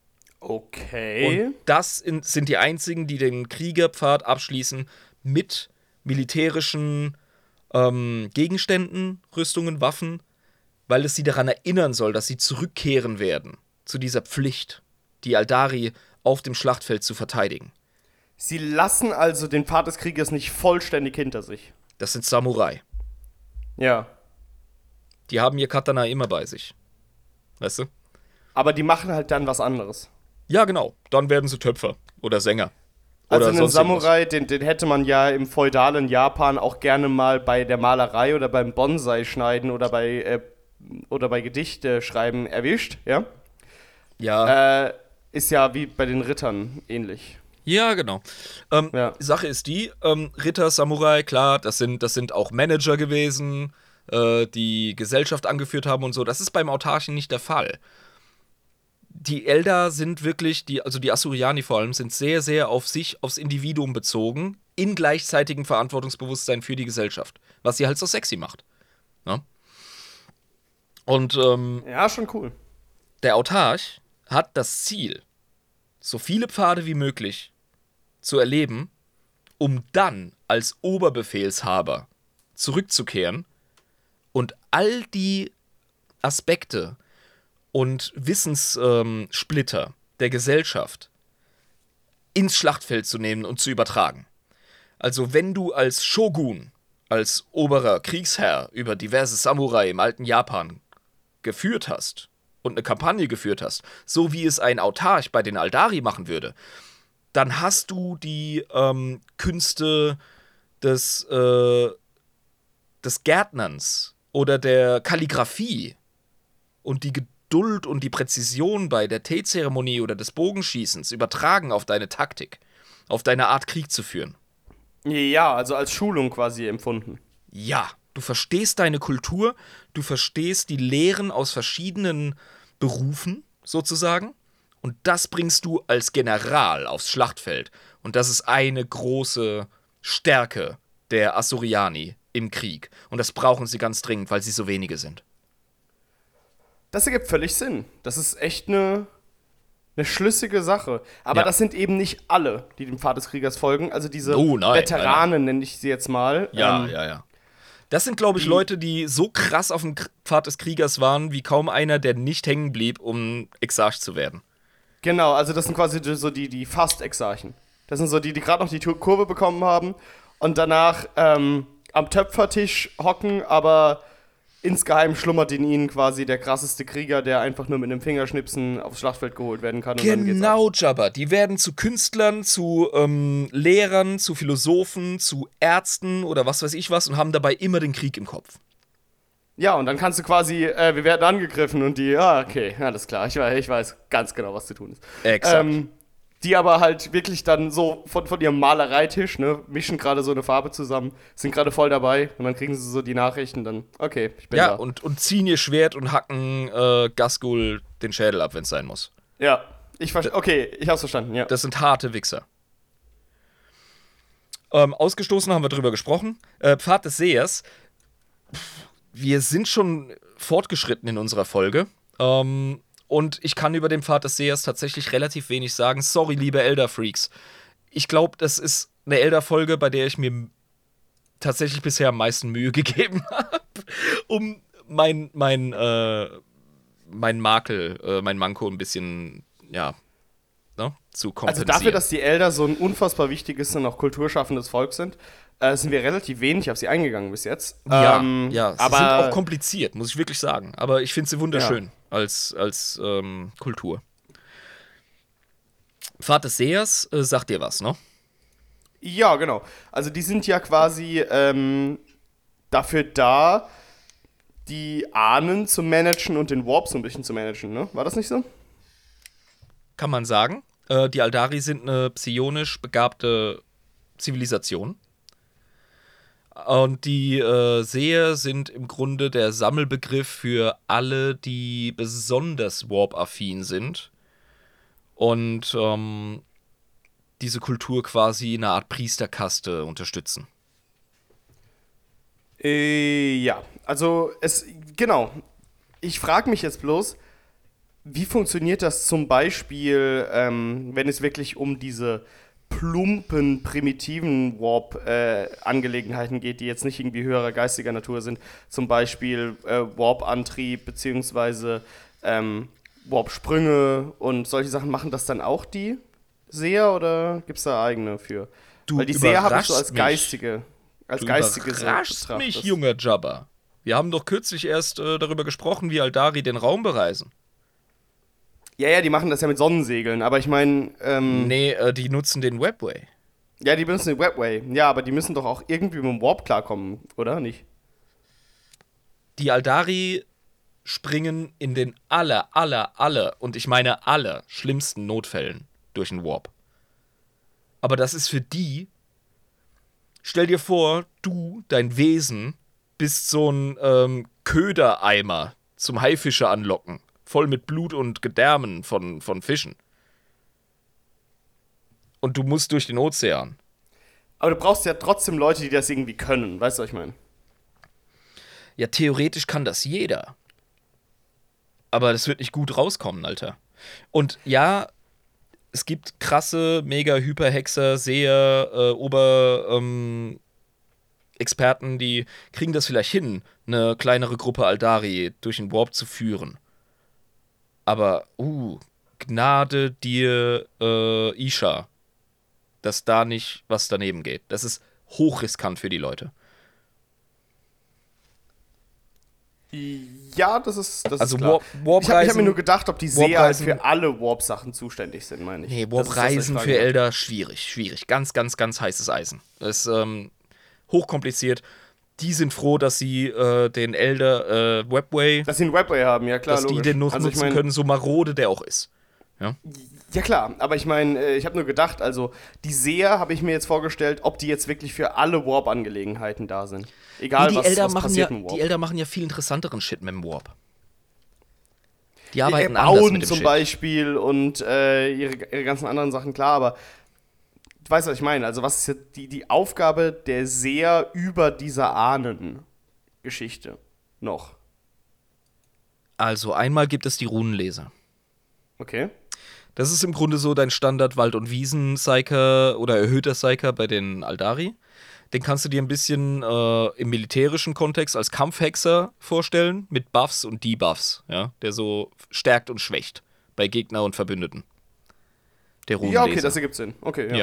Okay. Und das sind die einzigen, die den Kriegerpfad abschließen mit militärischen Gegenständen, Rüstungen, Waffen, weil es sie daran erinnern soll, dass sie zurückkehren werden zu dieser Pflicht, die Aldari auf dem Schlachtfeld zu verteidigen. Sie lassen also den Pfad des Kriegers nicht vollständig hinter sich. Das sind Samurai. Ja. Die haben ihr Katana immer bei sich. Weißt du? Aber die machen halt dann was anderes. Ja, genau. Dann werden sie Töpfer oder Sänger. Also Oder einen sonst Samurai, den hätte man ja im feudalen Japan auch gerne mal bei der Malerei oder beim Bonsai schneiden oder bei Gedichte schreiben erwischt, ja? Ja. Ist ja wie bei den Rittern ähnlich. Ja, genau. Ja. Sache ist die, Ritter, Samurai, klar, das sind auch Manager gewesen, die Gesellschaft angeführt haben und so. Das ist beim Autarchen nicht der Fall. Die Elder sind wirklich, also die Asuryani vor allem, sind sehr, sehr auf sich, aufs Individuum bezogen, in gleichzeitigem Verantwortungsbewusstsein für die Gesellschaft. Was sie halt so sexy macht. Ne? Und Ja, schon cool. der Autarch hat das Ziel, so viele Pfade wie möglich zu erleben, um dann als Oberbefehlshaber zurückzukehren und all die Aspekte und Wissenssplitter der Gesellschaft ins Schlachtfeld zu nehmen und zu übertragen. Also wenn du als Shogun, als oberer Kriegsherr über diverse Samurai im alten Japan geführt hast und eine Kampagne geführt hast, so wie es ein Autarch bei den Aldari machen würde, dann hast du die Künste des des Gärtnerns oder der Kalligraphie und die Geduld und die Präzision bei der Teezeremonie oder des Bogenschießens übertragen auf deine Taktik, auf deine Art, Krieg zu führen. Ja, also als Schulung quasi empfunden. Ja, du verstehst deine Kultur, du verstehst die Lehren aus verschiedenen Berufen sozusagen und das bringst du als General aufs Schlachtfeld. Und das ist eine große Stärke der Asuryani im Krieg. Und das brauchen sie ganz dringend, weil sie so wenige sind. Das ergibt völlig Sinn. Das ist echt eine schlüssige Sache. Aber Ja. das sind eben nicht alle, die dem Pfad des Kriegers folgen. Also diese Oh, nein, Veteranen, nenne ich sie jetzt mal. Ja. Das sind, glaube ich, Leute, die so krass auf dem Pfad des Kriegers waren, wie kaum einer, der nicht hängen blieb, um Exarch zu werden. Genau, also das sind quasi so die Fast-Exarchen. Das sind so die gerade noch die Kurve bekommen haben und danach am Töpfertisch hocken, aber insgeheim schlummert in ihnen quasi der krasseste Krieger, der einfach nur mit einem Fingerschnipsen aufs Schlachtfeld geholt werden kann. Und dann geht's ab. Genau, Jabba. Die werden zu Künstlern, zu Lehrern, zu Philosophen, zu Ärzten oder was weiß ich was und haben dabei immer den Krieg im Kopf. Ja, und dann kannst du quasi, wir werden angegriffen und die, okay, alles klar, ich weiß ganz genau, was zu tun ist. Exakt. Die aber halt wirklich dann so von ihrem Malereitisch, ne, mischen gerade so eine Farbe zusammen, sind gerade voll dabei und dann kriegen sie so die Nachrichten, dann, okay, ich bin Ja, da. und ziehen ihr Schwert und hacken Gasgul den Schädel ab, wenn es sein muss. Ja, okay, ich hab's verstanden, ja. Das sind harte Wichser. Ausgestoßen haben wir drüber gesprochen. Pfad des Sehers. Wir sind schon fortgeschritten in unserer Folge. Und ich kann über den Pfad des Sehers tatsächlich relativ wenig sagen. Sorry, liebe Elder-Freaks. Ich glaube, das ist eine Elder-Folge, bei der ich mir tatsächlich bisher am meisten Mühe gegeben habe, um mein Makel, mein Manko ein bisschen, zu kompensieren. Also dafür, dass die Elder so ein unfassbar wichtiges und auch kulturschaffendes Volk sind, sind wir relativ wenig auf sie eingegangen bis jetzt. Sie aber sind auch kompliziert, muss ich wirklich sagen. Aber ich finde sie wunderschön als Kultur. Pfad des Sehers sagt dir was, ne? Ja, genau. Also die sind ja quasi dafür da, die Ahnen zu managen und den Warp so ein bisschen zu managen, ne? War das nicht so? Kann man sagen. Die Aldari sind eine psionisch begabte Zivilisation. Und die Seher sind im Grunde der Sammelbegriff für alle, die besonders Warp-affin sind. Und diese Kultur quasi in einer Art Priesterkaste unterstützen. Ja, also genau. Ich frage mich jetzt bloß, wie funktioniert das zum Beispiel, wenn es wirklich um diese plumpen, primitiven Warp-Angelegenheiten geht, die jetzt nicht irgendwie höherer geistiger Natur sind, zum Beispiel Warp-Antrieb beziehungsweise Warp-Sprünge und solche Sachen, machen das dann auch die Seher oder gibt es da eigene für? Weil die Seher habe ich so als geistige überrascht mich, junger Jabba. Wir haben doch kürzlich erst darüber gesprochen, wie Aldari den Raum bereisen. Ja, die machen das ja mit Sonnensegeln, aber ich meine die nutzen den Webway. Ja, die benutzen den Webway. Ja, aber die müssen doch auch irgendwie mit dem Warp klarkommen, oder nicht? Die Aldari springen in den und ich meine aller schlimmsten Notfällen durch den Warp. Aber das ist für die, stell dir vor, dein Wesen, bist so ein Ködereimer zum Haifische anlocken, voll mit Blut und Gedärmen von Fischen. Und du musst durch den Ozean. Aber du brauchst ja trotzdem Leute, die das irgendwie können, weißt du, was ich meine? Ja, theoretisch kann das jeder. Aber das wird nicht gut rauskommen, Alter. Und ja, es gibt krasse, mega Hyperhexer, Seher, Experten, die kriegen das vielleicht hin, eine kleinere Gruppe Aldari durch den Warp zu führen. Aber, Gnade dir, Isha, dass da nicht was daneben geht. Das ist hochriskant für die Leute. Ja, das ist Also klar. Warp Ich hab mir nur gedacht, ob die Seher halt Warp-Reisen- für alle Warp-Sachen zuständig sind, meine ich. Nee, Das ist das, was ich Warp-Reisen fragen für wollte. Elder, schwierig. Ganz, ganz, ganz heißes Eisen. Das ist hochkompliziert. die sind froh, dass sie den Elder Webway, Dass sie einen Webway haben, ja klar, dass logisch. die den noch Also ich nutzen mein, können, so marode der auch ist. Ja, Ja klar, aber ich meine, ich habe nur gedacht, also die Seher habe ich mir jetzt vorgestellt, ob die jetzt wirklich für alle Warp-Angelegenheiten da sind. Egal, die was passiert im Warp. Die Elder machen ja viel interessanteren Shit mit dem Warp. Die Arbeiten arbeiten anders bauen mit dem zum Shit. Beispiel und ihre ganzen anderen Sachen, klar, aber du weißt, was ich meine. Also was ist jetzt die Aufgabe der Seher über dieser Ahnen-Geschichte noch? Also einmal gibt es die Runenleser. Okay. Das ist im Grunde so dein Standard Wald- und Wiesen-Psyker oder erhöhter Psyker bei den Aldari. Den kannst du dir ein bisschen im militärischen Kontext als Kampfhexer vorstellen, mit Buffs und Debuffs, ja, der so stärkt und schwächt bei Gegner und Verbündeten. Der Runenleser. Ja, okay, das ergibt Sinn. Okay, ja. Ja.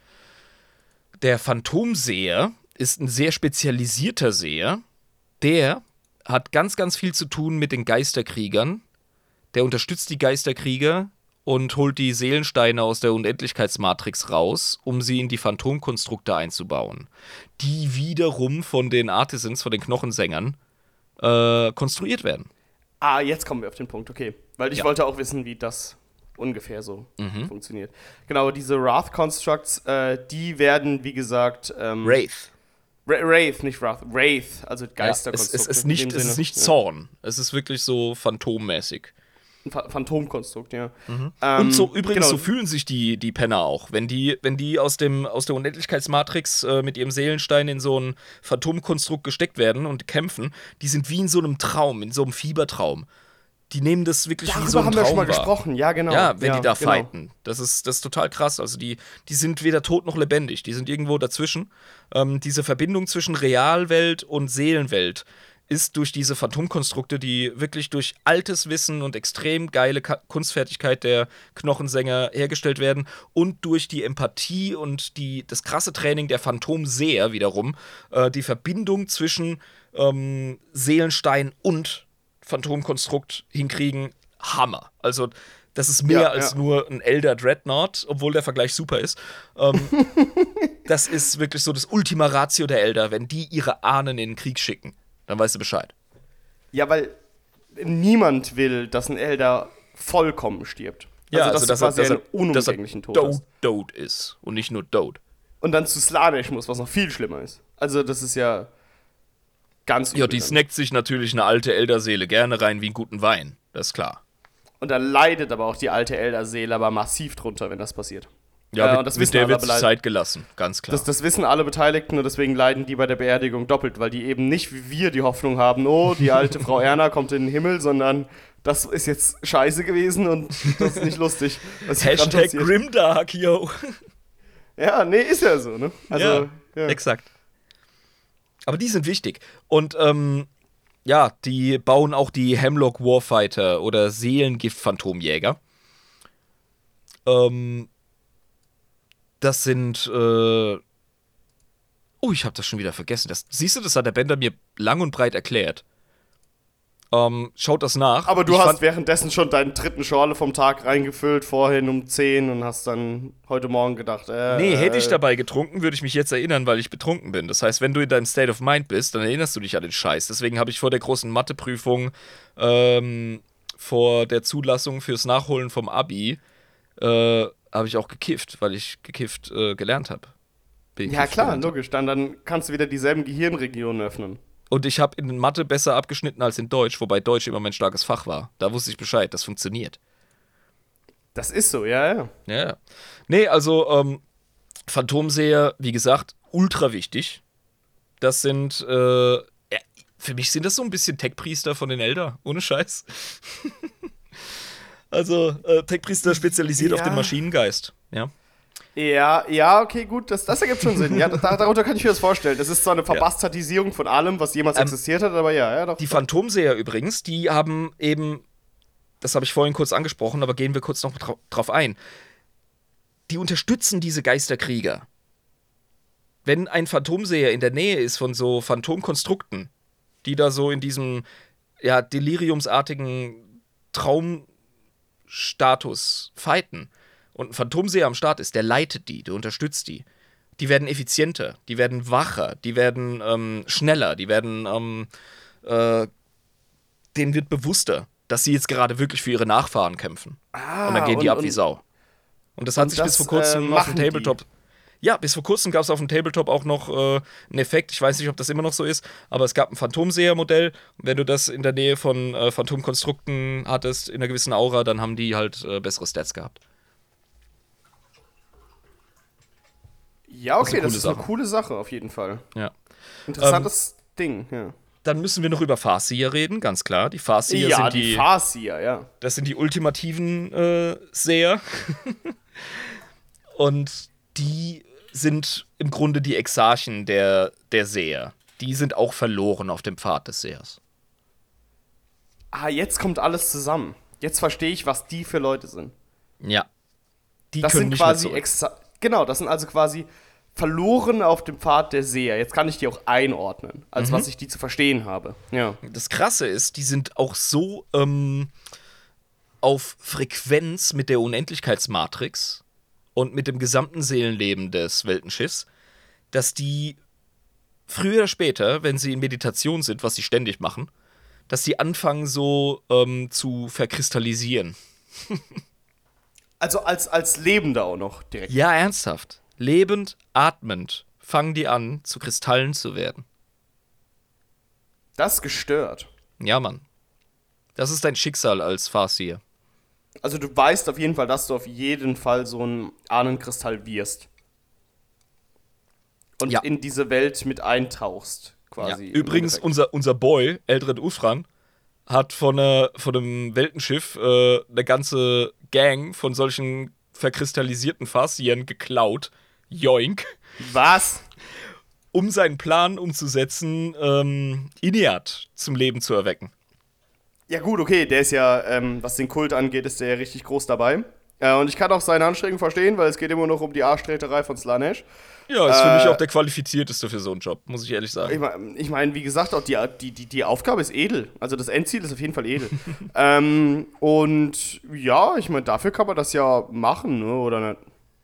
Der Phantomseher ist ein sehr spezialisierter Seher. Der hat ganz, ganz viel zu tun mit den Geisterkriegern. Der unterstützt die Geisterkrieger und holt die Seelensteine aus der Unendlichkeitsmatrix raus, um sie in die Phantomkonstrukte einzubauen. Die wiederum von den Artisans, von den Knochensängern, konstruiert werden. Ah, jetzt kommen wir auf den Punkt, okay. Weil ich wollte auch wissen, wie das ungefähr so funktioniert. Genau, diese Wrath-Constructs, die werden, wie gesagt, Wraith. Wraith, nicht Wrath. Wraith, also Ja, Geisterkonstrukte. es ist in dem nicht Sinne. Zorn. Es ist wirklich so phantommäßig. Ein Phantomkonstrukt, ja. Und so übrigens, genau. so fühlen sich die Penner auch. Wenn die aus der Unendlichkeitsmatrix mit ihrem Seelenstein in so ein Phantomkonstrukt gesteckt werden und kämpfen, die sind wie in so einem Traum, in so einem Fiebertraum. Die nehmen das wirklich wie so Darüber ein haben Traum wir schon mal wahr. gesprochen, ja, genau. Ja, wenn die da genau. fighten. Das ist total krass. Also die sind weder tot noch lebendig. Die sind irgendwo dazwischen. Diese Verbindung zwischen Realwelt und Seelenwelt ist durch diese Phantomkonstrukte, die wirklich durch altes Wissen und extrem geile Kunstfertigkeit der Knochensänger hergestellt werden und durch die Empathie und das krasse Training der Phantomseher wiederum, die Verbindung zwischen Seelenstein und Phantomkonstrukt hinkriegen, Hammer. Also das ist mehr als nur ein Elder Dreadnought, obwohl der Vergleich super ist. Das ist wirklich so das Ultima Ratio der Elder, wenn die ihre Ahnen in den Krieg schicken. Dann weißt du Bescheid. Ja, weil niemand will, dass ein Elder vollkommen stirbt. Ja, dass du quasi einen unumgänglichen Tod hast. Dote ist und nicht nur Dote. Und dann zu Slanesh muss, was noch viel schlimmer ist. Also das ist ja ganz übel. Ja, die snackt sich natürlich eine alte Elderseele gerne rein wie einen guten Wein. Das ist klar. Und da leidet aber auch die alte Elderseele aber massiv drunter, wenn das passiert. Ja, und das mit wissen der alle wird sich Zeit gelassen, ganz klar. Das wissen alle Beteiligten und deswegen leiden die bei der Beerdigung doppelt, weil die eben nicht wie wir die Hoffnung haben, oh, die alte Frau Erna kommt in den Himmel, sondern das ist jetzt scheiße gewesen und das ist nicht lustig. was hier grad Hashtag passiert. Grimdark, yo. Ja, nee, ist ja so, ne? Also, ja. Exakt. Aber die sind wichtig. Und ja, die bauen auch die Hemlock Warfighter oder Seelengift-Phantomjäger. Das sind oh, ich habe das schon wieder vergessen. Siehst du, das hat der Bender mir lang und breit erklärt. Schaut das nach. Aber du Ich hast fand- währenddessen schon deinen dritten Schorle vom Tag reingefüllt, vorhin um 10 und hast dann heute Morgen gedacht, Nee, hätte ich dabei getrunken, würde ich mich jetzt erinnern, weil ich betrunken bin. Das heißt, wenn du in deinem State of Mind bist, dann erinnerst du dich an den Scheiß. Deswegen habe ich vor der großen Matheprüfung, vor der Zulassung fürs Nachholen vom Abi, habe ich auch gekifft, weil ich gekifft gelernt habe. Ja, klar, logisch. Dann kannst du wieder dieselben Gehirnregionen öffnen. Und ich habe in Mathe besser abgeschnitten als in Deutsch, wobei Deutsch immer mein starkes Fach war. Da wusste ich Bescheid, das funktioniert. Das ist so, ja. Ja. Nee, also Phantomseher, wie gesagt, ultra wichtig. Das sind, ja, für mich sind das so ein bisschen Tech-Priester von den Elder, ohne Scheiß. Also Tech-Priester spezialisiert auf den Maschinengeist, ja. Ja, okay, gut, das ergibt schon Sinn. Ja, darunter kann ich mir das vorstellen. Das ist zwar eine Verbastardisierung von allem, was jemals existiert hat, aber ja, doch. Die Phantomseher übrigens, die haben eben, das habe ich vorhin kurz angesprochen, aber gehen wir kurz noch drauf ein. Die unterstützen diese Geisterkrieger. Wenn ein Phantomseher in der Nähe ist von so Phantomkonstrukten, die da so in diesem, ja, deliriumsartigen Traumstatus fighten und ein Phantomseher am Start ist, der leitet die, der unterstützt die. Die werden effizienter, die werden wacher, die werden schneller, die werden, denen wird bewusster, dass sie jetzt gerade wirklich für ihre Nachfahren kämpfen. Und dann gehen die ab wie Sau. Und das hat sich bis vor kurzem auf dem Tabletop... Ja, bis vor kurzem gab es auf dem Tabletop auch noch einen Effekt, ich weiß nicht, ob das immer noch so ist, aber es gab ein Phantomseher-Modell. Und wenn du das in der Nähe von Phantomkonstrukten hattest, in einer gewissen Aura, dann haben die halt bessere Stats gehabt. Ja, okay, das ist eine coole Sache, auf jeden Fall. Ja. Interessantes Ding, ja. Dann müssen wir noch über Farseer reden, ganz klar. Die Farseer Ja, sind die Farseer, ja. Das sind die ultimativen Seher. Und die sind im Grunde die Exarchen der Seher. Die sind auch verloren auf dem Pfad des Sehers. Ah, jetzt kommt alles zusammen. Jetzt verstehe ich, was die für Leute sind. Ja. Die das können sind nicht quasi mehr zurück. Genau, das sind also quasi verloren auf dem Pfad der Seher. Jetzt kann ich die auch einordnen, als was ich die zu verstehen habe. Ja. Das Krasse ist, die sind auch so auf Frequenz mit der Unendlichkeitsmatrix und mit dem gesamten Seelenleben des Weltenschiffs, dass die früher oder später, wenn sie in Meditation sind, was sie ständig machen, dass sie anfangen so zu verkristallisieren. Also als Lebender auch noch direkt. Ja, ernsthaft. Lebend, atmend fangen die an, zu Kristallen zu werden. Das ist gestört. Ja, Mann. Das ist dein Schicksal als Farseer. Also du weißt auf jeden Fall, dass du auf jeden Fall so ein Ahnenkristall wirst. Und in diese Welt mit eintauchst, quasi. Ja. Übrigens, unser Boy, Eldred Ufran, hat von einem Weltenschiff eine ganze Gang von solchen verkristallisierten Farsiern geklaut. Joink. Was? Um seinen Plan umzusetzen, Inead zum Leben zu erwecken. Ja gut, okay, der ist ja, was den Kult angeht, ist der ja richtig groß dabei. Und ich kann auch seine Anstrengungen verstehen, weil es geht immer noch um die Arschtreterei von Slaanesh. Ja, ist für mich auch der qualifizierteste für so einen Job, muss ich ehrlich sagen. Ich meine, wie gesagt, auch die Aufgabe ist edel. Also das Endziel ist auf jeden Fall edel. Und ja, ich meine, dafür kann man das ja machen, ne? Oder nicht?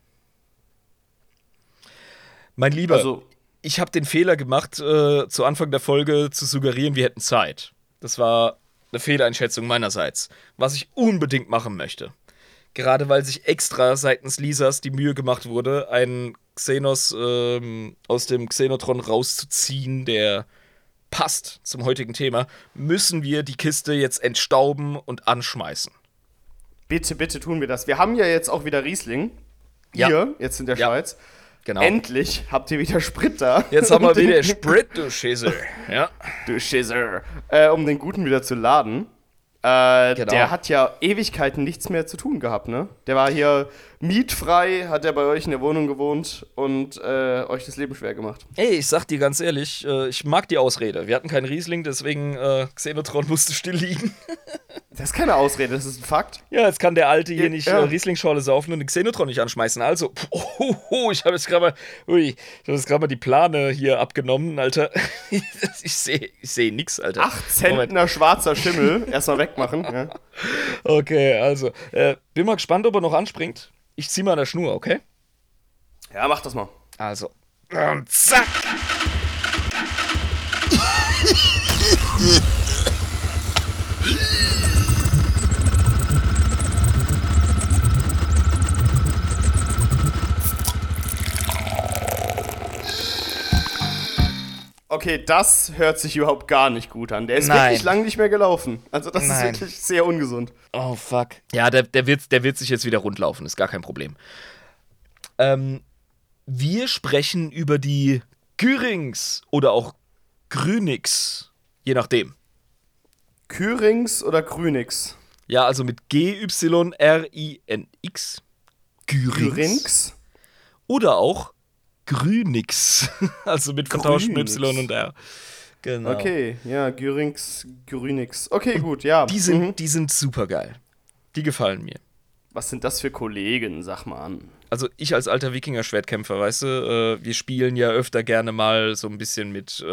Mein Lieber, Also, ich habe den Fehler gemacht, zu Anfang der Folge zu suggerieren, wir hätten Zeit. Das war eine Fehleinschätzung meinerseits, was ich unbedingt machen möchte. Gerade weil sich extra seitens Lisas die Mühe gemacht wurde, einen Xenos aus dem Xenotron rauszuziehen, der passt zum heutigen Thema, müssen wir die Kiste jetzt entstauben und anschmeißen. bitte, bitte tun wir das. Wir haben ja jetzt auch wieder Riesling. Ja. Hier, jetzt in der Schweiz. Genau. Endlich habt ihr wieder Sprit da. Jetzt haben wir wieder Sprit, du Schissel. Ja. Du Schisser. Um den Guten wieder zu laden. Genau. Der hat ja Ewigkeiten nichts mehr zu tun gehabt, ne? Der war hier mietfrei, hat er bei euch in der Wohnung gewohnt und euch das Leben schwer gemacht. Ey, ich sag dir ganz ehrlich, ich mag die Ausrede. Wir hatten keinen Riesling, deswegen Xenotron musste still liegen. Das ist keine Ausrede, das ist ein Fakt. Ja, jetzt kann der Alte hier nicht Ja. Riesling-Schorle saufen und den Xenotron nicht anschmeißen. Also, ich habe jetzt gerade mal die Plane hier abgenommen, Alter. Ich seh nix, Alter. 8 Zentner schwarzer Schimmel, erstmal wegmachen. Ja. Okay, also, bin mal gespannt, ob er noch anspringt. Ich zieh mal an der Schnur, okay? Ja, mach das mal. Also, und zack! Okay, das hört sich überhaupt gar nicht gut an. Der ist Nein. wirklich lang nicht mehr gelaufen. Also das Nein. ist wirklich sehr ungesund. Oh, fuck. Ja, der wird sich jetzt wieder rundlaufen, ist gar kein Problem. Wir sprechen über die Gyrings oder auch Grünix, je nachdem. Kyrings oder Grünix? Ja, also mit Gyrins. Gyrings? Oder auch Grünix. Also mit vertauschten Grünix. Y und R. Genau. Okay, ja, Grünix. Okay, gut, ja. Die sind super geil. Die gefallen mir. Was sind das für Kollegen, sag mal an. Also ich als alter Wikinger-Schwertkämpfer, weißt du, wir spielen ja öfter gerne mal so ein bisschen mit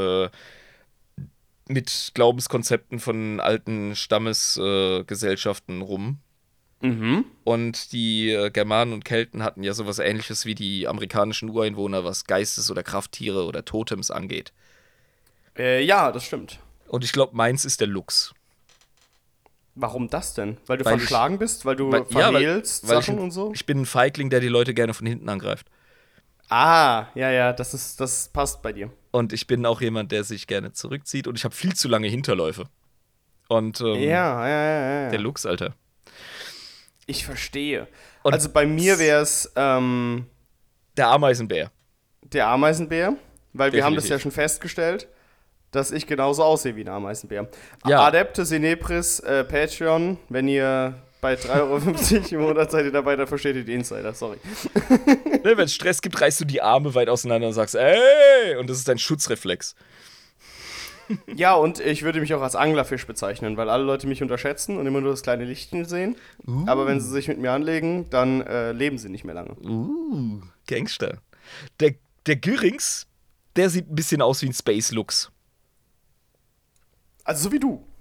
Glaubenskonzepten von alten Stammesgesellschaften rum. Und die Germanen und Kelten hatten ja sowas Ähnliches wie die amerikanischen Ureinwohner, was Geistes- oder Krafttiere oder Totems angeht. Ja, das stimmt. Und ich glaube, meins ist der Luchs. Warum das denn? Weil du Weil verschlagen bist? Weil du weil verhehlst weil Sachen und so? Ich bin ein Feigling, der die Leute gerne von hinten angreift. Ja, das passt bei dir. Und ich bin auch jemand, der sich gerne zurückzieht. Und ich habe viel zu lange Hinterläufe. Und Ja. der Luchs, Alter. Ich verstehe. Und also bei mir wäre es der Ameisenbär. der Ameisenbär, weil wir haben das Definitiv. ja schon festgestellt, dass ich genauso aussehe wie ein Ameisenbär. Ja. Adepte Sinepris, Patreon, wenn ihr bei 3,50 € im Monat seid ihr dabei, dann versteht ihr die Insider, sorry. Ne, wenn es Stress gibt, reißt du die Arme weit auseinander und sagst, ey! Und das ist dein Schutzreflex. Ja, und ich würde mich auch als Anglerfisch bezeichnen, weil alle Leute mich unterschätzen und immer nur das kleine Lichtchen sehen. Aber wenn sie sich mit mir anlegen, dann leben sie nicht mehr lange. Gangster. Der Gyrings, der sieht ein bisschen aus wie ein Space Lux. Also so wie du.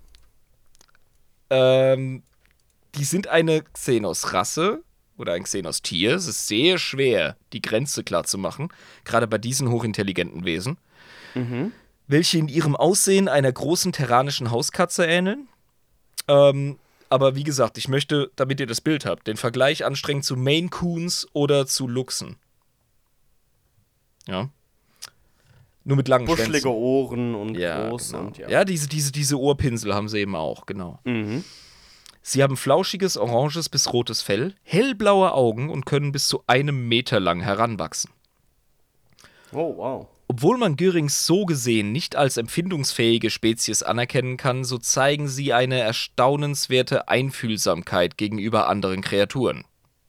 Die sind eine Xenos-Rasse oder ein Xenos-Tier. Es ist sehr schwer, die Grenze klar zu machen, gerade bei diesen hochintelligenten Wesen, welche in ihrem Aussehen einer großen terranischen Hauskatze ähneln. Aber wie gesagt, ich möchte, damit ihr das Bild habt, den Vergleich anstrengen zu Maine Coons oder zu Luchsen. Ja. Nur mit langen Buschelige Schwänzen. Ohren und Ja, groß genau. und ja. Ja, diese Ohrpinsel haben sie eben auch, genau. Sie haben flauschiges, oranges bis rotes Fell, hellblaue Augen und können bis zu 1 Meter lang heranwachsen. Oh, wow. Obwohl man Gyrings so gesehen nicht als empfindungsfähige Spezies anerkennen kann, so zeigen sie eine erstaunenswerte Einfühlsamkeit gegenüber anderen Kreaturen.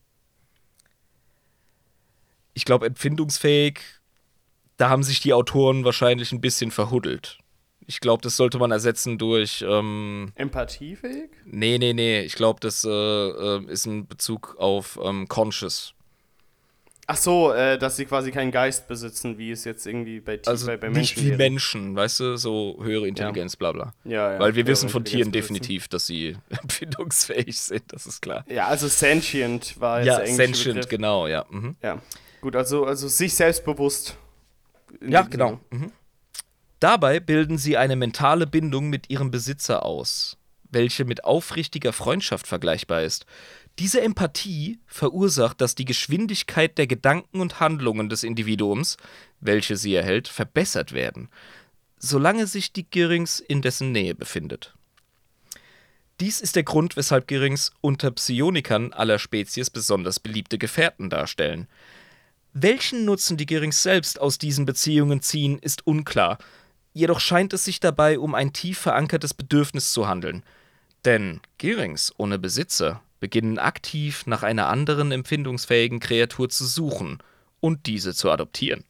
Ich glaube, empfindungsfähig, da haben sich die Autoren wahrscheinlich ein bisschen verhuddelt. Ich glaube, das sollte man ersetzen durch, Empathiefähig? Nee, ich glaube, das ist ein Bezug auf Conscious. Ach so, dass sie quasi keinen Geist besitzen, wie es jetzt irgendwie bei Menschen nicht wie wäre. Menschen, weißt du, so höhere Intelligenz, bla bla. Ja, Weil wir höhere wissen von Tieren Intelligenz besitzen. definitiv, dass sie empfindungsfähig sind, das ist klar. Ja, also sentient war jetzt Ja, der englische sentient, Begriff. genau, ja. Mhm. Ja, gut, also sich selbstbewusst. In Ja, dem genau. Sinne. Mhm. Dabei bilden sie eine mentale Bindung mit ihrem Besitzer aus, welche mit aufrichtiger Freundschaft vergleichbar ist. Diese Empathie verursacht, dass die Geschwindigkeit der Gedanken und Handlungen des Individuums, welche sie erhält, verbessert werden, solange sich die Gyrings in dessen Nähe befindet. Dies ist der Grund, weshalb Gyrings unter Psionikern aller Spezies besonders beliebte Gefährten darstellen. Welchen Nutzen die Gyrings selbst aus diesen Beziehungen ziehen, ist unklar. Jedoch scheint es sich dabei um ein tief verankertes Bedürfnis zu handeln. Denn Gyrings ohne Besitzer beginnen aktiv nach einer anderen empfindungsfähigen Kreatur zu suchen und diese zu adoptieren.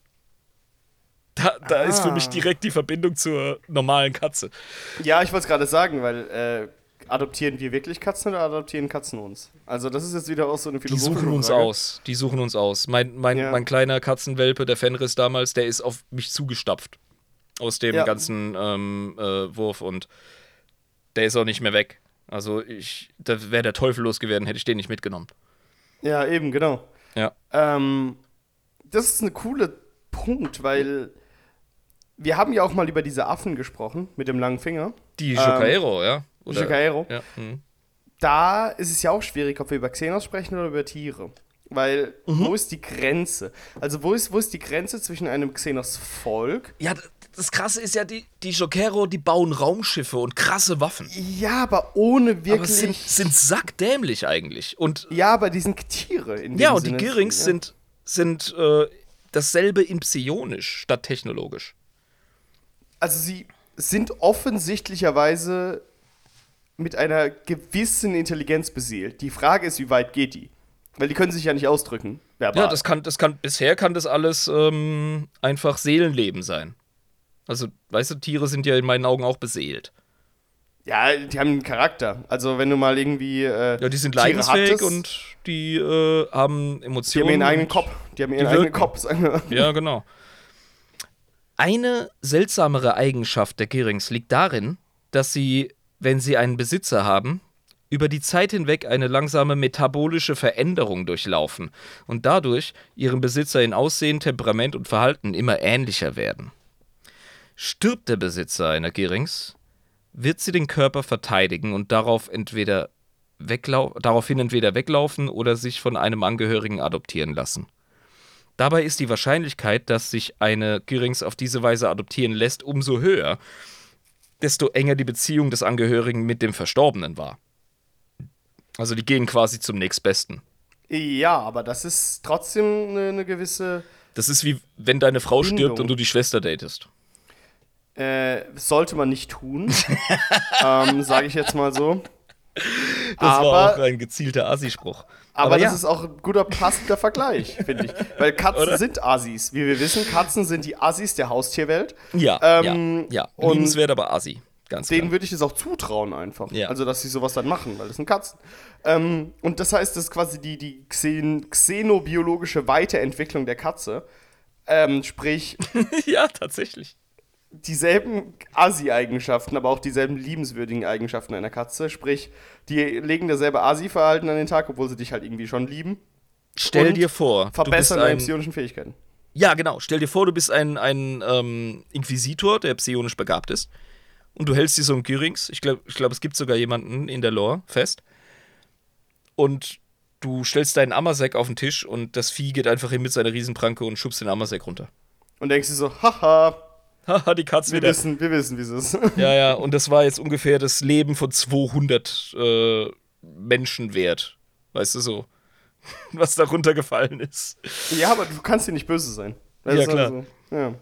Da ist für mich direkt die Verbindung zur normalen Katze. Ja, ich wollte es gerade sagen, weil adoptieren wir wirklich Katzen oder adoptieren Katzen uns? Also das ist jetzt wieder auch so eine Die philosophische suchen uns Frage. aus. Die suchen uns aus. Mein Ja. kleiner Katzenwelpe, der Fenris damals, der ist auf mich zugestapft. Aus dem Ja. ganzen Wurf und der ist auch nicht mehr weg. Also da wäre der Teufel losgeworden, hätte ich den nicht mitgenommen. Ja, eben, genau. Ja. Das ist ein cooler Punkt, weil wir haben ja auch mal über diese Affen gesprochen mit dem langen Finger. Die Jocaero, ja? Jocaero. Ja. Mhm. Da ist es ja auch schwierig, ob wir über Xenos sprechen oder über Tiere. Weil, wo ist die Grenze? Also, wo ist die Grenze zwischen einem Xenos-Volk? Ja, das Krasse ist ja, die Jocaero, die bauen Raumschiffe und krasse Waffen. Ja, aber ohne Aber wirklich. sind sackdämlich eigentlich. Und Ja, aber die sind Tiere. In ja, dem und die Sinne. Gyrings sind dasselbe in psionisch statt technologisch. Also, sie sind offensichtlicherweise mit einer gewissen Intelligenz beseelt. Die Frage ist, wie weit geht die? Weil die können sich ja nicht ausdrücken. Verbal. Ja, bisher kann das alles einfach Seelenleben sein. Also, weißt du, Tiere sind ja in meinen Augen auch beseelt. Ja, die haben einen Charakter. Also, wenn du mal irgendwie. Ja, die sind Tiere leidensfähig hattest, und die haben Die Emotionen. haben ihren eigenen und- Kopf. Die haben ihren die eigenen wirken. Kopf, sagen wir mal. Ja, genau. Eine seltsamere Eigenschaft der Gyrings liegt darin, dass sie, wenn sie einen Besitzer haben, über die Zeit hinweg eine langsame metabolische Veränderung durchlaufen und dadurch ihrem Besitzer in Aussehen, Temperament und Verhalten immer ähnlicher werden. Stirbt der Besitzer einer Girings, wird sie den Körper verteidigen und daraufhin entweder weglaufen oder sich von einem Angehörigen adoptieren lassen. Dabei ist die Wahrscheinlichkeit, dass sich eine Girings auf diese Weise adoptieren lässt, umso höher, desto enger die Beziehung des Angehörigen mit dem Verstorbenen war. Also die gehen quasi zum Nächstbesten. Ja, aber das ist trotzdem eine gewisse. Das ist wie wenn deine Frau Bindung. stirbt und du die Schwester datest. Sollte man nicht tun, sage ich jetzt mal so. Das war auch ein gezielter Assi-Spruch. Aber das ja. ist auch ein guter, passender Vergleich, finde ich. Weil Katzen sind Assis. Wie wir wissen, Katzen sind die Assis der Haustierwelt. Ja, ja. Und Und liebenswert, aber Assi. Ganz klar. denen würde ich es auch zutrauen einfach. Ja. Also, dass sie sowas dann machen, weil das sind Katzen. Und das heißt, das ist quasi die xenobiologische Weiterentwicklung der Katze. Sprich, Ja, tatsächlich. dieselben Assi-Eigenschaften, aber auch dieselben liebenswürdigen Eigenschaften einer Katze. Sprich, die legen dasselbe Assi-Verhalten an den Tag, obwohl sie dich halt irgendwie schon lieben. Stell Und dir vor, du bist Verbessern deine ein... psionischen Fähigkeiten. Ja, genau. Stell dir vor, du bist ein Inquisitor, der psionisch begabt ist. Und du hältst dir so einen Gyrings. Ich glaube, es gibt sogar jemanden in der Lore fest. Und du stellst deinen Ammersek auf den Tisch und das Vieh geht einfach hin mit seiner Riesenpranke und schubst den Ammersek runter. Und denkst dir so, haha, Haha, die Katze wir wieder. wissen, wie es ist. Ja, und das war jetzt ungefähr das Leben von 200 Menschen wert. Weißt du, so, was da runtergefallen ist. Ja, aber du kannst dir nicht böse sein. Das Ja, ist klar. also, ja.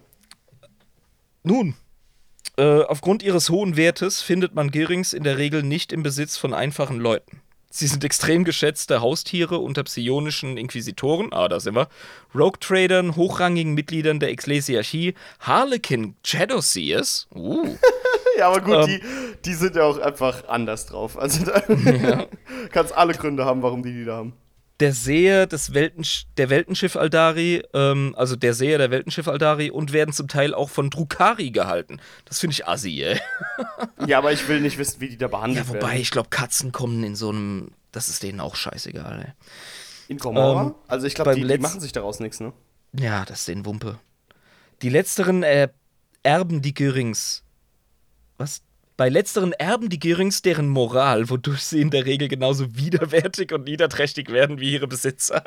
Nun, aufgrund ihres hohen Wertes findet man Gyrings in der Regel nicht im Besitz von einfachen Leuten. Sie sind extrem geschätzte Haustiere unter psionischen Inquisitoren, da sind wir, Rogue-Tradern, hochrangigen Mitgliedern der Ekklesiarchie, Harlequin Shadowseers, Ja, aber gut, die sind ja auch einfach anders drauf. Also da kannst alle Gründe haben, warum die da haben. der Seher der Weltenschiff Aldari, also der Seher der Weltenschiff Aldari und werden zum Teil auch von Drukhari gehalten. Das finde ich assi, ey. Ja, aber ich will nicht wissen, wie die da behandelt Ja, wobei, werden. ich glaube, Katzen kommen in so einem, das ist denen auch scheißegal, ey. In Gomorra? Also ich glaube, beim die machen sich daraus nichts, ne? Ja, das ist denen Wumpe. Die letzteren erben die Gyrings. Was? Bei letzteren erben die Gyrings deren Moral, wodurch sie in der Regel genauso widerwärtig und niederträchtig werden wie ihre Besitzer.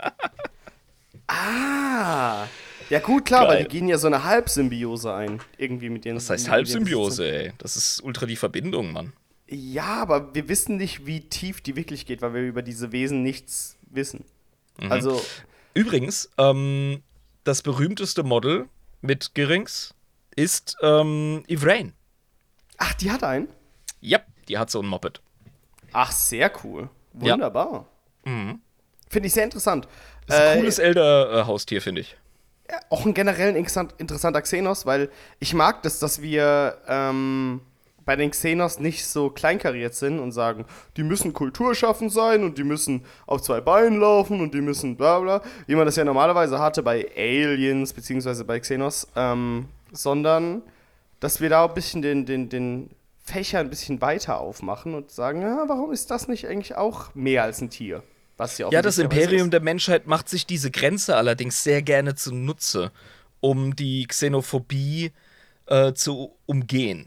Ah. Ja gut, klar, Geil. weil die gehen ja so eine Halbsymbiose ein. Irgendwie mit denen. Das heißt Halbsymbiose, ey. Das ist ultra die Verbindung, Mann. Ja, aber wir wissen nicht, wie tief die wirklich geht, weil wir über diese Wesen nichts wissen. Also, Übrigens, das berühmteste Model mit Gyrings ist Yvraine. ach, die hat einen? Ja, die hat so ein Moped. Ach, sehr cool. Ja. Wunderbar. Finde ich sehr interessant. Das ist ein cooles Elder-Haustier, finde ich. Auch ein generell interessanter Xenos, weil ich mag das, dass wir bei den Xenos nicht so kleinkariert sind und sagen, die müssen kulturschaffend sein und die müssen auf zwei Beinen laufen und die müssen bla bla, wie man das ja normalerweise hatte bei Aliens beziehungsweise bei Xenos, sondern dass wir da ein bisschen den Fächer ein bisschen weiter aufmachen und sagen, ja, warum ist das nicht eigentlich auch mehr als ein Tier? Was ja, Ja, das offensichtlicherweise Imperium ist. der Menschheit macht sich diese Grenze allerdings sehr gerne zunutze, um die Xenophobie zu umgehen.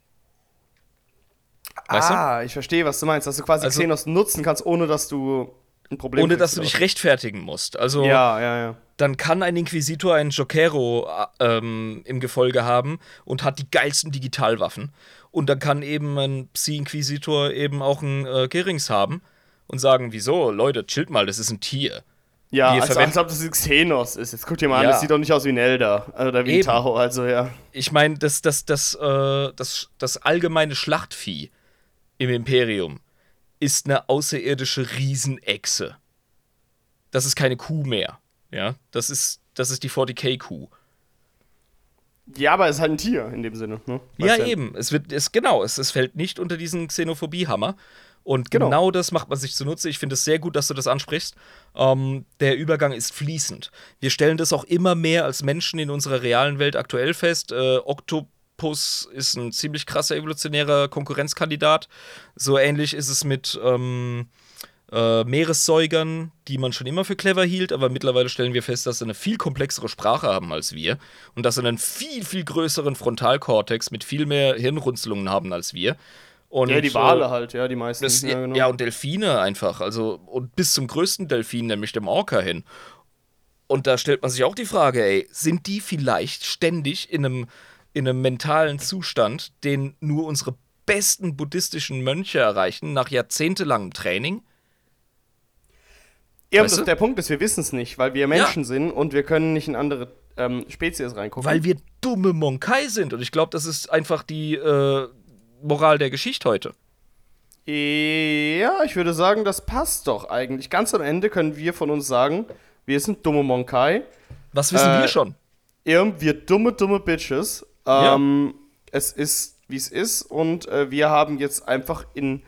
Weißt du? Ich verstehe, was du meinst, dass du quasi Also- Xenos nutzen kannst, ohne dass du ein Problem Ohne dass kriegst, du oder dich was? rechtfertigen musst. Also Ja. dann kann ein Inquisitor einen Jokero im Gefolge haben und hat die geilsten Digitalwaffen. Und dann kann eben ein Psi-Inquisitor eben auch einen Gyrings haben und sagen, wieso, Leute, chillt mal, das ist ein Tier. Ja, Wir als verwenden- ob das ein Xenos ist. Jetzt guck dir mal an, Ja. das sieht doch nicht aus wie ein Elder. Oder wie ein Eben. Tahoe, also ja. Ich meine, das allgemeine Schlachtvieh im Imperium ist eine außerirdische Riesenechse. Das ist keine Kuh mehr. Ja, das ist die 40k-Kuh. Ja, aber es ist halt ein Tier in dem Sinne. Ne? Ja, Weißt du? eben. Es fällt nicht unter diesen Xenophobie-Hammer. Und Genau. genau das macht man sich zunutze. Ich finde es sehr gut, dass du das ansprichst. Der Übergang ist fließend. Wir stellen das auch immer mehr als Menschen in unserer realen Welt aktuell fest. Oktopus ist ein ziemlich krasser evolutionärer Konkurrenzkandidat. So ähnlich ist es mit Meeressäugern, die man schon immer für clever hielt, aber mittlerweile stellen wir fest, dass sie eine viel komplexere Sprache haben als wir und dass sie einen viel, viel größeren Frontalkortex mit viel mehr Hirnrunzelungen haben als wir. Und, Ja, die Wale halt, ja, die meisten. ja, und Delfine einfach, also und bis zum größten Delfin, nämlich dem Orca hin. Und da stellt man sich auch die Frage, ey, sind die vielleicht ständig in einem mentalen Zustand, den nur unsere besten buddhistischen Mönche erreichen, nach jahrzehntelangem Training? Ja, Weißt du? der Punkt ist, wir wissen es nicht, weil wir Menschen sind und wir können nicht in andere Spezies reingucken. Weil wir dumme Monkai sind. Und ich glaube, das ist einfach die Moral der Geschichte heute. Ja, ich würde sagen, das passt doch eigentlich. Ganz am Ende können wir von uns sagen, wir sind dumme Monkai. Was wissen wir schon? Wir dumme Bitches. Ja. Es ist, wie es ist und wir haben jetzt einfach in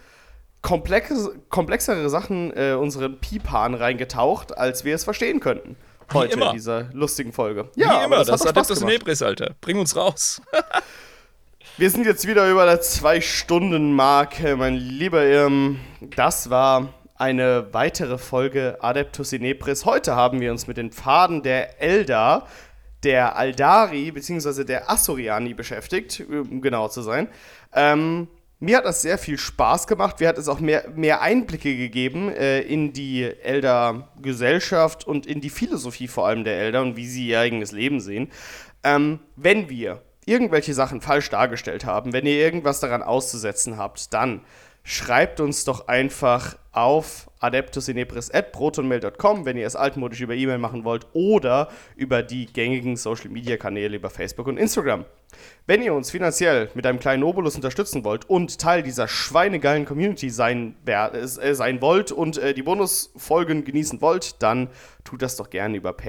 komplexere Sachen unseren Pipan reingetaucht, als wir es verstehen könnten. Heute immer. in dieser lustigen Folge. Wie immer, aber das hat doch Spaß Adeptus gemacht. Inebris, Alter. Bring uns raus. Wir sind jetzt wieder über der 2-Stunden-Marke, mein Lieber Irm. Das war eine weitere Folge Adeptus Inebris. Heute haben wir uns mit den Pfaden der Eldar, der Aldari bzw. der Asuriani beschäftigt, um genau zu sein. Mir hat das sehr viel Spaß gemacht. Mir hat es auch mehr Einblicke gegeben in die Eldar-Gesellschaft und in die Philosophie vor allem der Eldar und wie sie ihr eigenes Leben sehen. Wenn wir irgendwelche Sachen falsch dargestellt haben, wenn ihr irgendwas daran auszusetzen habt, dann schreibt uns doch einfach auf adeptusinebris@protonmail.com, wenn ihr es altmodisch über E-Mail machen wollt oder über die gängigen Social-Media-Kanäle über Facebook und Instagram. Wenn ihr uns finanziell mit einem kleinen Obolus unterstützen wollt und Teil dieser schweinegeilen Community sein wollt und die Bonusfolgen genießen wollt, dann tut das doch gerne über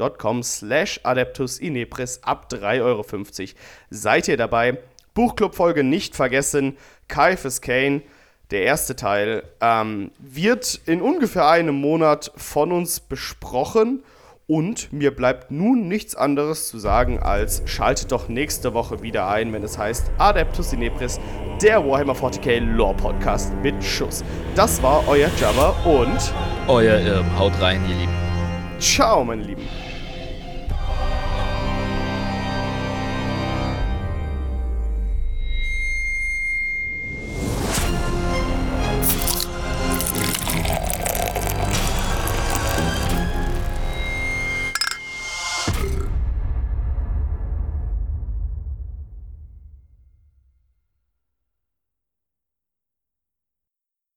patreon.com/adeptusinebris ab 3,50 €. Seid ihr dabei? Buchclub-Folge nicht vergessen, Caiaphas Cain, der erste Teil, wird in ungefähr einem Monat von uns besprochen. Und mir bleibt nun nichts anderes zu sagen, als schaltet doch nächste Woche wieder ein, wenn es heißt Adeptus Inebris, der Warhammer 40k Lore Podcast mit Schuss. Das war euer Jabba und Euer Irm. Haut rein, ihr Lieben. ciao, meine Lieben.